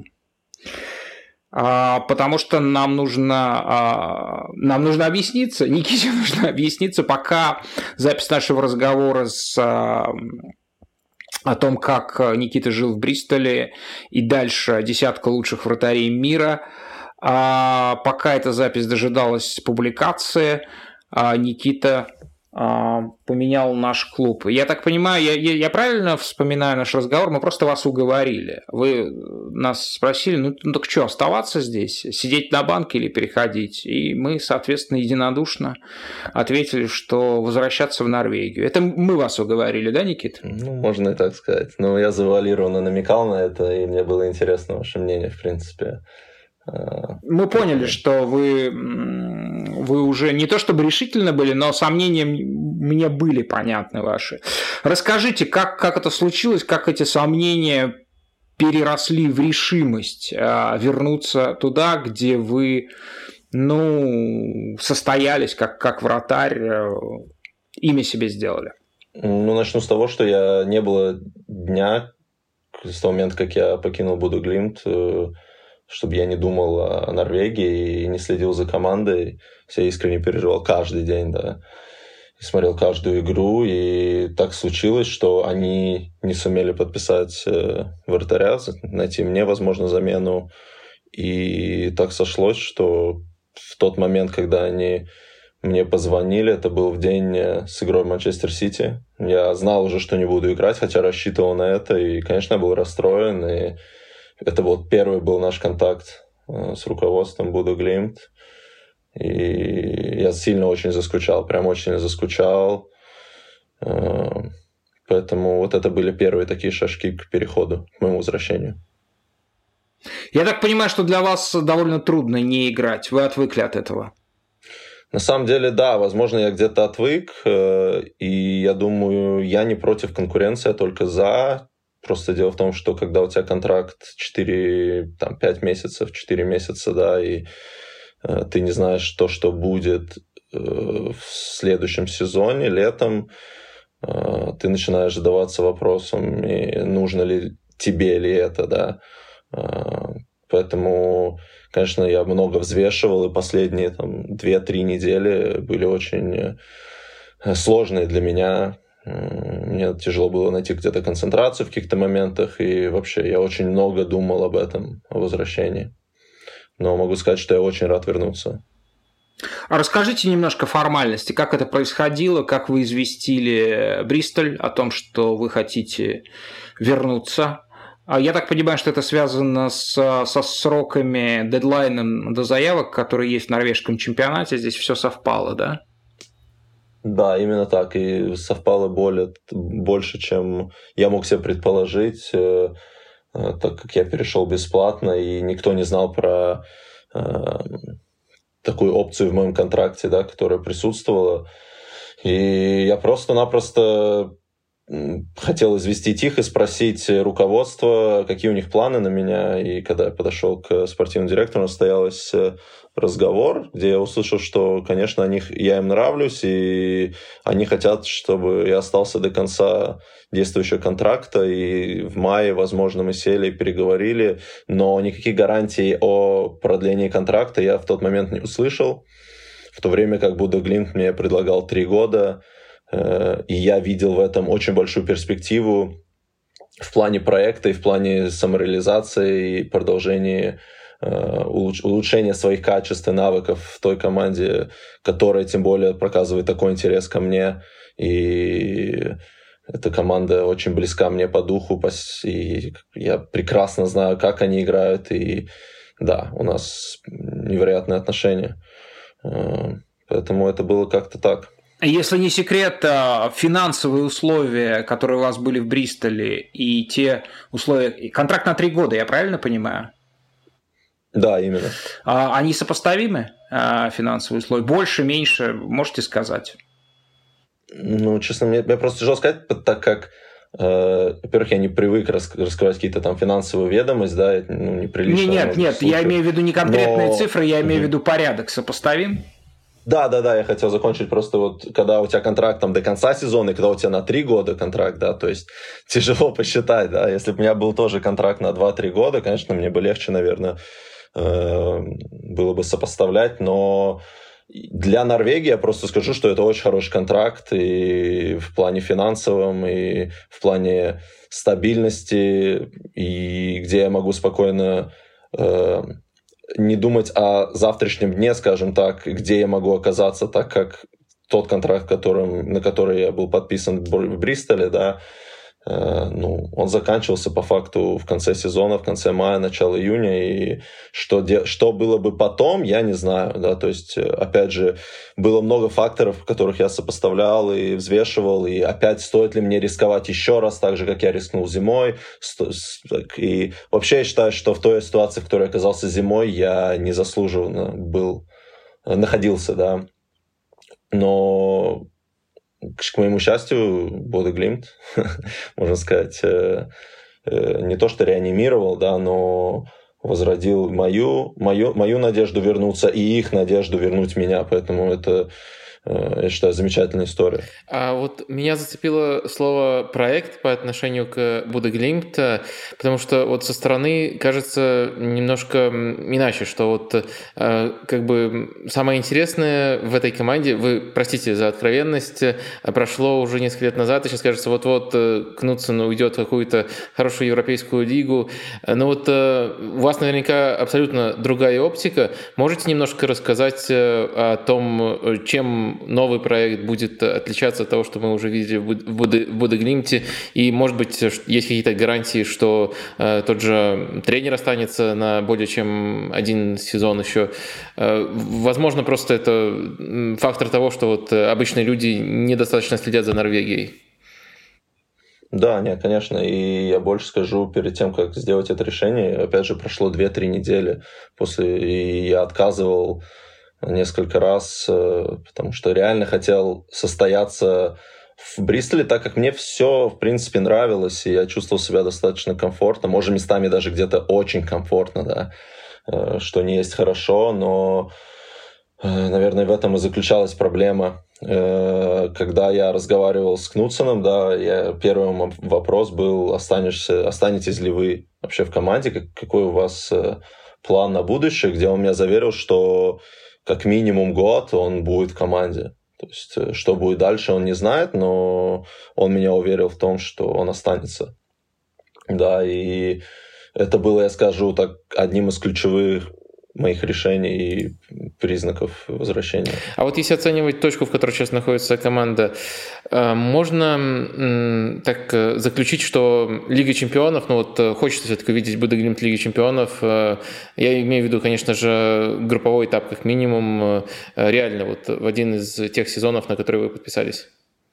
А, потому что нам нужно, а, нам нужно объясниться, Никите нужно объясниться, пока запись нашего разговора с... А, о том, как Никита жил в Бристоле и дальше десятка лучших вратарей мира. А пока эта запись дожидалась публикации, Никита поменял наш клуб. Я так понимаю, я, я, я правильно вспоминаю наш разговор, мы просто вас уговорили. Вы нас спросили, ну, ну так что, оставаться здесь, сидеть на банке или переходить? И мы, соответственно, единодушно ответили, что возвращаться в Норвегию. Это мы вас уговорили, да, Никита? Ну, можно и так сказать. Но я завуалированно намекал на это, и мне было интересно ваше мнение, в принципе. Мы поняли, что вы, вы уже не то чтобы решительно были, но сомнения мне были понятны ваши. Расскажите, как, как это случилось, как эти сомнения переросли в решимость вернуться туда, где вы, ну, состоялись как, как вратарь, имя себе сделали. Ну, начну с того, что я не было дня с того момента, как я покинул Бодø Glimt, чтобы я не думал о Норвегии и не следил за командой. Я искренне переживал каждый день, да. И смотрел каждую игру, и так случилось, что они не сумели подписать вратаря, найти мне, возможно, замену. И так сошлось, что в тот момент, когда они мне позвонили, это был в день с игрой в Манчестер Сити. Я знал уже, что не буду играть, хотя рассчитывал на это, и, конечно, я был расстроен, и это вот первый был наш контакт с руководством Бодø Glimt. И я сильно очень заскучал, прям очень заскучал. Поэтому вот это были первые такие шажки к переходу, к моему возвращению. Я так понимаю, что для вас довольно трудно не играть. Вы отвыкли от этого. На самом деле, да, возможно, я где-то отвык. И я думаю, я не против конкуренции, а только за. Просто дело в том, что когда у тебя контракт четыре-пять месяцев, четыре месяца, да, и э, ты не знаешь то, что будет э, в следующем сезоне, летом, э, ты начинаешь задаваться вопросом, и нужно ли тебе ли это, да. Э, поэтому, конечно, я много взвешивал, и последние там, две-три недели были очень сложные для меня. Мне тяжело было найти где-то концентрацию в каких-то моментах, и вообще я очень много думал об этом, о возвращении. Но могу сказать, что я очень рад вернуться. А расскажите немножко формальности, как это происходило, как вы известили Бристоль о том, что вы хотите вернуться, Я так понимаю, что это связано с, со сроками, дедлайном до заявок, которые есть в норвежском чемпионате. Здесь все совпало, да? Да, именно так. И совпало более, больше, чем я мог себе предположить, так как я перешел бесплатно, и никто не знал про э, такую опцию в моем контракте, да, которая присутствовала. И я просто-напросто хотел известить их и спросить руководство, какие у них планы на меня. И когда я подошел к спортивному директору, состоялся разговор, где я услышал, что, конечно, они, я им нравлюсь, и они хотят, чтобы я остался до конца действующего контракта. И в мае, возможно, мы сели и переговорили, но никаких гарантий о продлении контракта я в тот момент не услышал. В то время как Бодø Glimt мне предлагал три года, и я видел в этом очень большую перспективу в плане проекта и в плане самореализации и продолжения, улучшения своих качеств и навыков в той команде, которая тем более показывает такой интерес ко мне. И эта команда очень близка мне по духу, и я прекрасно знаю, как они играют, и да, у нас невероятные отношения. Поэтому это было как-то так. Если не секрет, финансовые условия, которые у вас были в Бристоле, и те условия... Контракт на три года, я правильно понимаю? Да, именно. Они сопоставимы, финансовые условия? Больше, меньше, можете сказать? Ну, честно, мне, мне просто тяжело сказать, так как, э, во-первых, я не привык рас, раскрывать какие-то там финансовые ведомости, да, ну, неприлично. Не, нет, нет, слушать. Я имею в виду не конкретные Но... цифры, я имею в виду порядок. Сопоставим? Да, да, да, я хотел закончить просто вот, когда у тебя контракт там до конца сезона, и когда у тебя на три года контракт, да, то есть тяжело посчитать, да, если бы у меня был тоже контракт на два-три года, конечно, мне бы легче, наверное, э, было бы сопоставлять, но для Норвегии я просто скажу, что это очень хороший контракт и в плане финансовом, и в плане стабильности, и где я могу спокойно... Э, не думать о завтрашнем дне, скажем так, где я могу оказаться, так как тот контракт, которым, на который я был подписан в Бристоле, да, э, ну, он заканчивался по факту в конце сезона, в конце мая, начало июня, и что, де, что было бы потом, я не знаю, да, то есть, опять же, было много факторов, которых я сопоставлял и взвешивал, и опять, стоит ли мне рисковать еще раз, так же, как я рискнул зимой, и вообще я считаю, что в той ситуации, в которой я оказался зимой, я незаслуженно был, находился, да, но к моему счастью, Бодø Glimt, можно сказать, не то что реанимировал, да, но возродил мою, мою, мою надежду вернуться и их надежду вернуть меня. Поэтому это, я считаю, замечательная история. А вот меня зацепило слово «проект» по отношению к Бодø Glimt, потому что вот со стороны кажется немножко иначе, что вот как бы самое интересное в этой команде, вы, простите за откровенность, прошло уже несколько лет назад, и сейчас кажется, вот-вот Кнутсен уйдет в какую-то хорошую европейскую лигу, но вот у вас наверняка абсолютно другая оптика. Можете немножко рассказать о том, чем новый проект будет отличаться от того, что мы уже видели в Бодø Glimt, и, может быть, есть какие-то гарантии, что э, тот же тренер останется на более чем один сезон еще. Э, возможно, просто это фактор того, что вот обычные люди недостаточно следят за Норвегией. Да, нет, конечно, и я больше скажу, перед тем, как сделать это решение, опять же, прошло две-три недели после, и я отказывал несколько раз, потому что реально хотел состояться в Бристоле, так как мне все, в принципе, нравилось, и я чувствовал себя достаточно комфортно, может, местами даже где-то очень комфортно, да, что не есть хорошо, но, наверное, в этом и заключалась проблема. Когда я разговаривал с Кнутсеном, да, я, первый вопрос был, останешься, останетесь ли вы вообще в команде, как, какой у вас план на будущее, где он меня заверил, что как минимум год он будет в команде. То есть, что будет дальше, он не знает, но он меня уверил в том, что он останется. Да, и это было, я скажу так, одним из ключевых моих решений и признаков возвращения. А вот если оценивать точку, в которой сейчас находится команда, можно так заключить, что Лига Чемпионов, ну вот хочется все-таки увидеть Бодø Glimt Лиги Чемпионов, я имею в виду, конечно же, групповой этап как минимум, реально вот в один из тех сезонов, на которые вы подписались?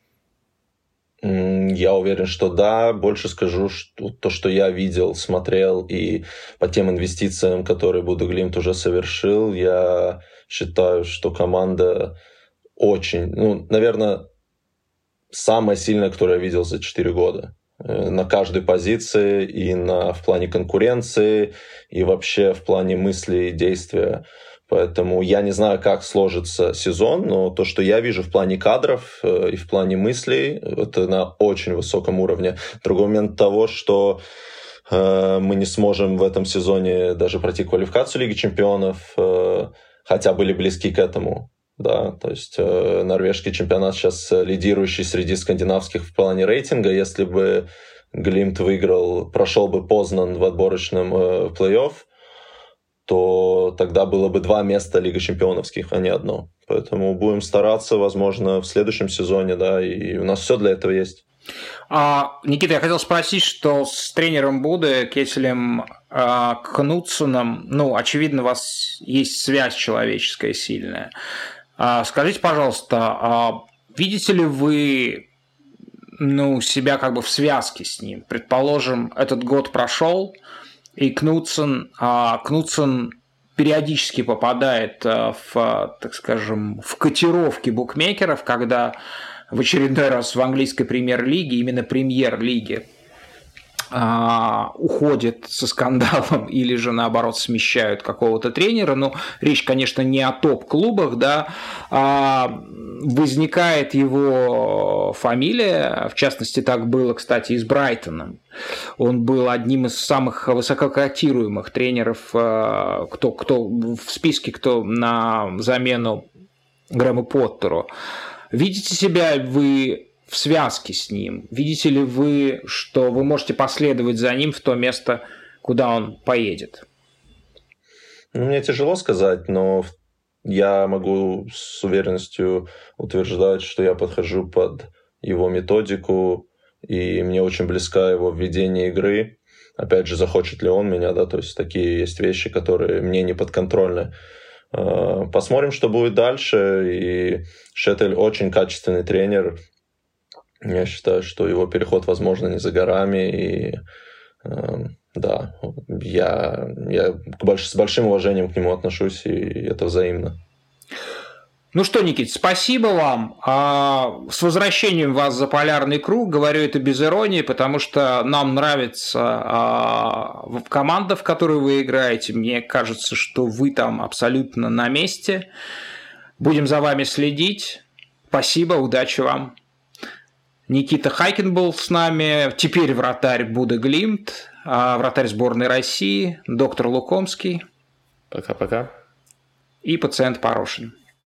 Я уверен, что да. Больше скажу, что то, что я видел, смотрел, и по тем инвестициям, которые Бодø Glimt уже совершил, я считаю, что команда очень, ну, наверное, самая сильная, которую я видел за четыре года. На каждой позиции, и на, в плане конкуренции, и вообще в плане мысли и действия. Поэтому я не знаю, как сложится сезон, но то, что я вижу в плане кадров и в плане мыслей, это на очень высоком уровне. Другой момент того, что э, мы не сможем в этом сезоне даже пройти квалификацию Лиги Чемпионов, э, хотя были близки к этому. Да, то есть э, норвежский чемпионат сейчас лидирующий среди скандинавских в плане рейтинга. Если бы Глимт выиграл, прошел бы Познан в отборочном э, плей-офф, то тогда было бы два места Лиги Чемпионовских, а не одно. Поэтому будем стараться, возможно, в следующем сезоне, да, и у нас все для этого есть. А, Никита, я хотел спросить, что с тренером Боде, Кетелем а, Кнутсоном, ну, очевидно, у вас есть связь человеческая сильная. А, скажите, пожалуйста, а видите ли вы, ну, себя как бы в связке с ним? Предположим, этот год прошел, и Кнутсон, а, Кнутсон периодически попадает в, так скажем, в котировки букмекеров, когда в очередной раз в английской премьер-лиге, именно премьер-лиге, а, уходит со скандалом или же, наоборот, смещают какого-то тренера. Но речь, конечно, не о топ-клубах, да, а возникает его фамилия. В частности, так было, кстати, и с Брайтоном. Он был одним из самых высококотируемых тренеров, кто, кто в списке, кто на замену Грэму Поттеру. Видите себя вы в связке с ним? Видите ли вы, что вы можете последовать за ним в то место, куда он поедет? Мне тяжело сказать, но я могу с уверенностью утверждать, что я подхожу под его методику, и мне очень близка его введение игры. Опять же, захочет ли он меня, да, то есть такие есть вещи, которые мне не подконтрольны. Посмотрим, что будет дальше. И Шеттель очень качественный тренер. Я считаю, что его переход, возможно, не за горами. И да, я, я больш, с большим уважением к нему отношусь, и это взаимно. Ну что, Никит, спасибо вам. С возвращением вас за полярный круг. Говорю это без иронии, потому что нам нравится команда, в которой вы играете. Мне кажется, что вы там абсолютно на месте. Будем за вами следить. Спасибо, удачи вам. Никита Хайкин был с нами. Теперь вратарь Бодø Glimt, вратарь сборной России, доктор Лукомский. Пока-пока. И пациент Порошин.